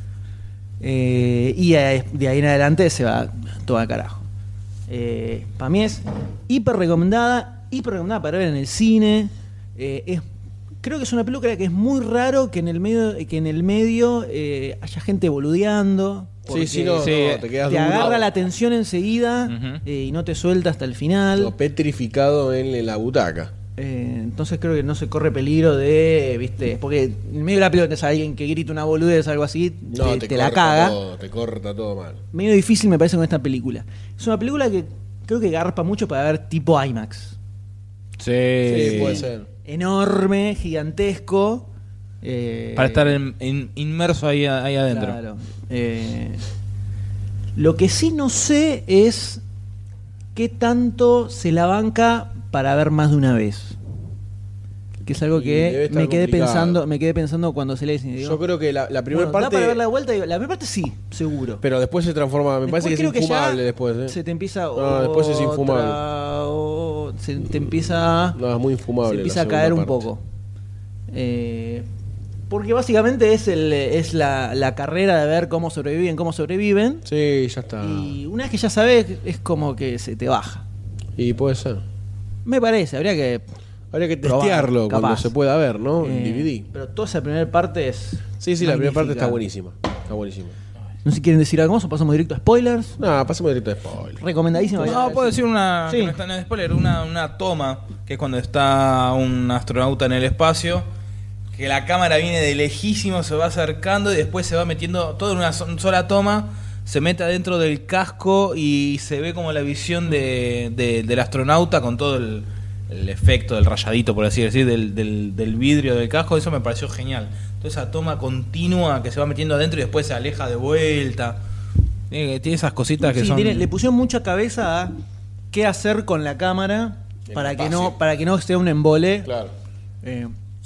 Speaker 3: Y de ahí en adelante se va todo al carajo. Para mí es hiper recomendada para ver en el cine. Creo que es una película que es muy raro que en el medio haya gente boludeando.
Speaker 2: Sí, sí, no,
Speaker 4: Sí,
Speaker 2: no, te quedas
Speaker 3: Te
Speaker 2: duro.
Speaker 3: agarra la atención enseguida
Speaker 4: Ujú.
Speaker 3: y no te suelta hasta el final.
Speaker 2: No, petrificado en la butaca.
Speaker 3: Entonces creo que no se corre peligro de, ¿viste? Porque en medio de la película tenés a alguien que grita una boludez o algo así,
Speaker 2: No,
Speaker 3: te la
Speaker 2: corta
Speaker 3: caga.
Speaker 2: todo, te corta todo mal.
Speaker 3: Medio difícil me parece con esta película. Es una película que creo que garpa mucho para ver tipo IMAX.
Speaker 2: Sí, puede ser.
Speaker 3: Enorme, gigantesco.
Speaker 4: Para estar inmerso ahí adentro.
Speaker 3: Claro. Lo que sí no sé es qué tanto se la banca para ver más de una vez. Que es algo
Speaker 2: Y debe
Speaker 3: que
Speaker 2: estar
Speaker 3: me quedé
Speaker 2: complicado.
Speaker 3: pensando cuando se lee. Digo,
Speaker 2: Yo creo que la primera
Speaker 3: bueno, da
Speaker 2: parte.
Speaker 3: para ver la vuelta. Digo, la primera parte sí, seguro.
Speaker 2: Pero después se transforma. Me
Speaker 3: Después
Speaker 2: parece que
Speaker 3: creo
Speaker 2: es infumable
Speaker 3: ya
Speaker 2: después. ¿eh?
Speaker 3: se te empieza
Speaker 2: No, después es infumable.
Speaker 3: se te empieza
Speaker 2: No, es muy infumable.
Speaker 3: se
Speaker 2: la
Speaker 3: empieza a
Speaker 2: segunda
Speaker 3: caer un
Speaker 2: parte.
Speaker 3: poco. Porque básicamente es la carrera de ver cómo sobreviven.
Speaker 2: Sí, ya está.
Speaker 3: Y una vez que ya sabes, es como que se te baja.
Speaker 2: Y puede ser.
Speaker 3: Me parece, habría que
Speaker 2: Habría que
Speaker 3: probar,
Speaker 2: testearlo cuando
Speaker 3: capaz.
Speaker 2: se pueda ver, ¿no? En
Speaker 3: eh,
Speaker 2: DVD.
Speaker 3: Pero toda esa primera parte es.
Speaker 2: Sí, la primera parte
Speaker 3: magnífica.
Speaker 2: está buenísima. Está buenísima.
Speaker 3: No sé si quieren decir algo más o pasamos directo a spoilers.
Speaker 2: No, pasemos directo de spoiler.
Speaker 3: Recomendadísimo.
Speaker 4: No, puedo decir una.
Speaker 3: Sí.
Speaker 4: Que no está en el spoiler, una toma, que es cuando está un astronauta en el espacio, que la cámara viene de lejísimo, se va acercando y después se va metiendo todo en una sola toma, se mete adentro del casco y se ve como la visión del astronauta con todo el efecto del rayadito, por así decir, del vidrio del casco. Eso me pareció genial. Toda esa toma continua que se va metiendo adentro y después se aleja de vuelta. Tiene esas cositas que
Speaker 3: Sí,
Speaker 4: son...
Speaker 3: le pusieron mucha cabeza a qué hacer con la cámara
Speaker 2: El
Speaker 3: para que
Speaker 2: espacio.
Speaker 3: no sea un embole.
Speaker 2: Claro.
Speaker 3: Eh,
Speaker 4: Sí,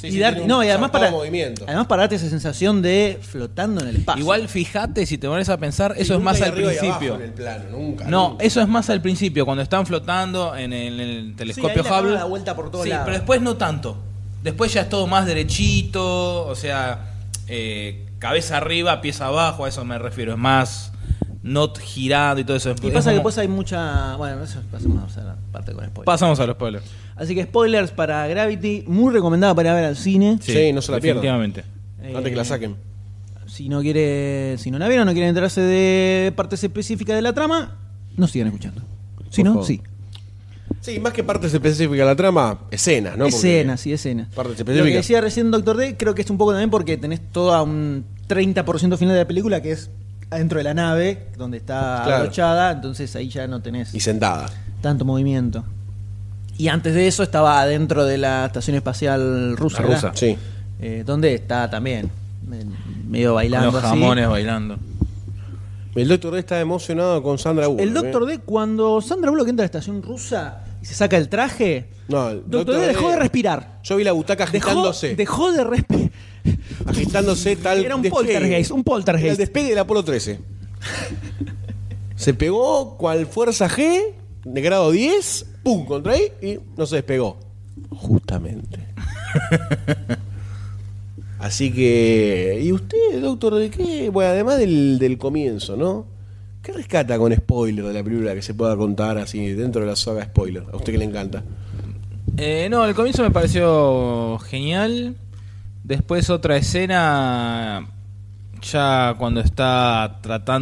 Speaker 2: Sí,
Speaker 3: y
Speaker 2: sí,
Speaker 3: dar,
Speaker 2: tiene un
Speaker 3: no, y además
Speaker 2: zarpado
Speaker 3: para,
Speaker 2: movimiento.
Speaker 3: además para darte esa sensación de flotando en el espacio.
Speaker 4: Igual fíjate, si te pones a pensar,
Speaker 2: Sí,
Speaker 4: eso es
Speaker 2: nunca
Speaker 4: más
Speaker 2: hay
Speaker 4: al
Speaker 2: arriba y
Speaker 4: principio.
Speaker 2: abajo en el plano, nunca.
Speaker 4: No,
Speaker 2: nunca.
Speaker 4: eso es más al principio, cuando están flotando en el telescopio
Speaker 3: ahí la cámara
Speaker 4: Hubble.
Speaker 3: da vuelta por todos
Speaker 4: Sí,
Speaker 3: lados.
Speaker 4: pero después no tanto. Después ya es todo más derechito, o sea, cabeza arriba, pies abajo, a eso me refiero. Es más not girando y todo eso.
Speaker 3: Y
Speaker 4: Es
Speaker 3: pasa que
Speaker 4: como-
Speaker 3: después hay mucha... Bueno, eso pasamos a la parte con spoilers.
Speaker 4: Pasamos a los spoilers.
Speaker 3: Así que spoilers para Gravity, muy recomendada para ir a ver al cine.
Speaker 2: Sí, no se la pierdan.
Speaker 4: definitivamente.
Speaker 2: Antes que la saquen.
Speaker 3: Si no la vieron, no quieren enterarse de partes específicas de la trama, no sigan escuchando. Si
Speaker 2: Por
Speaker 3: no,
Speaker 2: favor.
Speaker 3: sí.
Speaker 2: Sí, más que partes específicas de la trama, escenas, ¿no? Porque
Speaker 3: Escenas, sí, escenas.
Speaker 2: partes
Speaker 3: Lo que
Speaker 2: específicas.
Speaker 3: decía recién Doctor D, creo que es un poco también porque tenés toda un 30% final de la película que es adentro de la nave, donde está
Speaker 2: Claro.
Speaker 3: abrochada, entonces ahí ya no tenés
Speaker 2: Y sentada.
Speaker 3: tanto movimiento. Y antes de eso estaba adentro de la estación espacial rusa.
Speaker 4: La
Speaker 3: ¿verdad?
Speaker 4: rusa.
Speaker 2: Sí.
Speaker 3: Donde está también medio
Speaker 4: Con
Speaker 3: bailando
Speaker 4: los
Speaker 3: así.
Speaker 4: jamones bailando.
Speaker 2: El Doctor D está emocionado con Sandra Bullock.
Speaker 3: El Doctor D, cuando Sandra Bullock entra a la estación rusa y se saca el traje,
Speaker 2: No, el
Speaker 3: Doctor D dejó de respirar.
Speaker 2: Yo vi la butaca agitándose.
Speaker 3: Dejó de respirar.
Speaker 2: Agitándose tal.
Speaker 3: Era un
Speaker 2: despegue.
Speaker 3: poltergeist, un poltergeist.
Speaker 2: Era el despegue del Apolo 13. Se pegó cual fuerza G, de grado 10, pum, contra ahí y no se despegó. Justamente. Así que. ¿Y usted, Doctor, de qué? Bueno, además del comienzo, ¿no? ¿Qué rescata con spoiler de la película que se pueda contar así dentro de la saga spoiler? A usted que le encanta.
Speaker 4: No, el comienzo me pareció genial. Después otra escena, ya cuando está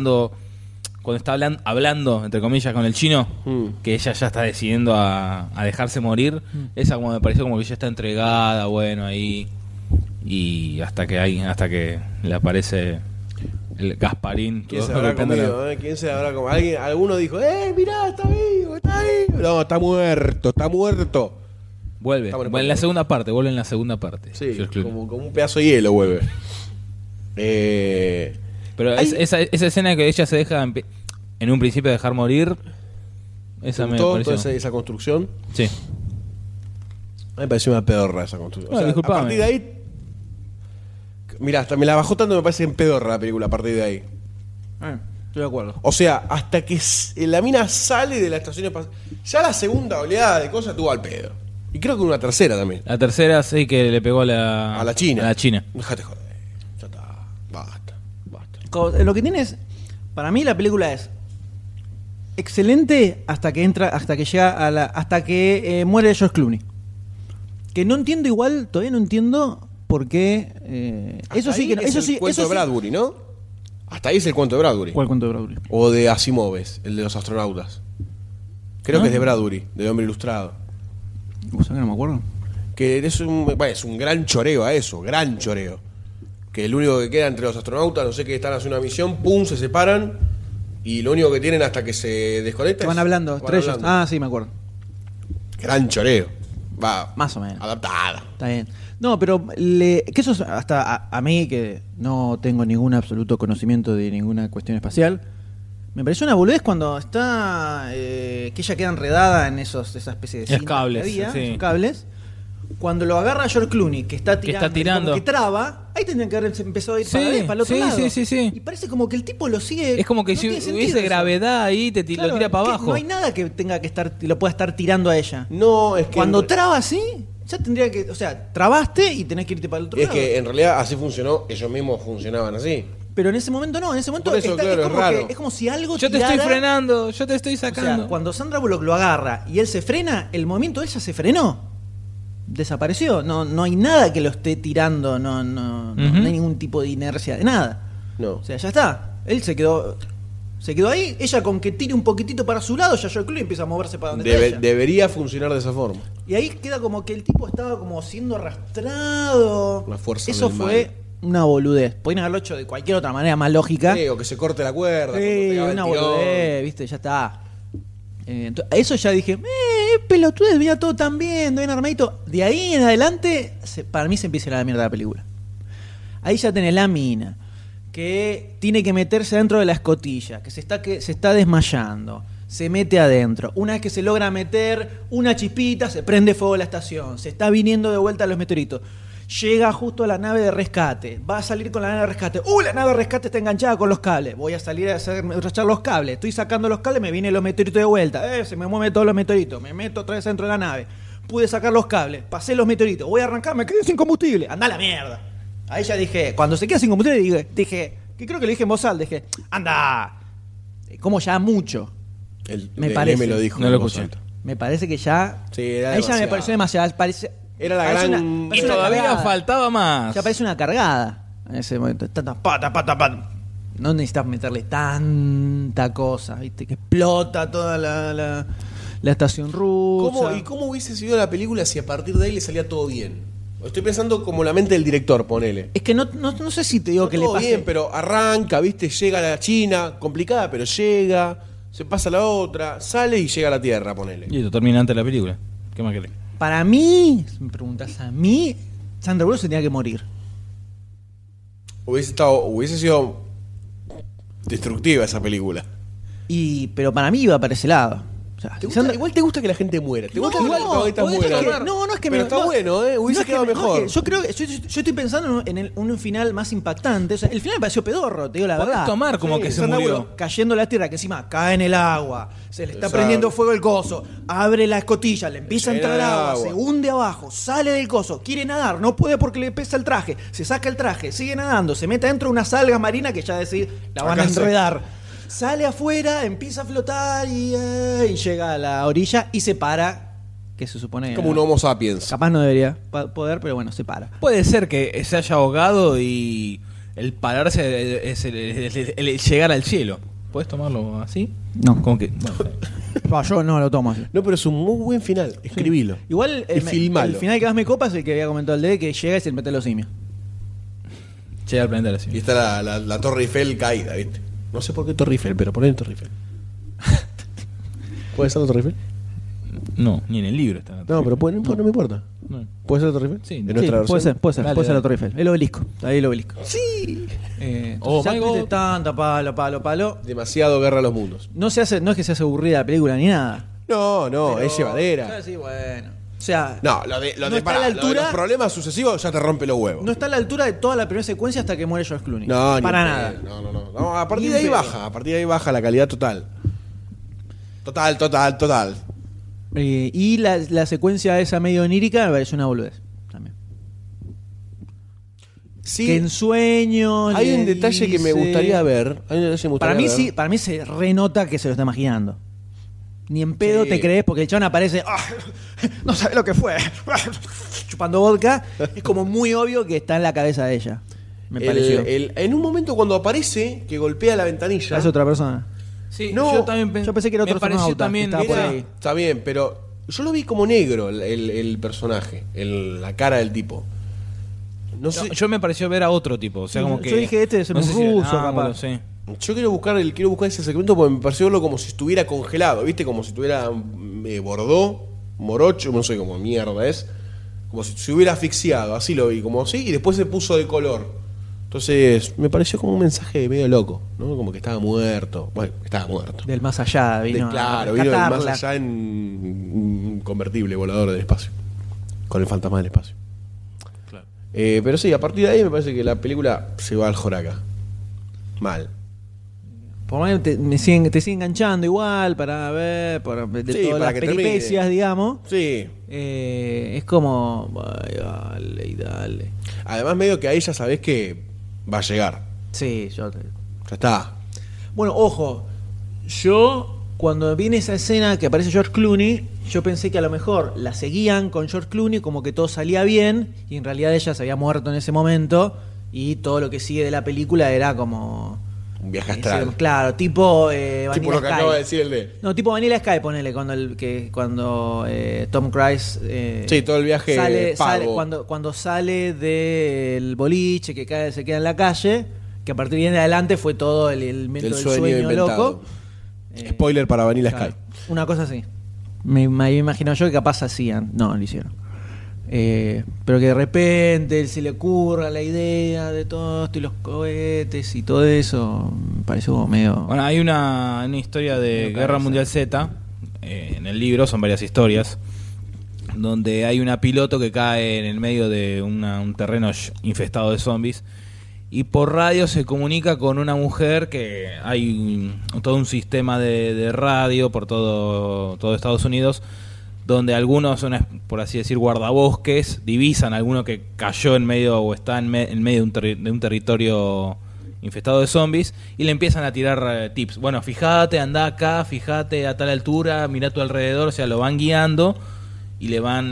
Speaker 4: hablando, entre comillas, con el chino, que ella ya está decidiendo a dejarse morir. Esa como me pareció como que ya está entregada, bueno, ahí. Y hasta que le aparece el Gasparín.
Speaker 2: ¿Quién
Speaker 4: todo
Speaker 2: se habrá
Speaker 4: golpeándola.
Speaker 2: comido? ¿Quién se habrá comido? Alguno dijo, mirá, está vivo, está vivo. No, está muerto, está muerto.
Speaker 4: Vuelve,
Speaker 2: Está bueno,
Speaker 4: vuelve en la segunda parte, vuelve en la segunda parte.
Speaker 2: Sí,
Speaker 4: George Clooney.
Speaker 2: como un pedazo de hielo vuelve.
Speaker 4: Pero
Speaker 2: Hay-
Speaker 4: esa escena que ella se deja en un principio dejar morir, esa me
Speaker 2: toda
Speaker 4: pareció.
Speaker 2: esa construcción.
Speaker 4: Sí.
Speaker 2: A mí me pareció una pedorra esa construcción.
Speaker 4: No,
Speaker 2: a
Speaker 4: disculpame.
Speaker 2: partir de ahí. Mirá, hasta me la bajó tanto, me parece en pedorra la película a partir de ahí.
Speaker 3: Estoy de acuerdo.
Speaker 2: O sea, hasta que la mina sale de la estación espacial. Ya la segunda oleada de cosas tuvo al pedo. Y creo que una tercera también.
Speaker 4: La tercera sí que le pegó a la
Speaker 2: China.
Speaker 4: A la China.
Speaker 2: Déjate joder. Ya está. Basta.
Speaker 3: Lo que tiene es, para mí la película es excelente hasta que llega hasta que muere George Clooney. Que no entiendo igual, todavía no entiendo por qué. Eso
Speaker 2: Hasta
Speaker 3: sí
Speaker 2: ahí
Speaker 3: que no,
Speaker 2: es
Speaker 3: eso
Speaker 2: el
Speaker 3: sí.
Speaker 2: cuento
Speaker 3: Eso
Speaker 2: de
Speaker 3: sí.
Speaker 2: Bradbury, ¿no? Hasta ahí es el cuento de Bradbury.
Speaker 3: ¿Cuál cuento de Bradbury?
Speaker 2: O de Asimoves, el de los astronautas. Creo
Speaker 3: ¿No?
Speaker 2: que es de Bradbury, de Hombre Ilustrado.
Speaker 3: O sea que no me acuerdo.
Speaker 2: Que es un gran choreo a eso, gran choreo. Que el único que queda entre los astronautas, no sé qué, están haciendo una misión, pum, se separan. Y lo único que tienen hasta que se desconecta
Speaker 3: Que van
Speaker 2: es-
Speaker 3: hablando,
Speaker 2: van
Speaker 3: entre ellos.
Speaker 2: hablando.
Speaker 3: Ah, sí, me acuerdo.
Speaker 2: Gran choreo. Va.
Speaker 3: Más o menos.
Speaker 2: Adaptada.
Speaker 3: Está bien. No, pero que eso es hasta a mí, que no tengo ningún absoluto conocimiento de ninguna cuestión espacial, me pareció una boludez cuando está que ella queda enredada en esa especie de
Speaker 4: Esos
Speaker 3: cinta
Speaker 4: cables,
Speaker 3: que había,
Speaker 4: sí.
Speaker 3: esos cables. Cuando lo agarra George Clooney, que está tirando, y como que traba, ahí tendrían que haber empezado a ir
Speaker 4: Sí,
Speaker 3: para el otro
Speaker 4: sí,
Speaker 3: lado.
Speaker 4: sí.
Speaker 3: Y parece como que el tipo lo sigue.
Speaker 4: Es como que
Speaker 3: no
Speaker 4: si
Speaker 3: tiene sentido
Speaker 4: hubiese
Speaker 3: eso.
Speaker 4: gravedad ahí, lo
Speaker 3: Claro,
Speaker 4: tira para
Speaker 3: que
Speaker 4: abajo.
Speaker 3: No hay nada que tenga que lo pueda estar tirando a ella.
Speaker 2: No, es que.
Speaker 3: Cuando traba así, ya tendría que. O sea, trabaste y tenés que irte para el otro
Speaker 2: Es
Speaker 3: lado.
Speaker 2: que en realidad así funcionó, ellos mismos funcionaban así.
Speaker 3: Pero en ese momento no, en ese momento
Speaker 2: Por eso, claro,
Speaker 3: es, como
Speaker 2: es raro.
Speaker 3: es como si algo
Speaker 4: Yo te
Speaker 3: tirara.
Speaker 4: estoy frenando, yo te estoy
Speaker 3: O
Speaker 4: sacando.
Speaker 3: sea, cuando Sandra Bullock lo agarra y él se frena, el movimiento de él ya se frenó. Desapareció. No hay nada que lo esté tirando, no hay ningún tipo de inercia de nada.
Speaker 2: No.
Speaker 3: O sea, ya está. Él se quedó ahí, ella con que tire un poquitito para su lado, ya George Clooney empieza a moverse para donde está ella.
Speaker 2: Debería funcionar de esa forma.
Speaker 3: Y ahí queda como que el tipo estaba como siendo arrastrado.
Speaker 2: La fuerza
Speaker 3: Eso
Speaker 2: del
Speaker 3: fue
Speaker 2: mal.
Speaker 3: una boludez. Podrían haberlo hecho de cualquier otra manera más lógica.
Speaker 2: Sí, o que se corte la cuerda. cuando
Speaker 3: Sí,
Speaker 2: pegaba el
Speaker 3: una
Speaker 2: tirón.
Speaker 3: boludez, viste, ya está. A eso ya dije, pelotudez, venía todo tan bien, bien armadito. De ahí en adelante, para mí se empieza a ir a la mierda la película. Ahí ya tenés la mina, que tiene que meterse dentro de la escotilla, que se está desmayando, se mete adentro. Una vez que se logra meter una chispita, se prende fuego la estación, se está viniendo de vuelta a los meteoritos. Llega justo a la nave de rescate. Va a salir con la nave de rescate. La nave de rescate está enganchada con los cables. Voy a salir a rechazar los cables. Estoy sacando los cables, me vienen los meteoritos de vuelta. Se me mueven todos los meteoritos. Me meto otra vez dentro de la nave. Pude sacar los cables. Pasé los meteoritos. Voy a arrancar, me quedé sin combustible. Anda a la mierda. Ahí ya dije, cuando se queda sin combustible, dije, que creo que le dije en voz alta, dije, anda. Como ya mucho. Me parece.
Speaker 2: Me lo dijo.
Speaker 4: No lo escuché.
Speaker 3: Me parece que ya.
Speaker 2: Sí, era
Speaker 3: ahí ya me
Speaker 2: demasiado.
Speaker 3: pareció demasiado.
Speaker 2: Era la
Speaker 3: parece
Speaker 2: gran...
Speaker 3: una-
Speaker 4: Y
Speaker 3: parece una
Speaker 4: todavía
Speaker 3: cagada.
Speaker 4: faltaba más.
Speaker 3: Ya parece una cargada en ese momento. Tanta pata. No necesitas meterle tanta cosa, ¿viste? Que explota toda la estación rusa.
Speaker 2: ¿Cómo hubiese sido la película si a partir de ahí le salía todo bien? Estoy pensando como la mente del director, ponele.
Speaker 3: Es que no sé si te digo
Speaker 2: No
Speaker 3: que le
Speaker 2: todo
Speaker 3: pase.
Speaker 2: bien, pero arranca, ¿viste? Llega a la China, complicada, pero llega, se pasa a la otra, sale y llega a la Tierra, ponele.
Speaker 4: Y esto termina antes de la película. ¿Qué más querés?
Speaker 3: Para mí, si me preguntas a mí, Sandra Bullock se tenía que morir.
Speaker 2: Hubiese sido destructiva esa película.
Speaker 3: Pero para mí iba para ese lado. O sea,
Speaker 2: Igual te gusta que la gente muera. Te gusta que
Speaker 3: igual
Speaker 2: los protagonistas
Speaker 3: podés
Speaker 2: mueran.
Speaker 3: tomar. No es que
Speaker 2: pero
Speaker 3: me.
Speaker 2: está
Speaker 3: no,
Speaker 2: bueno, ¿eh? Hubiese
Speaker 3: no es que
Speaker 2: quedado
Speaker 3: me- no es
Speaker 2: mejor.
Speaker 3: que- yo creo que. Yo estoy pensando en un final más impactante. O sea, el final me pareció pedorro, te digo la
Speaker 4: Podés
Speaker 3: verdad.
Speaker 4: tomar como que se
Speaker 3: Sandra
Speaker 4: murió.
Speaker 3: Bullock cayendo a la tierra, que encima cae en el agua, se le está
Speaker 2: Exacto.
Speaker 3: prendiendo fuego el coso, abre la escotilla, le empieza a
Speaker 2: Llena
Speaker 3: entrar
Speaker 2: de
Speaker 3: agua,
Speaker 2: agua.
Speaker 3: se hunde abajo, sale del coso, quiere nadar, no puede porque le pesa el traje, se saca el traje, sigue nadando, se mete dentro de unas algas marinas que ya decís, la van a
Speaker 2: Acá se-
Speaker 3: enredar. Sale afuera, empieza a flotar y llega a la orilla y se para, que se supone...
Speaker 2: Como un Homo sapiens.
Speaker 3: Capaz no debería poder, pero bueno, se para.
Speaker 4: Puede ser que se haya ahogado y el pararse es el llegar al cielo. ¿Puedes tomarlo así?
Speaker 3: No.
Speaker 4: Como que. Bueno.
Speaker 3: Yo no lo tomo así.
Speaker 2: No, pero es un muy buen final. Escribilo.
Speaker 3: Igual
Speaker 2: Y filmalo.
Speaker 3: el final que más me copa es el que había comentado el D, que llega y se le mete a los simios.
Speaker 4: Llega al planeta de la
Speaker 2: Y
Speaker 4: ciencia.
Speaker 2: está la Torre Eiffel caída, ¿viste? No sé por qué Torre Eiffel, pero ponen Torre Eiffel. ¿Puede ser la Torre Eiffel?
Speaker 4: No, ni en el libro está.
Speaker 2: No, pero no me importa.
Speaker 4: No.
Speaker 2: ¿Puede ser la Torre Eiffel?
Speaker 4: Sí,
Speaker 2: ¿En
Speaker 4: sí,
Speaker 2: nuestra versión?
Speaker 3: puede ser
Speaker 4: Dale,
Speaker 3: la
Speaker 4: dale.
Speaker 3: Torre Eiffel. El obelisco, ahí el obelisco.
Speaker 2: Sí.
Speaker 4: Oh, my God.
Speaker 3: Tanta palo.
Speaker 2: Demasiado Guerra a los Mundos.
Speaker 3: No es que se hace aburrida la película ni nada.
Speaker 2: No,
Speaker 3: Pero-
Speaker 2: es llevadera.
Speaker 3: Sí, bueno. O sea,
Speaker 2: No, lo de
Speaker 3: no está a la
Speaker 2: lo de
Speaker 3: altura-
Speaker 2: los problemas sucesivos ya te rompe los huevos.
Speaker 3: no está a la altura de toda la primera secuencia hasta que muere George Clooney.
Speaker 2: No, ni
Speaker 3: para
Speaker 2: en
Speaker 3: nada.
Speaker 2: pedo. No, a partir
Speaker 3: Ni
Speaker 2: de ahí
Speaker 3: en pedo.
Speaker 2: baja. A partir de ahí baja la calidad total. Total.
Speaker 3: Y la secuencia esa medio onírica me parece una boludez también.
Speaker 2: Sí,
Speaker 3: Que en sueños.
Speaker 2: hay un
Speaker 3: le
Speaker 2: detalle que me
Speaker 3: dice-
Speaker 2: gustaría ver. Hay un detalle que me
Speaker 3: Para
Speaker 2: gustaría
Speaker 3: mí
Speaker 2: ver.
Speaker 3: sí, para mí se renota que se lo está imaginando. Ni en pedo
Speaker 2: Sí.
Speaker 3: te crees porque el chabón aparece. "Ah, no sabe lo que fue. Chupando vodka. Es como muy obvio que está en la cabeza de ella. Me pareció.
Speaker 2: En un momento cuando aparece, que golpea la ventanilla.
Speaker 3: Es otra persona.
Speaker 4: Sí,
Speaker 2: No,
Speaker 4: yo también
Speaker 3: yo pensé que era otro
Speaker 4: me pareció
Speaker 3: astronauta
Speaker 4: también
Speaker 3: que estaba por
Speaker 2: Era-
Speaker 3: ahí.
Speaker 2: Está bien, pero yo lo vi como negro el personaje, la cara del tipo. No sé,
Speaker 4: Yo me pareció ver a otro tipo, o sea, como que
Speaker 3: Yo dije, este debe ser un
Speaker 4: sé si era
Speaker 3: ruso,
Speaker 4: ángulo,
Speaker 3: capaz.
Speaker 4: sí.
Speaker 2: yo quiero buscar ese segmento porque me pareció verlo como si estuviera congelado, ¿viste? Como si estuviera Bordeaux, morocho, no sé cómo mierda es. Como si se hubiera asfixiado, así lo vi, como así, y después se puso de color. Entonces, me pareció como un mensaje medio loco, ¿no? Como que estaba muerto. Bueno, estaba muerto.
Speaker 3: Del más allá, vino.
Speaker 2: Claro, vino del más allá en un convertible volador del espacio. Con el fantasma del espacio.
Speaker 4: Claro.
Speaker 2: Pero sí, a partir de ahí me parece que la película se va al joraca. Mal.
Speaker 3: Por lo menos te sigue enganchando igual para ver, de
Speaker 2: Sí,
Speaker 3: todas
Speaker 2: para
Speaker 3: las
Speaker 2: que
Speaker 3: peripecias,
Speaker 2: termine.
Speaker 3: digamos.
Speaker 2: Sí.
Speaker 3: Es como. Ay, dale y dale.
Speaker 2: Además, medio que ahí ya sabés que va a llegar.
Speaker 3: Sí,
Speaker 2: Ya está.
Speaker 3: Bueno, ojo. Yo, cuando viene esa escena que aparece George Clooney, yo pensé que a lo mejor la seguían con George Clooney, como que todo salía bien, y en realidad ella se había muerto en ese momento, y todo lo que sigue de la película era como.
Speaker 2: Un viaje astral.
Speaker 3: Claro, tipo.
Speaker 2: Tipo lo que
Speaker 3: Sky.
Speaker 2: acaba de decir el de.
Speaker 3: No, tipo Vanilla Sky, ponele, cuando Tom Cruise
Speaker 2: Sí, todo el viaje pago.
Speaker 3: cuando sale del boliche, que se queda en la calle, que a partir de ahí en adelante fue todo el invento
Speaker 2: El
Speaker 3: del
Speaker 2: sueño
Speaker 3: sueño
Speaker 2: inventado.
Speaker 3: loco.
Speaker 2: Spoiler para Vanilla
Speaker 3: Claro,
Speaker 2: Sky.
Speaker 3: una cosa así. Me imagino yo que capaz hacían. No, lo hicieron. Pero que de repente se le ocurra la idea de todo esto y los cohetes y todo eso, me pareció como medio.
Speaker 4: Bueno, hay una historia de
Speaker 3: Medio
Speaker 4: Guerra
Speaker 3: cabeza.
Speaker 4: Mundial Z, en el libro, son varias historias, donde hay una piloto que cae en el medio de un terreno infestado de zombies y por radio se comunica con una mujer que hay todo un sistema de radio por todo Estados Unidos donde algunos, por así decir, guardabosques divisan a alguno que cayó en medio o está en medio de un territorio infestado de zombies y le empiezan a tirar tips. Bueno, fíjate, anda acá, fíjate a tal altura, mira a tu alrededor, o sea, lo van guiando y le van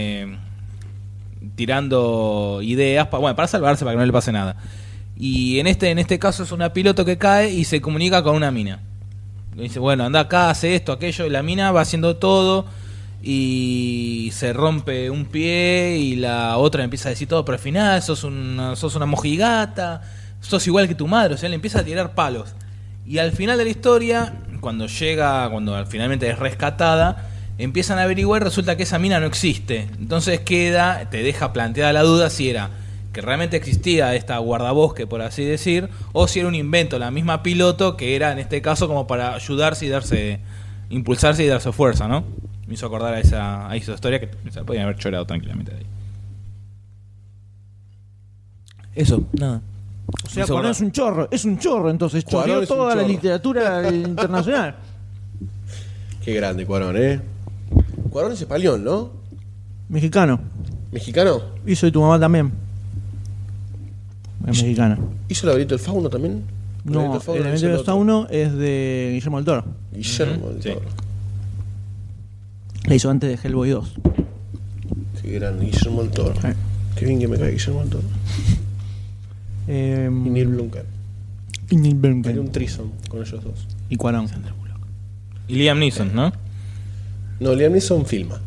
Speaker 4: tirando ideas para salvarse, para que no le pase nada. Y en este caso es una piloto que cae y se comunica con una mina. Le dice, bueno, anda acá, hace esto, aquello, y la mina va haciendo todo y se rompe un pie y la otra empieza a decir todo, pero al final sos una mojigata, sos igual que tu madre, o sea, le empieza a tirar palos. Y al final de la historia, cuando finalmente es rescatada, empiezan a averiguar y resulta que esa mina no existe. Entonces te deja planteada la duda si era que realmente existía esta guardabosque, por así decir, o si era un invento, la misma piloto, que era en este caso como para ayudarse y impulsarse y darse fuerza, ¿no? Me hizo acordar a esa historia que se podían haber chorado tranquilamente de ahí. Eso, nada.
Speaker 3: O sea, Cuarón es un chorro, entonces chorreó toda la literatura internacional.
Speaker 2: Qué grande Cuarón, ¿eh? Cuarón es español, ¿no?
Speaker 3: Mexicano.
Speaker 2: ¿Mexicano?
Speaker 3: Hizo y tu mamá también. Es mexicana.
Speaker 2: ¿Hizo el laberinto del fauno también?
Speaker 3: No, el laberinto del fauno es de Guillermo del Toro.
Speaker 2: Guillermo del Toro.
Speaker 3: La hizo antes de Hellboy 2.
Speaker 2: Qué grande, Guillermo del Toro. Qué bien que me cae Guillermo del Toro. Y Neil Blomkamp. Hay un threesome con ellos dos.
Speaker 3: Y Cuarón.
Speaker 4: Y Liam Neeson, ¿no?
Speaker 2: No, Liam Neeson filma.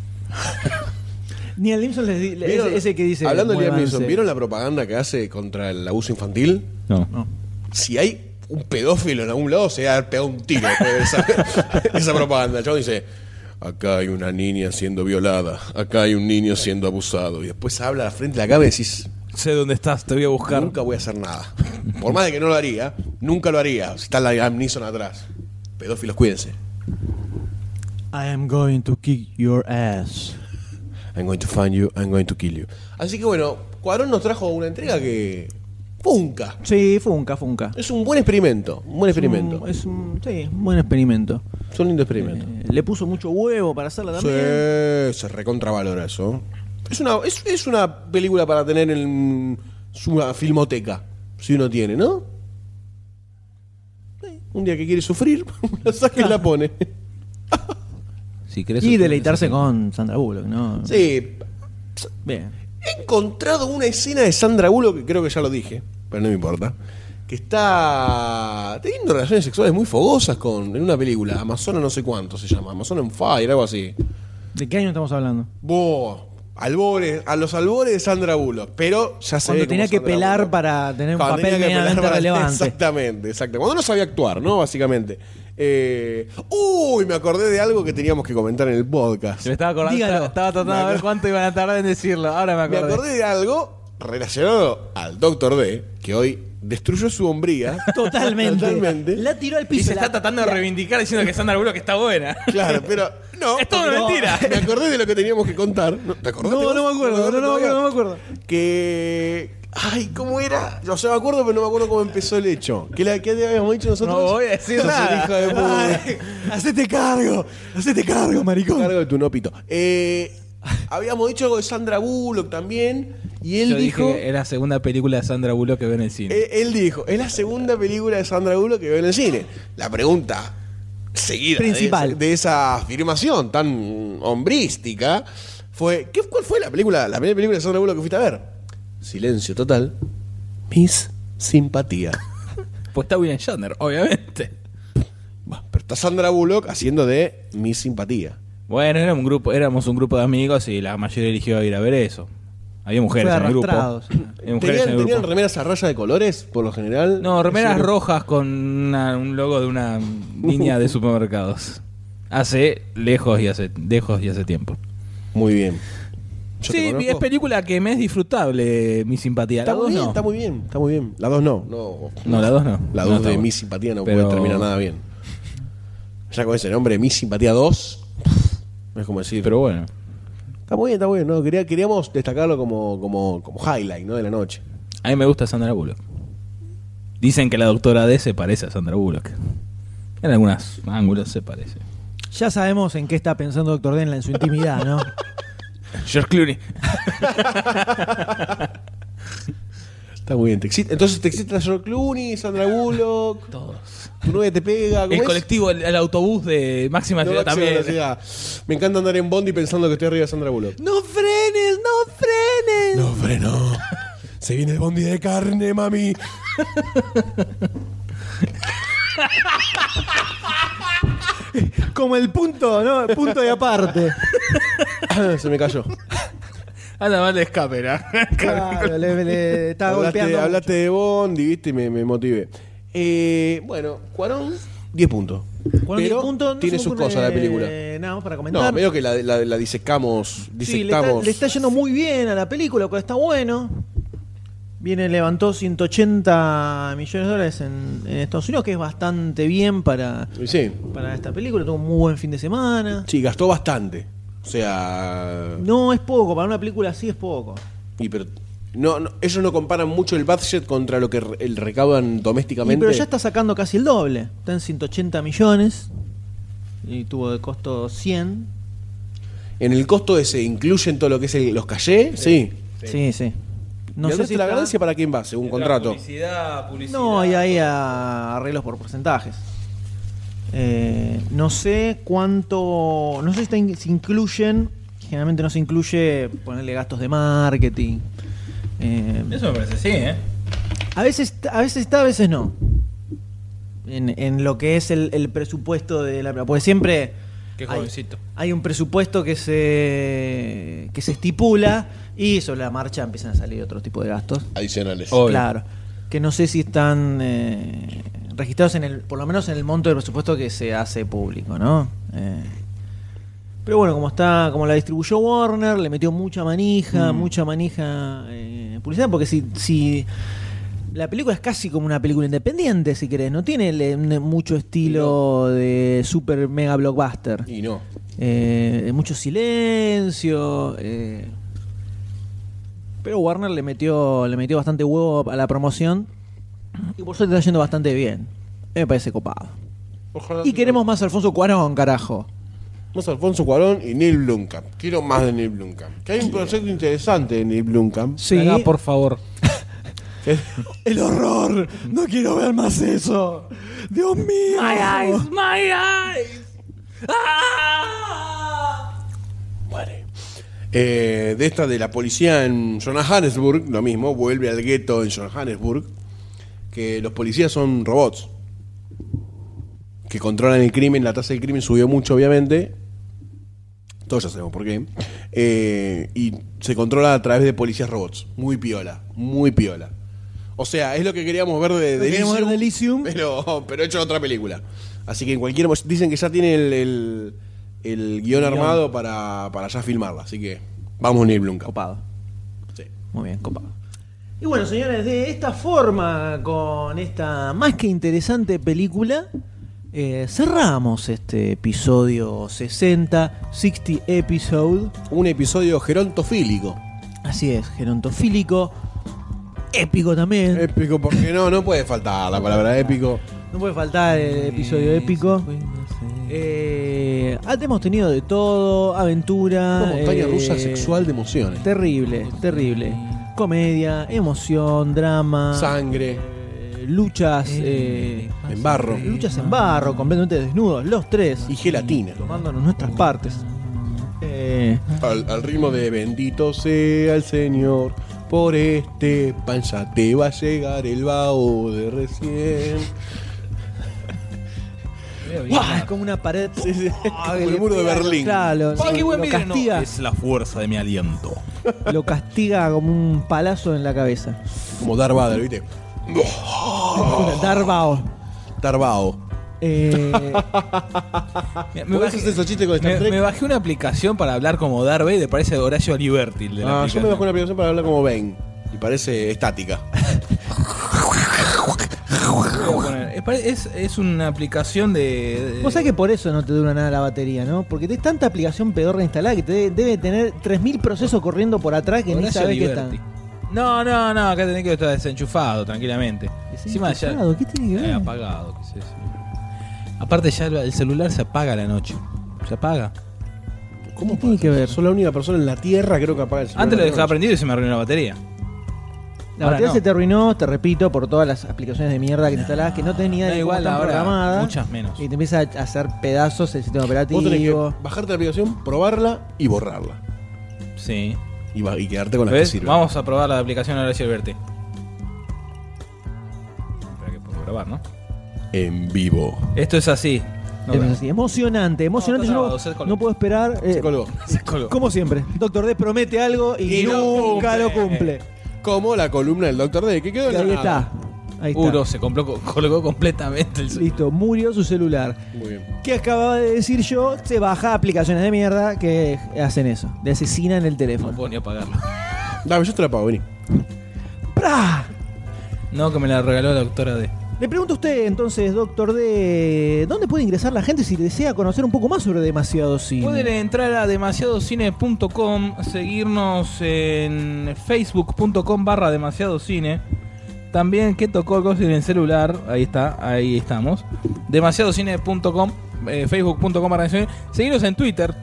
Speaker 3: Liam Neeson ese que dice...
Speaker 2: Hablando de Liam Neeson, ¿vieron la propaganda que hace contra el abuso infantil?
Speaker 4: No.
Speaker 2: Si hay un pedófilo en algún lado, se va a haber pegado un tiro después de esa propaganda. El chabón dice, acá hay una niña siendo violada, acá hay un niño siendo abusado. Y después habla a la frente de la cámara y decís...
Speaker 4: Sé dónde estás, te voy a buscar.
Speaker 2: Nunca voy a hacer nada. Por más de que no lo haría, nunca lo haría. Si está la Liam Neeson atrás. Pedófilos, cuídense.
Speaker 3: I am going to kick your ass.
Speaker 2: I'm going to find you, I'm going to kill you. Así que bueno, Cuarón nos trajo una entrega que... funca.
Speaker 3: Sí, funca.
Speaker 2: Es un buen experimento. Un buen experimento.
Speaker 3: Es un buen experimento.
Speaker 2: Es un lindo experimento.
Speaker 3: Le puso mucho huevo para hacerla también.
Speaker 2: Sí, se recontravalora eso. Es una película para tener en su filmoteca. Si uno tiene, ¿no? Un día que quiere sufrir, la saca y la pone.
Speaker 4: Si querés
Speaker 3: y deleitarse con Sandra Bullock, ¿no?
Speaker 2: Sí.
Speaker 3: Bien.
Speaker 2: He encontrado una escena de Sandra Bullock, que creo que ya lo dije, pero no me importa, que está teniendo relaciones sexuales muy fogosas en una película, Amazona no sé cuánto se llama, Amazona on Fire, algo así.
Speaker 3: ¿De qué año estamos hablando?
Speaker 2: A los albores de Sandra Bullock, pero ya se
Speaker 3: cuando
Speaker 2: ve
Speaker 3: tenía que
Speaker 2: Sandra
Speaker 3: pelar
Speaker 2: Bullock.
Speaker 3: para tener un
Speaker 2: Cuando
Speaker 3: papel
Speaker 2: tenía que pelar
Speaker 3: medianamente relevante.
Speaker 2: Exactamente. Cuando no sabía actuar, ¿no? Básicamente. Me acordé de algo que teníamos que comentar en el podcast.
Speaker 4: Me estaba acordando,
Speaker 3: Dígalo.
Speaker 4: estaba tratando de ver cuánto iban a tardar en decirlo. Ahora me
Speaker 2: Me
Speaker 4: acordé.
Speaker 2: acordé de algo relacionado al Dr. D, que hoy destruyó su hombría.
Speaker 3: Totalmente. La tiró al
Speaker 4: Y
Speaker 3: piso.
Speaker 4: se está tratando de reivindicar diciendo que Sandra Bullock está buena.
Speaker 2: Claro, pero no.
Speaker 4: Es todo una mentira.
Speaker 2: Me acordé de lo que teníamos que contar. ¿Te acordás?
Speaker 3: No me acuerdo. No me acuerdo.
Speaker 2: Que... Ay, ¿cómo era? O sea, me acuerdo, pero no me acuerdo cómo empezó el hecho. ¿Qué habíamos dicho nosotros?
Speaker 4: No voy a decir
Speaker 2: Sos
Speaker 4: nada.
Speaker 2: el hijo de puta.
Speaker 3: Ay, hacete cargo, maricón.
Speaker 2: Cargo de tu nopito. Habíamos dicho algo de Sandra Bullock también. Y él
Speaker 4: Yo
Speaker 2: dijo...
Speaker 4: dije que es la segunda película de Sandra Bullock que veo en el cine.
Speaker 2: Él dijo, es la segunda película de Sandra Bullock que veo en el cine. La pregunta seguida
Speaker 3: Principal.
Speaker 2: de esa afirmación tan hombrística fue, ¿cuál fue la primera película de Sandra Bullock que fuiste a ver? Silencio total. Miss Simpatía.
Speaker 4: Pues está William Shatner, obviamente.
Speaker 2: Bueno, pero está Sandra Bullock haciendo de Miss Simpatía.
Speaker 4: Bueno, éramos un grupo de amigos y la mayoría eligió ir a ver eso. Había mujeres
Speaker 3: Fue
Speaker 4: en el grupo.
Speaker 3: arrastrado, sí.
Speaker 4: Había mujeres en el
Speaker 2: ¿Tenían
Speaker 4: grupo.
Speaker 2: remeras a raya de colores, por lo general?
Speaker 4: No, remeras
Speaker 2: Sí.
Speaker 4: rojas con un logo de una línea de supermercados. Lejos y hace tiempo.
Speaker 2: Muy bien. Yo te
Speaker 4: Sí,
Speaker 2: conozco.
Speaker 4: es película que me es disfrutable, Mi Simpatía.
Speaker 2: Está
Speaker 4: La 2
Speaker 2: muy bien,
Speaker 4: no.
Speaker 2: está muy bien, está muy bien. La 2 no.
Speaker 4: No, la 2 no.
Speaker 2: La
Speaker 4: No
Speaker 2: 2
Speaker 4: está
Speaker 2: de
Speaker 4: buena.
Speaker 2: Mi Simpatía no
Speaker 4: Pero-
Speaker 2: puede terminar nada bien. Ya con ese nombre, Mi Simpatía 2, es como decir,
Speaker 4: Pero bueno.
Speaker 2: Está muy bien, ¿no? Queríamos destacarlo como highlight, ¿no? De la noche.
Speaker 4: A mí me gusta Sandra Bullock. Dicen que la doctora D se parece a Sandra Bullock. En algunos ángulos se parece.
Speaker 3: Ya sabemos en qué está pensando Dr. Denla en su intimidad, ¿no?
Speaker 4: George Clooney.
Speaker 2: Está muy bien. Entonces te excita George Clooney, Sandra Bullock.
Speaker 4: Todos.
Speaker 2: Tu novia te pega. ¿Cómo
Speaker 4: El
Speaker 2: es?
Speaker 4: colectivo, el autobús de máxima
Speaker 2: No,
Speaker 4: ciudad también.
Speaker 2: velocidad. Me encanta andar en Bondi pensando que estoy arriba de Sandra Bullock.
Speaker 3: ¡No frenes! ¡No frenes!
Speaker 2: No, freno. Se viene el Bondi de carne, mami.
Speaker 3: Como el punto, ¿no? El punto de aparte.
Speaker 2: Se me cayó.
Speaker 4: Anda mal de escape, ¿no?
Speaker 3: Claro, le estaba golpeando.
Speaker 2: Hablaste de Bondi, viste, y me motivé. Bueno, Cuarón, 10 puntos.
Speaker 3: Con
Speaker 2: Pero
Speaker 3: 10 puntos, no
Speaker 2: tiene
Speaker 3: se
Speaker 2: sus
Speaker 3: me ocurre
Speaker 2: cosas la película.
Speaker 3: Nada para comentar.
Speaker 2: No, medio que la disecamos.
Speaker 3: Sí, le está yendo muy bien a la película, que está bueno. Levantó 180 millones de dólares en Estados Unidos, que es bastante bien para esta película. Tuvo un muy buen fin de semana.
Speaker 2: Sí, gastó bastante. O sea.
Speaker 3: No es poco, para una película así es poco.
Speaker 2: Pero no, ellos no comparan mucho el budget contra lo que recaudan domésticamente.
Speaker 3: Pero ya está sacando casi el doble. Está en 180 millones y tuvo de costo 100.
Speaker 2: En el costo ese incluyen todo lo que es los cachés, sí.
Speaker 3: Sí. No
Speaker 2: ¿Y
Speaker 3: sé si
Speaker 2: la
Speaker 3: está...
Speaker 2: ganancia para quién va, según contrato?
Speaker 4: Publicidad.
Speaker 3: No, y ahí arreglos por porcentajes. No sé cuánto. No sé si incluyen. Generalmente no se incluye ponerle gastos de marketing.
Speaker 4: Eso me parece, sí, ¿eh?
Speaker 3: A veces está, a veces no. En lo que es el presupuesto de la. Porque siempre.
Speaker 4: Qué jovencito.
Speaker 3: Hay un presupuesto que se estipula y sobre la marcha empiezan a salir otro tipo de gastos.
Speaker 2: Adicionales.
Speaker 4: Obvio.
Speaker 3: Claro. Que no sé si están registrados por lo menos en el monto del presupuesto que se hace público, ¿no? Pero bueno, como la distribuyó Warner, le metió mucha manija publicidad, porque si la película es casi como una película independiente, si querés, no tiene mucho estilo de super mega blockbuster.
Speaker 2: Y no.
Speaker 3: Mucho silencio. Pero Warner le metió bastante huevo a la promoción y por suerte está yendo bastante bien. Me parece copado.
Speaker 2: Ojalá
Speaker 3: Y queremos más Alfonso Cuarón, carajo.
Speaker 2: Más Alfonso Cuarón y Neil Blomkamp. Quiero más de Neil Blomkamp. Que hay un proyecto interesante de Neil Blomkamp.
Speaker 3: Sí.
Speaker 4: Acá, por favor.
Speaker 3: El horror. No quiero ver más eso. Dios mío.
Speaker 4: My eyes.
Speaker 2: Muere. De esta de la policía en Johannesburg, lo mismo, vuelve al gueto en Johannesburg, que los policías son robots que controlan el crimen. La tasa del crimen subió mucho, obviamente. Todos ya sabemos por qué. Y se controla a través de policías robots. Muy piola, muy piola. O sea, es lo que queríamos ver de
Speaker 3: Elysium.
Speaker 2: pero hecho en otra película. Así que en cualquier... Dicen que ya tiene el guión armado para ya filmarla. Así que vamos a ir Blomkamp.
Speaker 3: Copado.
Speaker 2: Sí.
Speaker 3: Muy bien, copado. Y bueno, señores, de esta forma, con esta más que interesante película, cerramos este episodio 60 episode.
Speaker 2: Un episodio gerontofílico.
Speaker 3: Así es, gerontofílico. Épico también.
Speaker 2: Épico, porque no puede faltar la palabra épico.
Speaker 3: No puede faltar el episodio épico. Hemos tenido de todo, aventura.
Speaker 2: Una montaña rusa sexual de emociones.
Speaker 3: Terrible. Comedia, emoción, drama.
Speaker 2: Sangre.
Speaker 3: Luchas
Speaker 2: en barro.
Speaker 3: Luchas en barro, completamente desnudos, los tres.
Speaker 2: Y gelatina.
Speaker 3: Tomándonos nuestras partes.
Speaker 2: Al ritmo de bendito sea el Señor. Por este pan ya te va a llegar el vaho de recién.
Speaker 3: ¡Guau! Es como una pared.
Speaker 2: Sí.
Speaker 3: ¡Ah!
Speaker 2: Como el muro de Berlín.
Speaker 3: Claro,
Speaker 4: ¡Qué buen
Speaker 3: lo
Speaker 4: video!
Speaker 3: castiga,
Speaker 4: No, es la fuerza de mi aliento.
Speaker 3: lo castiga como un palazo en la cabeza.
Speaker 2: Como Darth Vader, ¿viste?
Speaker 3: Darth Vader.
Speaker 2: Darth Vader. ¿Podés hacer esos chistes con Star Trek?
Speaker 4: Me bajé una aplicación para hablar como Darth Vader, parece Horacio Aliberti. El de la
Speaker 2: Yo me
Speaker 4: aplicación.
Speaker 2: bajé una aplicación para hablar como Bane. Y parece estática.
Speaker 4: Voy a poner, Es una aplicación de...
Speaker 3: Vos sabés que por eso no te dura nada la batería, ¿no? Porque tenés tanta aplicación pedorra instalada que te debe tener 3000 procesos corriendo por atrás que ni
Speaker 4: Horacio
Speaker 3: sabés que
Speaker 4: Liberty.
Speaker 3: están.
Speaker 4: No, acá tenés que estar desenchufado tranquilamente. Encima ya
Speaker 3: Desenchufado, ¿qué tiene que ver?
Speaker 4: apagado, qué sé yo. Aparte ya el celular se apaga a la noche. Se apaga.
Speaker 2: ¿Cómo
Speaker 3: ¿Qué tiene
Speaker 2: pasa?
Speaker 3: que ver?
Speaker 2: Soy la única persona en la Tierra, creo que apaga el celular.
Speaker 4: Antes lo
Speaker 2: a la
Speaker 4: dejaba
Speaker 2: noche.
Speaker 4: prendido y se me arruinó la batería.
Speaker 3: La
Speaker 4: Ahora
Speaker 3: batería
Speaker 4: no.
Speaker 3: se te arruinó, te repito, por todas las aplicaciones de mierda que te instalás, que no tenés ni idea
Speaker 4: Da
Speaker 3: de cómo
Speaker 4: igual,
Speaker 3: están
Speaker 4: ahora
Speaker 3: programadas.
Speaker 4: muchas menos.
Speaker 3: Y te empieza a hacer pedazos el sistema
Speaker 2: Vos tenés que
Speaker 3: operativo.
Speaker 2: bajarte la aplicación, probarla y borrarla.
Speaker 4: Sí.
Speaker 2: Y quedarte con las que
Speaker 4: ¿Ves?
Speaker 2: sirven.
Speaker 4: Vamos a probar la aplicación de Horacio Alberti. Espera que puedo grabar, ¿no?
Speaker 2: En vivo.
Speaker 4: Esto es así. No,
Speaker 3: Es así, emocionante.
Speaker 4: No,
Speaker 3: Yo
Speaker 4: está
Speaker 3: no,
Speaker 4: grabado, se colgó.
Speaker 3: no puedo esperar.
Speaker 2: Se colgó.
Speaker 4: se colgó.
Speaker 3: Como siempre, Doctor D promete algo y,
Speaker 2: Y no
Speaker 3: nunca
Speaker 4: cumple.
Speaker 3: lo cumple.
Speaker 2: Como la columna del Dr. D, que quedó en
Speaker 3: Y
Speaker 2: la
Speaker 3: ahí
Speaker 2: nada.
Speaker 3: está. Ahí está.
Speaker 4: No, se colgó completamente el
Speaker 3: Listo, murió su celular.
Speaker 2: Muy bien.
Speaker 3: ¿Qué acababa de decir yo? Se baja aplicaciones de mierda que hacen eso. Le asesinan el
Speaker 4: No
Speaker 3: teléfono.
Speaker 4: puedo ni apagarlo.
Speaker 2: Dame, yo te la pago, vení.
Speaker 3: ¡Pra!
Speaker 4: No, que me la regaló la doctora D.
Speaker 3: Le pregunto a usted entonces, Doctor D, ¿dónde puede ingresar la gente si desea conocer un poco más sobre Demasiado Cine?
Speaker 4: Pueden entrar a demasiadocine.com, seguirnos en facebook.com/demasiadocine. También que tocó el coso en el celular, ahí está, ahí estamos. Demasiadocine.com, facebook.com/demasiadocine. Seguirnos en Twitter,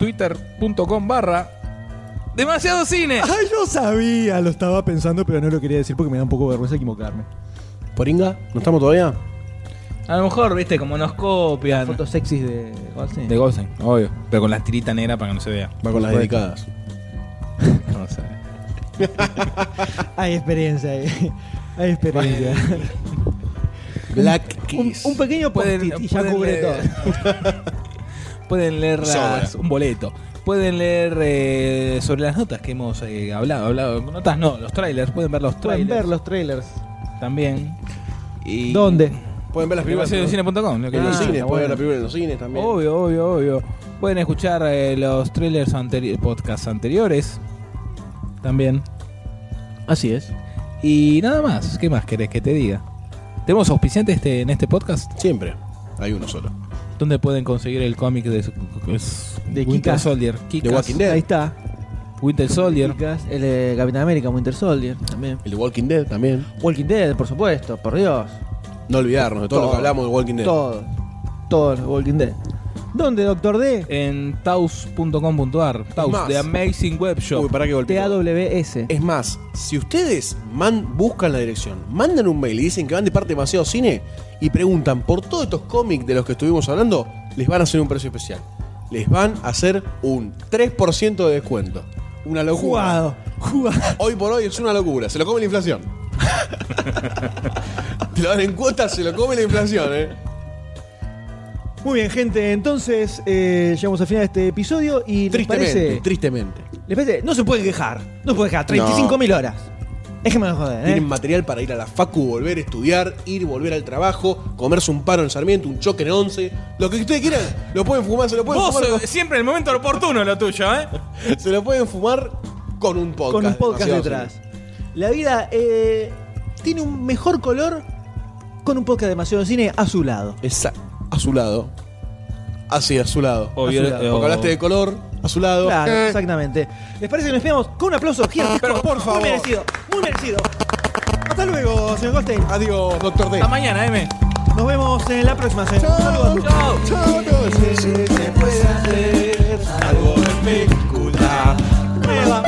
Speaker 4: twitter.com/demasiadocine.
Speaker 3: Ah, yo sabía, lo estaba pensando, pero no lo quería decir porque me da un poco de vergüenza equivocarme.
Speaker 2: ¿Poringa? ¿No estamos todavía?
Speaker 4: A lo mejor, viste, como nos copian.
Speaker 3: Fotos sexys de Goldstein.
Speaker 4: De Goldstein, obvio. Pero con la tirita negra para que no se vea.
Speaker 2: Va con las dedicadas.
Speaker 4: No sé.
Speaker 3: Hay experiencia ahí. Hay experiencia.
Speaker 2: Black
Speaker 3: un,
Speaker 2: Kiss.
Speaker 3: un pequeño post-it y ya cubre todo.
Speaker 4: Pueden leer
Speaker 2: Sobra.
Speaker 4: un boleto. Pueden leer sobre las notas que hemos hablado. Notas no, los trailers. Pueden ver los
Speaker 3: Pueden
Speaker 4: trailers.
Speaker 3: ver los trailers.
Speaker 4: También. Y
Speaker 3: ¿Dónde?
Speaker 2: Pueden ver las películas
Speaker 4: demasiadocine.com, lo que
Speaker 2: en los
Speaker 4: dice.
Speaker 2: cines.
Speaker 3: está
Speaker 2: Pueden ver
Speaker 3: bueno.
Speaker 2: las películas en los cines también.
Speaker 4: Obvio. Pueden escuchar los trailers podcasts anteriores. También.
Speaker 3: Así es.
Speaker 4: Y nada más. ¿Qué más querés que te diga? ¿Tenemos auspiciantes en este podcast?
Speaker 2: Siempre. Hay uno solo.
Speaker 4: ¿Dónde pueden conseguir el cómic de Winter
Speaker 3: Kick-Ass.
Speaker 4: Soldier?
Speaker 2: The
Speaker 4: Kick-Ass.
Speaker 2: Walking Dead.
Speaker 3: Ahí está.
Speaker 4: Winter Soldier.
Speaker 3: Chicas, el de Capitán América, Winter Soldier también.
Speaker 2: El de Walking Dead también.
Speaker 3: Walking Dead, por supuesto, por Dios.
Speaker 2: No olvidarnos de todo lo que hablamos de Walking Dead.
Speaker 3: Todos los Walking Dead. ¿Dónde, Doctor D?
Speaker 4: En taus.com.ar. Taus,
Speaker 2: más.
Speaker 4: The Amazing Web Shop.
Speaker 2: Uy, para que golpeo.
Speaker 3: TAWS.
Speaker 2: Es más, si ustedes buscan la dirección, mandan un mail y dicen que van de parte de Demasiado Cine y preguntan por todos estos cómics de los que estuvimos hablando, les van a hacer un precio especial. Les van a hacer un 3% de descuento. Una locura.
Speaker 3: Jugado.
Speaker 2: Hoy por hoy es una locura. Se lo come la inflación. Te lo dan en cuotas, se lo come la inflación,
Speaker 3: Muy bien, gente. Entonces, llegamos al final de este episodio y
Speaker 2: Tristemente,
Speaker 3: tristemente. ¿Les parece? No se pueden quejar. No se pueden quejar. 35.000 horas. Déjenme joder,
Speaker 2: Tienen material para ir a la facu, volver a estudiar, volver al trabajo, comerse un paro en Sarmiento, un choque en 11. Lo que ustedes quieran, lo pueden fumar, se lo pueden
Speaker 4: Vos
Speaker 2: fumar.
Speaker 4: siempre en el momento oportuno lo tuyo, ¿eh?
Speaker 2: Se lo pueden fumar con un podcast.
Speaker 3: con un podcast
Speaker 2: Demasiado
Speaker 3: detrás. La vida tiene un mejor color con un podcast Demasiado Cine a su lado.
Speaker 2: Exacto. A su lado. Así, a su lado.
Speaker 4: Obvio,
Speaker 3: A su lado.
Speaker 2: Porque hablaste de color, a su lado.
Speaker 3: Claro, exactamente. ¿Les parece que nos despedimos con un aplauso gigantesco?
Speaker 2: Pero, por favor.
Speaker 3: Muy merecido, muy merecido. Hasta luego, señor Goldstein.
Speaker 2: Adiós, doctor D.
Speaker 4: Hasta mañana, M.
Speaker 3: Nos vemos en la próxima, señor. Saludos.
Speaker 4: Chao.
Speaker 2: Chao, no sé si se puede hacer algo espectacular.
Speaker 3: Mueva.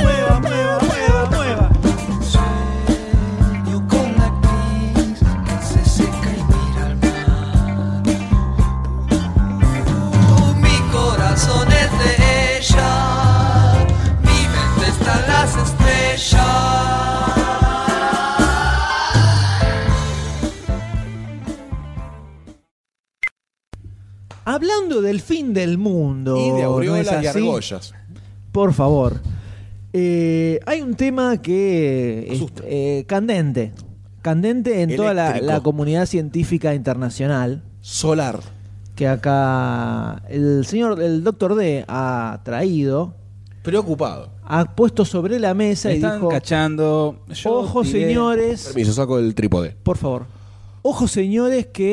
Speaker 5: Sueño con la actriz que se seca y mira al mar. Mi corazón es de ella, mi mente está en las estrellas.
Speaker 3: Hablando del fin del mundo.
Speaker 2: Y de
Speaker 3: ¿no es
Speaker 2: aureolas y
Speaker 3: así?
Speaker 2: argollas.
Speaker 3: Por favor. Hay un tema que
Speaker 2: Asusta.
Speaker 3: candente en toda
Speaker 2: Eléctrico.
Speaker 3: la comunidad científica internacional,
Speaker 2: Solar.
Speaker 3: que acá el Doctor D ha traído,
Speaker 2: Preocupado.
Speaker 3: ha puesto sobre la mesa
Speaker 4: Me
Speaker 3: y
Speaker 4: están
Speaker 3: dijo:
Speaker 4: cachando. Yo
Speaker 3: ojo,
Speaker 4: tiré-
Speaker 3: señores,
Speaker 2: Permiso, saco el trípode.
Speaker 3: por favor, ojo, señores, que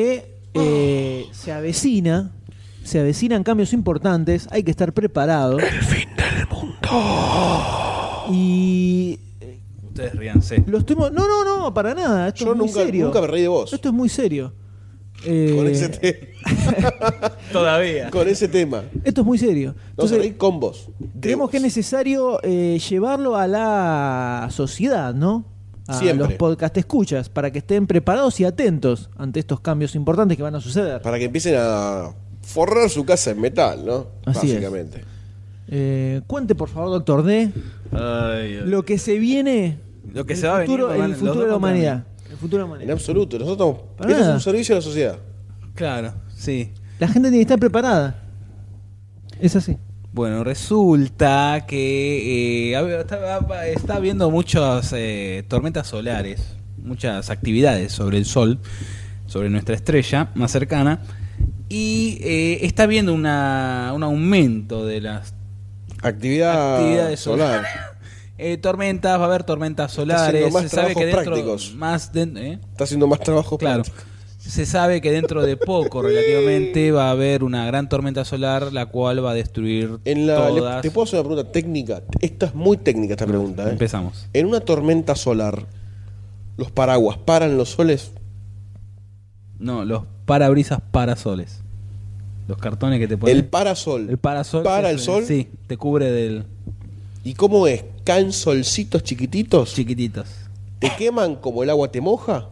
Speaker 3: se avecinan cambios importantes, hay que estar preparado.
Speaker 2: El fin del mundo.
Speaker 3: Y
Speaker 4: Ustedes ríanse.
Speaker 3: lo estoy no, para nada, esto
Speaker 2: Yo
Speaker 3: es muy
Speaker 2: nunca,
Speaker 3: serio.
Speaker 2: nunca me reí de vos.
Speaker 3: Esto es muy serio.
Speaker 2: Con ese tema.
Speaker 4: Todavía.
Speaker 2: Con ese tema.
Speaker 3: Esto es muy serio.
Speaker 2: Vamos a
Speaker 3: Entonces,
Speaker 2: reír con vos.
Speaker 3: creemos que es necesario llevarlo a la sociedad, ¿no? A
Speaker 2: Siempre.
Speaker 3: los podcast escuchas, para que estén preparados y atentos ante estos cambios importantes que van a suceder.
Speaker 2: Para que empiecen a forrar su casa en metal, ¿no?
Speaker 3: Así es.
Speaker 2: Básicamente.
Speaker 3: Cuente, por favor, doctor D, lo que se viene,
Speaker 4: Lo que
Speaker 3: el
Speaker 4: se va a venir,
Speaker 3: futuro,
Speaker 4: lo van-
Speaker 3: el
Speaker 4: los
Speaker 3: futuro
Speaker 4: dos
Speaker 3: de la
Speaker 4: contra mí.
Speaker 3: humanidad. El futuro de la
Speaker 2: En
Speaker 3: humanidad.
Speaker 2: absoluto. Nosotros
Speaker 3: Para
Speaker 2: esto es
Speaker 3: nada.
Speaker 2: un servicio a la sociedad.
Speaker 4: Claro, sí.
Speaker 3: La gente tiene que estar preparada. Es así.
Speaker 4: Bueno, resulta que está habiendo muchas tormentas solares, muchas actividades sobre el Sol, sobre nuestra estrella más cercana, y está habiendo un aumento de las
Speaker 2: Actividad solar.
Speaker 4: tormentas. Va a haber tormentas
Speaker 2: haciendo
Speaker 4: solares.
Speaker 2: más
Speaker 4: Se sabe que
Speaker 2: trabajos
Speaker 4: dentro
Speaker 2: prácticos. Está haciendo más trabajo.
Speaker 4: Claro.
Speaker 2: práctico.
Speaker 4: Se sabe que dentro de poco, relativamente, va a haber una gran tormenta solar, la cual va a destruir todas.
Speaker 2: ¿Te puedo hacer una pregunta técnica? Esta es muy técnica esta pregunta.
Speaker 4: Empezamos.
Speaker 2: En una tormenta solar, ¿los paraguas paran los soles?
Speaker 4: No, los parabrisas parasoles. Los cartones que te ponen.
Speaker 2: El parasol.
Speaker 4: El parasol.
Speaker 2: ¿Para
Speaker 4: que
Speaker 2: el sol?
Speaker 4: Sí, te cubre del
Speaker 2: ¿Y cómo es? ¿Caen solcitos chiquititos?
Speaker 4: chiquititos.
Speaker 2: ¿Te queman como el agua te moja?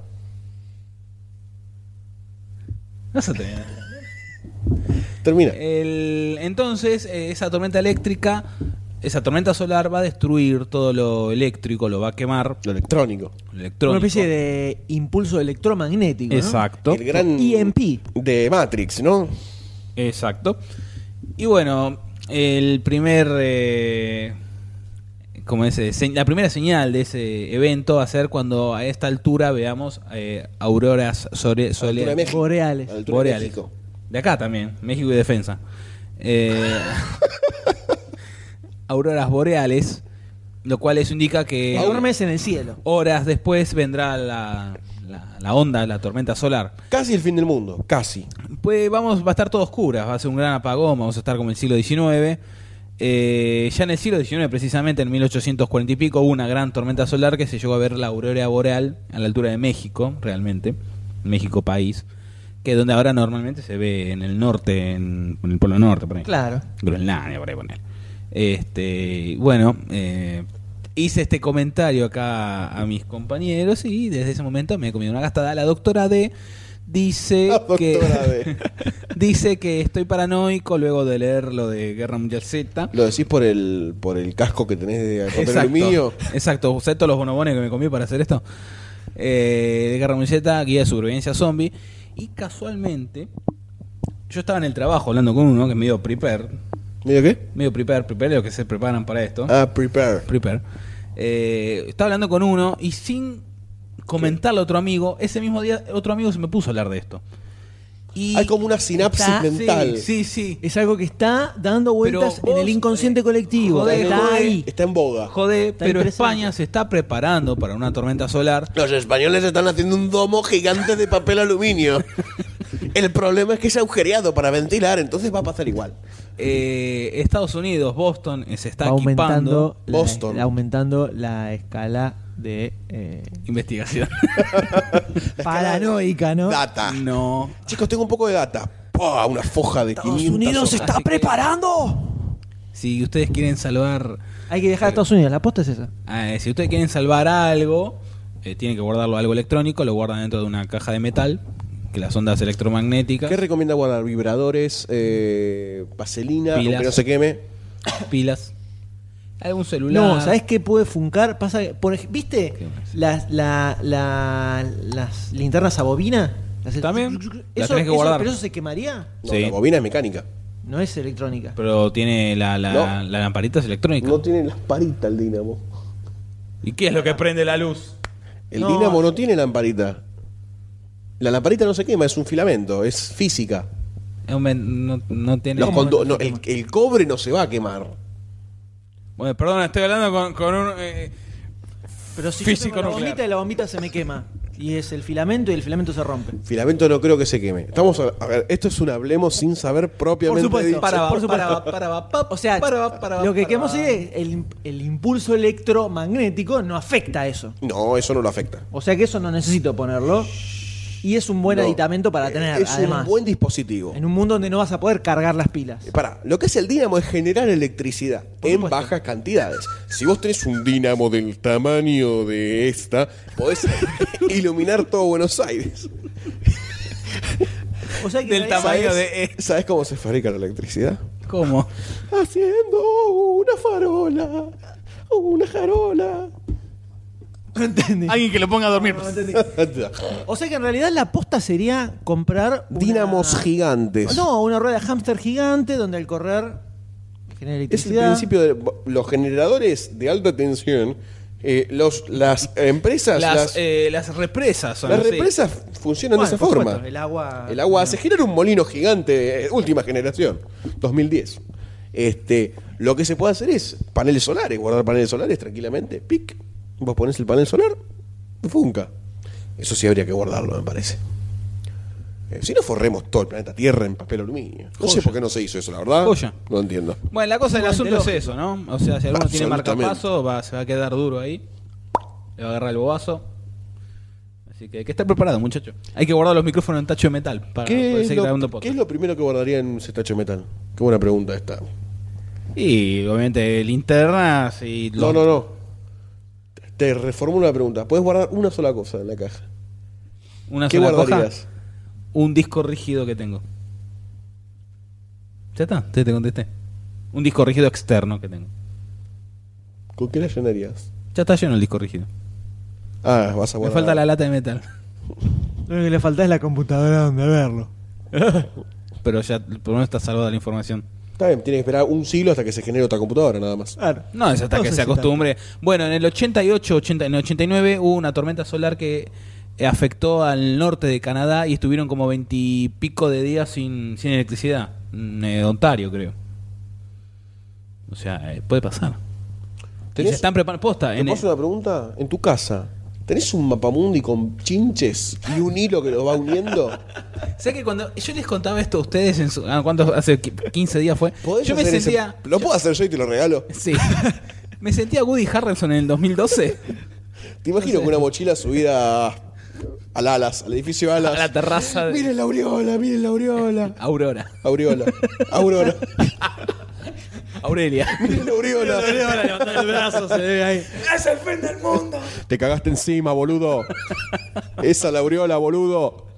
Speaker 4: No se te
Speaker 2: Termina.
Speaker 4: Entonces, esa tormenta eléctrica, esa tormenta solar va a destruir todo lo eléctrico, lo va a quemar,
Speaker 2: Lo electrónico.
Speaker 4: lo
Speaker 3: Una
Speaker 4: electrónico.
Speaker 3: especie de impulso electromagnético, ¿no?
Speaker 4: Exacto.
Speaker 2: El gran
Speaker 3: EMP.
Speaker 2: de Matrix, ¿no?
Speaker 4: Exacto. Y bueno, el primer la primera señal de ese evento va a ser cuando a esta altura veamos auroras
Speaker 2: A la altura de México.
Speaker 3: Boreales.
Speaker 2: A la altura de
Speaker 4: boreales.
Speaker 2: México.
Speaker 4: De acá también, México y defensa. Auroras boreales, lo cual eso indica que
Speaker 3: Enormes en el cielo.
Speaker 4: horas después vendrá la onda, la tormenta solar.
Speaker 2: Casi el fin del mundo. Casi.
Speaker 4: Pues va a estar todo oscuras, va a ser un gran apagón, vamos a estar como el siglo XIX. Ya en el siglo XIX, precisamente en 1840 y pico, hubo una gran tormenta solar que se llegó a ver la aurora boreal a la altura de México, realmente, México país, que es donde ahora normalmente se ve en el norte, en el Polo Norte, por ahí.
Speaker 3: Claro.
Speaker 4: Groenlandia, por ahí poner. Bueno, hice este comentario acá a mis compañeros y desde ese momento me he comido una gastada. La doctora D dice
Speaker 2: La doctora D.
Speaker 4: dice que estoy paranoico luego de leer lo de Guerra Mundial Z.
Speaker 2: ¿Lo decís por el casco que tenés de papel aluminio?
Speaker 4: Exacto, usé todos los bonobones que me comí para hacer esto. De Guerra Mundial Z, guía de supervivencia zombie. Y casualmente, yo estaba en el trabajo hablando con uno que es medio prepare.
Speaker 2: ¿Medio qué?
Speaker 4: Medio prepare lo que se preparan para esto.
Speaker 2: Prepare.
Speaker 4: Prepare. Estaba hablando con uno y sin comentarle a otro amigo, ese mismo día otro amigo se me puso a hablar de esto. Y
Speaker 2: Hay como una sinapsis
Speaker 3: Está-
Speaker 2: mental.
Speaker 4: Sí.
Speaker 3: Es algo que está dando vueltas
Speaker 4: Pero
Speaker 3: en el
Speaker 4: vos,
Speaker 3: inconsciente colectivo.
Speaker 4: joder,
Speaker 3: Está
Speaker 4: joder.
Speaker 3: ahí.
Speaker 2: Está en boga.
Speaker 4: Joder,
Speaker 3: Está
Speaker 4: pero
Speaker 3: interesante.
Speaker 4: España se está preparando para una tormenta solar.
Speaker 2: Los españoles están haciendo un domo gigante de papel aluminio. El problema es que es agujereado para ventilar, entonces va a pasar igual.
Speaker 4: Estados Unidos, Boston, se está
Speaker 3: Va
Speaker 4: equipando.
Speaker 2: Boston.
Speaker 3: aumentando la escala de
Speaker 4: Investigación.
Speaker 3: paranoica, ¿no?
Speaker 2: Data.
Speaker 4: No.
Speaker 2: Chicos, tengo un poco de data. ¡Pah! Una foja de 500 hojas.
Speaker 4: está
Speaker 3: preparando.
Speaker 4: Si ustedes quieren salvar.
Speaker 3: Hay que dejar a Estados Unidos, la aposta es esa.
Speaker 4: Si ustedes quieren salvar algo, tienen que guardarlo algo electrónico, lo guardan dentro de una caja de metal, que las ondas electromagnéticas,
Speaker 2: ¿Qué recomienda guardar? Vibradores, vaselina,
Speaker 4: Pilas.
Speaker 2: aunque no se queme.
Speaker 4: pilas, algún celular.
Speaker 3: No, ¿sabés qué puede funcar? Pasa, ¿viste
Speaker 4: ¿Qué más?
Speaker 3: las linternas a bobina?
Speaker 4: También. Las
Speaker 3: Eso,
Speaker 4: tenés que guardar.
Speaker 3: ¿Pero eso se quemaría?
Speaker 2: No,
Speaker 4: Sí.
Speaker 2: la bobina es mecánica.
Speaker 3: No es electrónica.
Speaker 4: Pero tiene la
Speaker 2: No.
Speaker 4: lamparita es electrónica.
Speaker 2: No tiene lamparita el dínamo.
Speaker 4: ¿Y qué es lo que prende la luz?
Speaker 2: El
Speaker 3: No,
Speaker 2: dínamo no tiene lamparita. La lamparita no se quema, es un filamento, es física.
Speaker 4: No tiene.
Speaker 2: El cobre no se va a quemar.
Speaker 4: Bueno, perdón, estoy hablando con un
Speaker 3: Pero si
Speaker 4: físico
Speaker 3: yo tengo la
Speaker 4: nuclear.
Speaker 3: bombita y la bombita se me quema. Y es el filamento y el filamento se rompe.
Speaker 2: Filamento no creo que se queme. Estamos a ver, esto es un hablemos sin saber propiamente
Speaker 3: Por supuesto.
Speaker 2: dicho.
Speaker 3: Por supuesto. O sea, lo que queremos decir es el impulso electromagnético no afecta a eso.
Speaker 2: No, eso no lo afecta.
Speaker 3: O sea que eso no necesito ponerlo. Y es un buen
Speaker 2: No.
Speaker 3: aditamento para tener,
Speaker 2: Es
Speaker 3: además.
Speaker 2: un buen dispositivo.
Speaker 3: En un mundo donde no vas a poder cargar las pilas.
Speaker 2: Pará, lo que es el dínamo es generar electricidad
Speaker 3: Por
Speaker 2: en
Speaker 3: supuesto.
Speaker 2: bajas cantidades. Si vos tenés un dínamo del tamaño de esta, podés iluminar todo Buenos Aires.
Speaker 3: O sea que
Speaker 4: Del
Speaker 3: en realidad-
Speaker 4: tamaño
Speaker 2: ¿Sabés- ¿Sabés cómo se fabrica la electricidad?
Speaker 4: ¿Cómo?
Speaker 2: Haciendo una farola, una jarola.
Speaker 3: No entendí.
Speaker 4: Alguien que lo ponga a dormir.
Speaker 3: No entendí. O sea que en realidad la aposta sería comprar
Speaker 2: Dínamos gigantes.
Speaker 3: No, una rueda de hámster gigante donde al correr genera
Speaker 2: Es el
Speaker 3: electricidad.
Speaker 2: principio de los generadores de alta tensión. Las empresas,
Speaker 4: Las represas son
Speaker 2: las
Speaker 4: así.
Speaker 2: represas funcionan
Speaker 3: Bueno,
Speaker 2: de esa
Speaker 3: por
Speaker 2: forma.
Speaker 3: supuesto, el agua
Speaker 2: Se genera un molino gigante, última generación, 2010. Lo que se puede hacer es paneles solares, guardar paneles solares tranquilamente. Pic, vos pones el panel solar, funca. Eso sí habría que guardarlo, me parece. Si no forremos todo el planeta Tierra en papel aluminio. No sé
Speaker 4: Joya.
Speaker 2: por qué no se hizo eso, la verdad.
Speaker 4: Joya.
Speaker 2: No entiendo.
Speaker 4: Bueno, la cosa del
Speaker 3: Igual
Speaker 4: asunto
Speaker 3: de
Speaker 4: es
Speaker 3: lógico.
Speaker 4: eso, ¿no? O sea, si alguno tiene
Speaker 2: Absolutamente.
Speaker 4: marcapaso, se va a quedar duro ahí. Le va a agarrar el bobazo. Así que hay que estar preparado, muchachos. Hay que guardar los micrófonos en tacho de metal para
Speaker 2: ¿Qué
Speaker 4: poder
Speaker 2: es,
Speaker 4: seguir grabando
Speaker 2: ¿Qué
Speaker 4: podcast.
Speaker 2: es lo primero que guardaría en un cetacho de metal? Qué buena pregunta esta.
Speaker 4: Y obviamente linternas y...
Speaker 2: No. Te reformulo la pregunta. Puedes guardar una sola cosa en la caja.
Speaker 4: Una
Speaker 2: ¿Qué
Speaker 4: sola
Speaker 2: guardarías?
Speaker 4: cosa, un disco rígido que tengo. Ya está, te contesté. Un disco rígido externo que tengo.
Speaker 2: ¿Con qué la llenarías?
Speaker 4: Ya está lleno el disco rígido.
Speaker 2: Ah, vas a
Speaker 4: Me
Speaker 2: guardar.
Speaker 4: falta la lata de metal.
Speaker 3: Lo que le falta es la computadora donde verlo.
Speaker 4: Pero ya por lo menos está salvada la información.
Speaker 2: Está bien, tiene que esperar un siglo hasta que se genere otra computadora, nada más.
Speaker 3: Claro.
Speaker 4: No, es hasta
Speaker 3: No
Speaker 4: que
Speaker 3: sé
Speaker 4: se
Speaker 3: si
Speaker 4: acostumbre. Bueno, en el 88, en el 89 hubo una tormenta solar que afectó al norte de Canadá y estuvieron como 20 y pico de días sin electricidad. En Ontario, creo. O sea, puede pasar. Y se están preparando. Posta,
Speaker 2: ¿Te paso una pregunta? En tu casa, ¿tenés un mapamundi con chinches y un hilo que lo va uniendo?
Speaker 4: sé que cuando yo les contaba esto a ustedes, ¿cuánto? Hace 15 días fue.
Speaker 2: ¿Podés
Speaker 4: Yo me
Speaker 2: hacer
Speaker 4: sentía.
Speaker 2: ¿Lo puedo hacer yo y te lo regalo?
Speaker 4: Sí. Me sentía Woody Harrelson en el 2012.
Speaker 2: Te imagino con una mochila subida al Alas, al edificio Alas.
Speaker 4: A la terraza de-
Speaker 2: Miren la aureola, miren la aureola.
Speaker 4: Aurora.
Speaker 2: Aureola. Aurora.
Speaker 4: Aurelia.
Speaker 2: Miren la aureola.
Speaker 3: El brazo se ve ahí.
Speaker 4: ¡Es el fin del mundo!
Speaker 2: Te cagaste encima, boludo. Esa la aureola, boludo.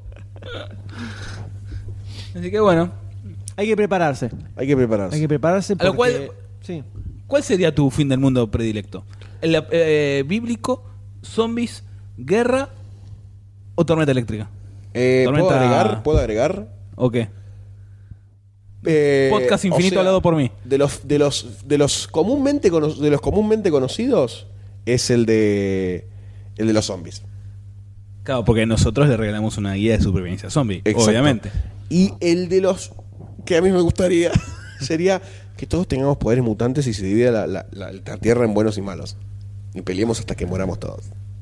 Speaker 4: Así que bueno.
Speaker 3: Hay que prepararse.
Speaker 2: Hay que prepararse.
Speaker 3: Hay que prepararse
Speaker 4: A lo
Speaker 3: porque...
Speaker 4: cual-
Speaker 3: Sí.
Speaker 4: ¿Cuál sería tu fin del mundo predilecto? ¿El bíblico, zombies, guerra o tormenta eléctrica?
Speaker 2: ¿Puedo agregar?
Speaker 4: ¿O qué? Podcast infinito hablado por mí.
Speaker 2: De los comúnmente conocidos es el de los zombies.
Speaker 4: Claro, porque nosotros le regalamos una guía de supervivencia zombie,
Speaker 2: Exacto.
Speaker 4: obviamente.
Speaker 2: Y el de los que a mí me gustaría sería que todos tengamos poderes mutantes y se divida la tierra en buenos y malos. Y peleemos hasta que moramos todos.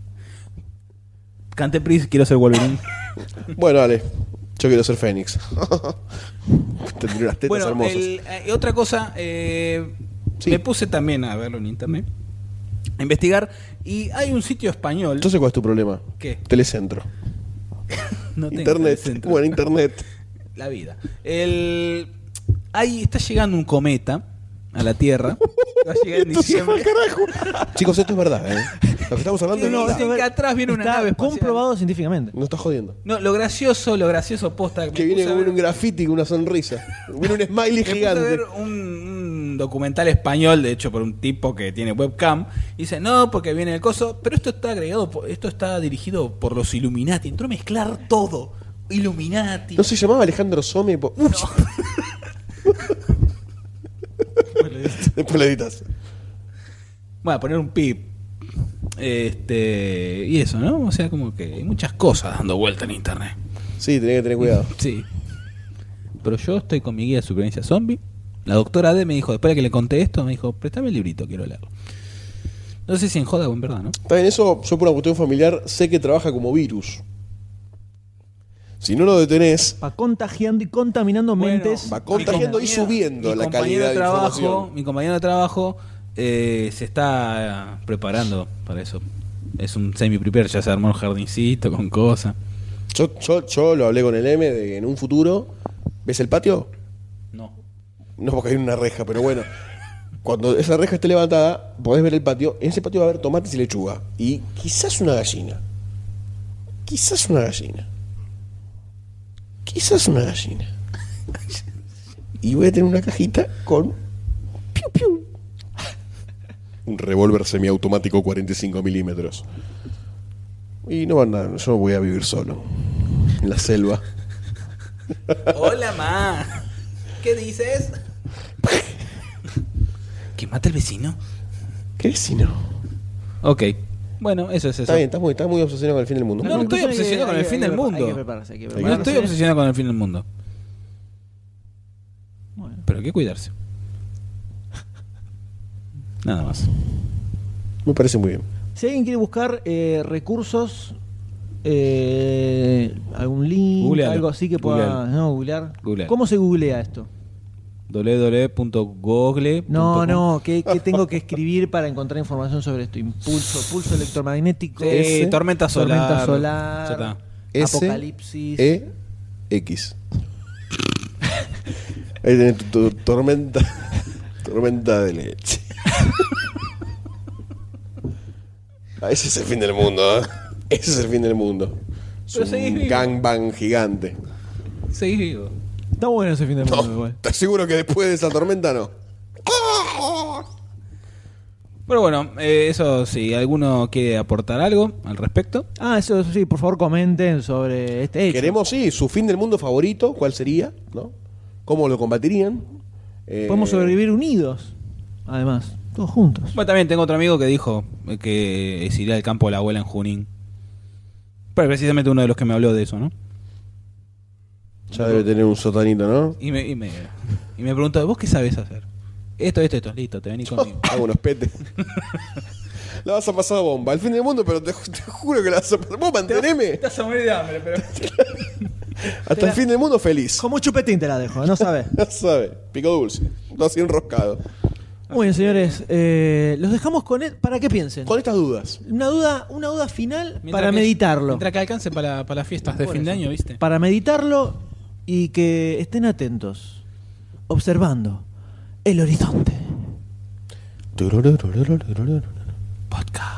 Speaker 4: Cante Pris, quiero ser Wolverine.
Speaker 2: Bueno, dale. Yo quiero ser Fénix. Tendría unas tetas
Speaker 4: Bueno,
Speaker 2: hermosas.
Speaker 4: otra cosa,
Speaker 2: Sí.
Speaker 4: me puse también a verlo en internet, a investigar, y hay un sitio español.
Speaker 2: Entonces, ¿cuál es tu problema?
Speaker 4: ¿Qué?
Speaker 2: Telecentro.
Speaker 4: No tengo
Speaker 2: Internet.
Speaker 4: centro.
Speaker 2: Bueno, internet.
Speaker 4: La vida. Ahí está llegando un cometa a la Tierra. Va a llegar en
Speaker 2: Esto se fue
Speaker 4: diciembre.
Speaker 2: al carajo. Chicos, esto es verdad, ¿eh? Lo que estamos hablando
Speaker 4: Sí,
Speaker 2: es
Speaker 4: no,
Speaker 2: verdad.
Speaker 4: dicen que atrás viene una
Speaker 3: Está
Speaker 4: nave espacial.
Speaker 3: comprobado científicamente.
Speaker 2: No estás jodiendo.
Speaker 4: No, lo gracioso posta.
Speaker 2: Que viene con un graffiti con una sonrisa. Viene un smiley
Speaker 4: Me puse a
Speaker 2: gigante.
Speaker 4: ver un documental español, de hecho, por un tipo que tiene webcam. Y dice, no, porque viene el coso. Pero esto está agregado, esto está dirigido por los Illuminati. Entró a mezclar todo. Illuminati.
Speaker 2: ¿No se llamaba Alejandro Some? Uy. Después le editas.
Speaker 4: Bueno, a poner un pip. Y eso, ¿no? O sea, como que hay muchas cosas dando vuelta en internet.
Speaker 2: Sí, tenés que tener cuidado.
Speaker 4: Sí. Pero yo estoy con mi guía de supervivencia zombie. La doctora D me dijo, después de que le conté esto, me dijo, préstame el librito, quiero leerlo. No sé si en joda o en verdad, ¿no?
Speaker 2: También eso, yo por una cuestión familiar sé que trabaja como virus. Si no lo detenés,
Speaker 3: Va contagiando y contaminando mentes.
Speaker 2: va contagiando y subiendo la calidad de información.
Speaker 4: Mi compañero de trabajo se está preparando para eso. Es un semi-prepare, ya se armó un jardincito con cosas.
Speaker 2: Yo lo hablé con el M de que en un futuro. ¿Ves el patio?
Speaker 4: No.
Speaker 2: No, porque hay una reja, pero bueno. Cuando esa reja esté levantada, podés ver el patio. En ese patio va a haber tomates y lechuga. Y quizás una gallina. Quizás una gallina. Quizás una gallina. Y voy a tener una cajita con piu piu. Un revólver semiautomático 45 milímetros. Y no va a nada, yo voy a vivir solo. En la selva.
Speaker 4: Hola, ma. ¿Qué dices? ¿Que mata el vecino?
Speaker 2: ¿Qué vecino?
Speaker 4: Ok. Bueno, eso es eso.
Speaker 2: Está bien, estás muy obsesionado con el fin del mundo.
Speaker 4: No, estoy obsesionado con el fin del mundo.
Speaker 3: Hay que prepararse, hay que
Speaker 4: No
Speaker 3: prepararse.
Speaker 4: estoy obsesionado con el fin del mundo.
Speaker 3: Bueno.
Speaker 4: Pero hay que cuidarse. Nada más.
Speaker 2: Me parece muy bien.
Speaker 3: Si alguien quiere buscar recursos, algún link,
Speaker 4: Googlealo.
Speaker 3: algo así que pueda
Speaker 4: Googlealo.
Speaker 3: googlear.
Speaker 4: Googlealo.
Speaker 3: ¿Cómo se googlea esto?
Speaker 4: www.google.com.
Speaker 3: No, ¿qué tengo que escribir para encontrar información sobre esto? Pulso electromagnético,
Speaker 4: Tormenta solar.
Speaker 3: tormenta
Speaker 4: Ya
Speaker 3: solar,
Speaker 4: está.
Speaker 3: apocalipsis.
Speaker 2: S-E-X. Ahí tenés tu tormenta. Tormenta de leche. Ese es el fin del mundo, ¿eh? Ese es el fin del mundo. Es
Speaker 4: Pero seguís
Speaker 2: un
Speaker 4: vivo.
Speaker 2: gangbang gigante.
Speaker 4: Seguís vivo.
Speaker 3: Está bueno ese fin de mundo,
Speaker 2: No,
Speaker 3: igual.
Speaker 2: ¿estás seguro que después de esa tormenta no?
Speaker 4: Pero bueno, eso sí, ¿alguno quiere aportar algo al respecto?
Speaker 3: Eso sí, por favor comenten sobre este hecho.
Speaker 2: Queremos, sí, su fin del mundo favorito, ¿cuál sería? ¿No? ¿Cómo lo combatirían?
Speaker 3: Podemos sobrevivir unidos, además, todos juntos.
Speaker 4: Bueno, también tengo otro amigo que dijo que se iría al campo de la abuela en Junín. Pero precisamente uno de los que me habló de eso, ¿no?
Speaker 2: Ya debe tener un sotanito, ¿no?
Speaker 4: Y me preguntó, ¿vos qué sabés hacer? Esto, listo, te venís conmigo.
Speaker 2: Hago unos petes. La vas a pasar bomba. El fin del mundo, pero te juro que la vas a pasar. Vos manteneme.
Speaker 4: Estás a morir de hambre, pero...
Speaker 2: Hasta el fin del mundo feliz.
Speaker 3: Como chupetín te la dejo, no sabes.
Speaker 2: Ya sabes. Pico dulce. Todo así enroscado.
Speaker 3: Muy bien, señores. Los dejamos con él para que piensen.
Speaker 2: Con estas dudas.
Speaker 3: Una duda final
Speaker 4: Mientras
Speaker 3: para
Speaker 4: que-
Speaker 3: meditarlo.
Speaker 4: Mientras que alcance para las fiestas de
Speaker 3: Por
Speaker 4: fin de
Speaker 3: eso.
Speaker 4: año, ¿viste?
Speaker 3: Para meditarlo y que estén atentos, observando el horizonte.
Speaker 4: Podcast.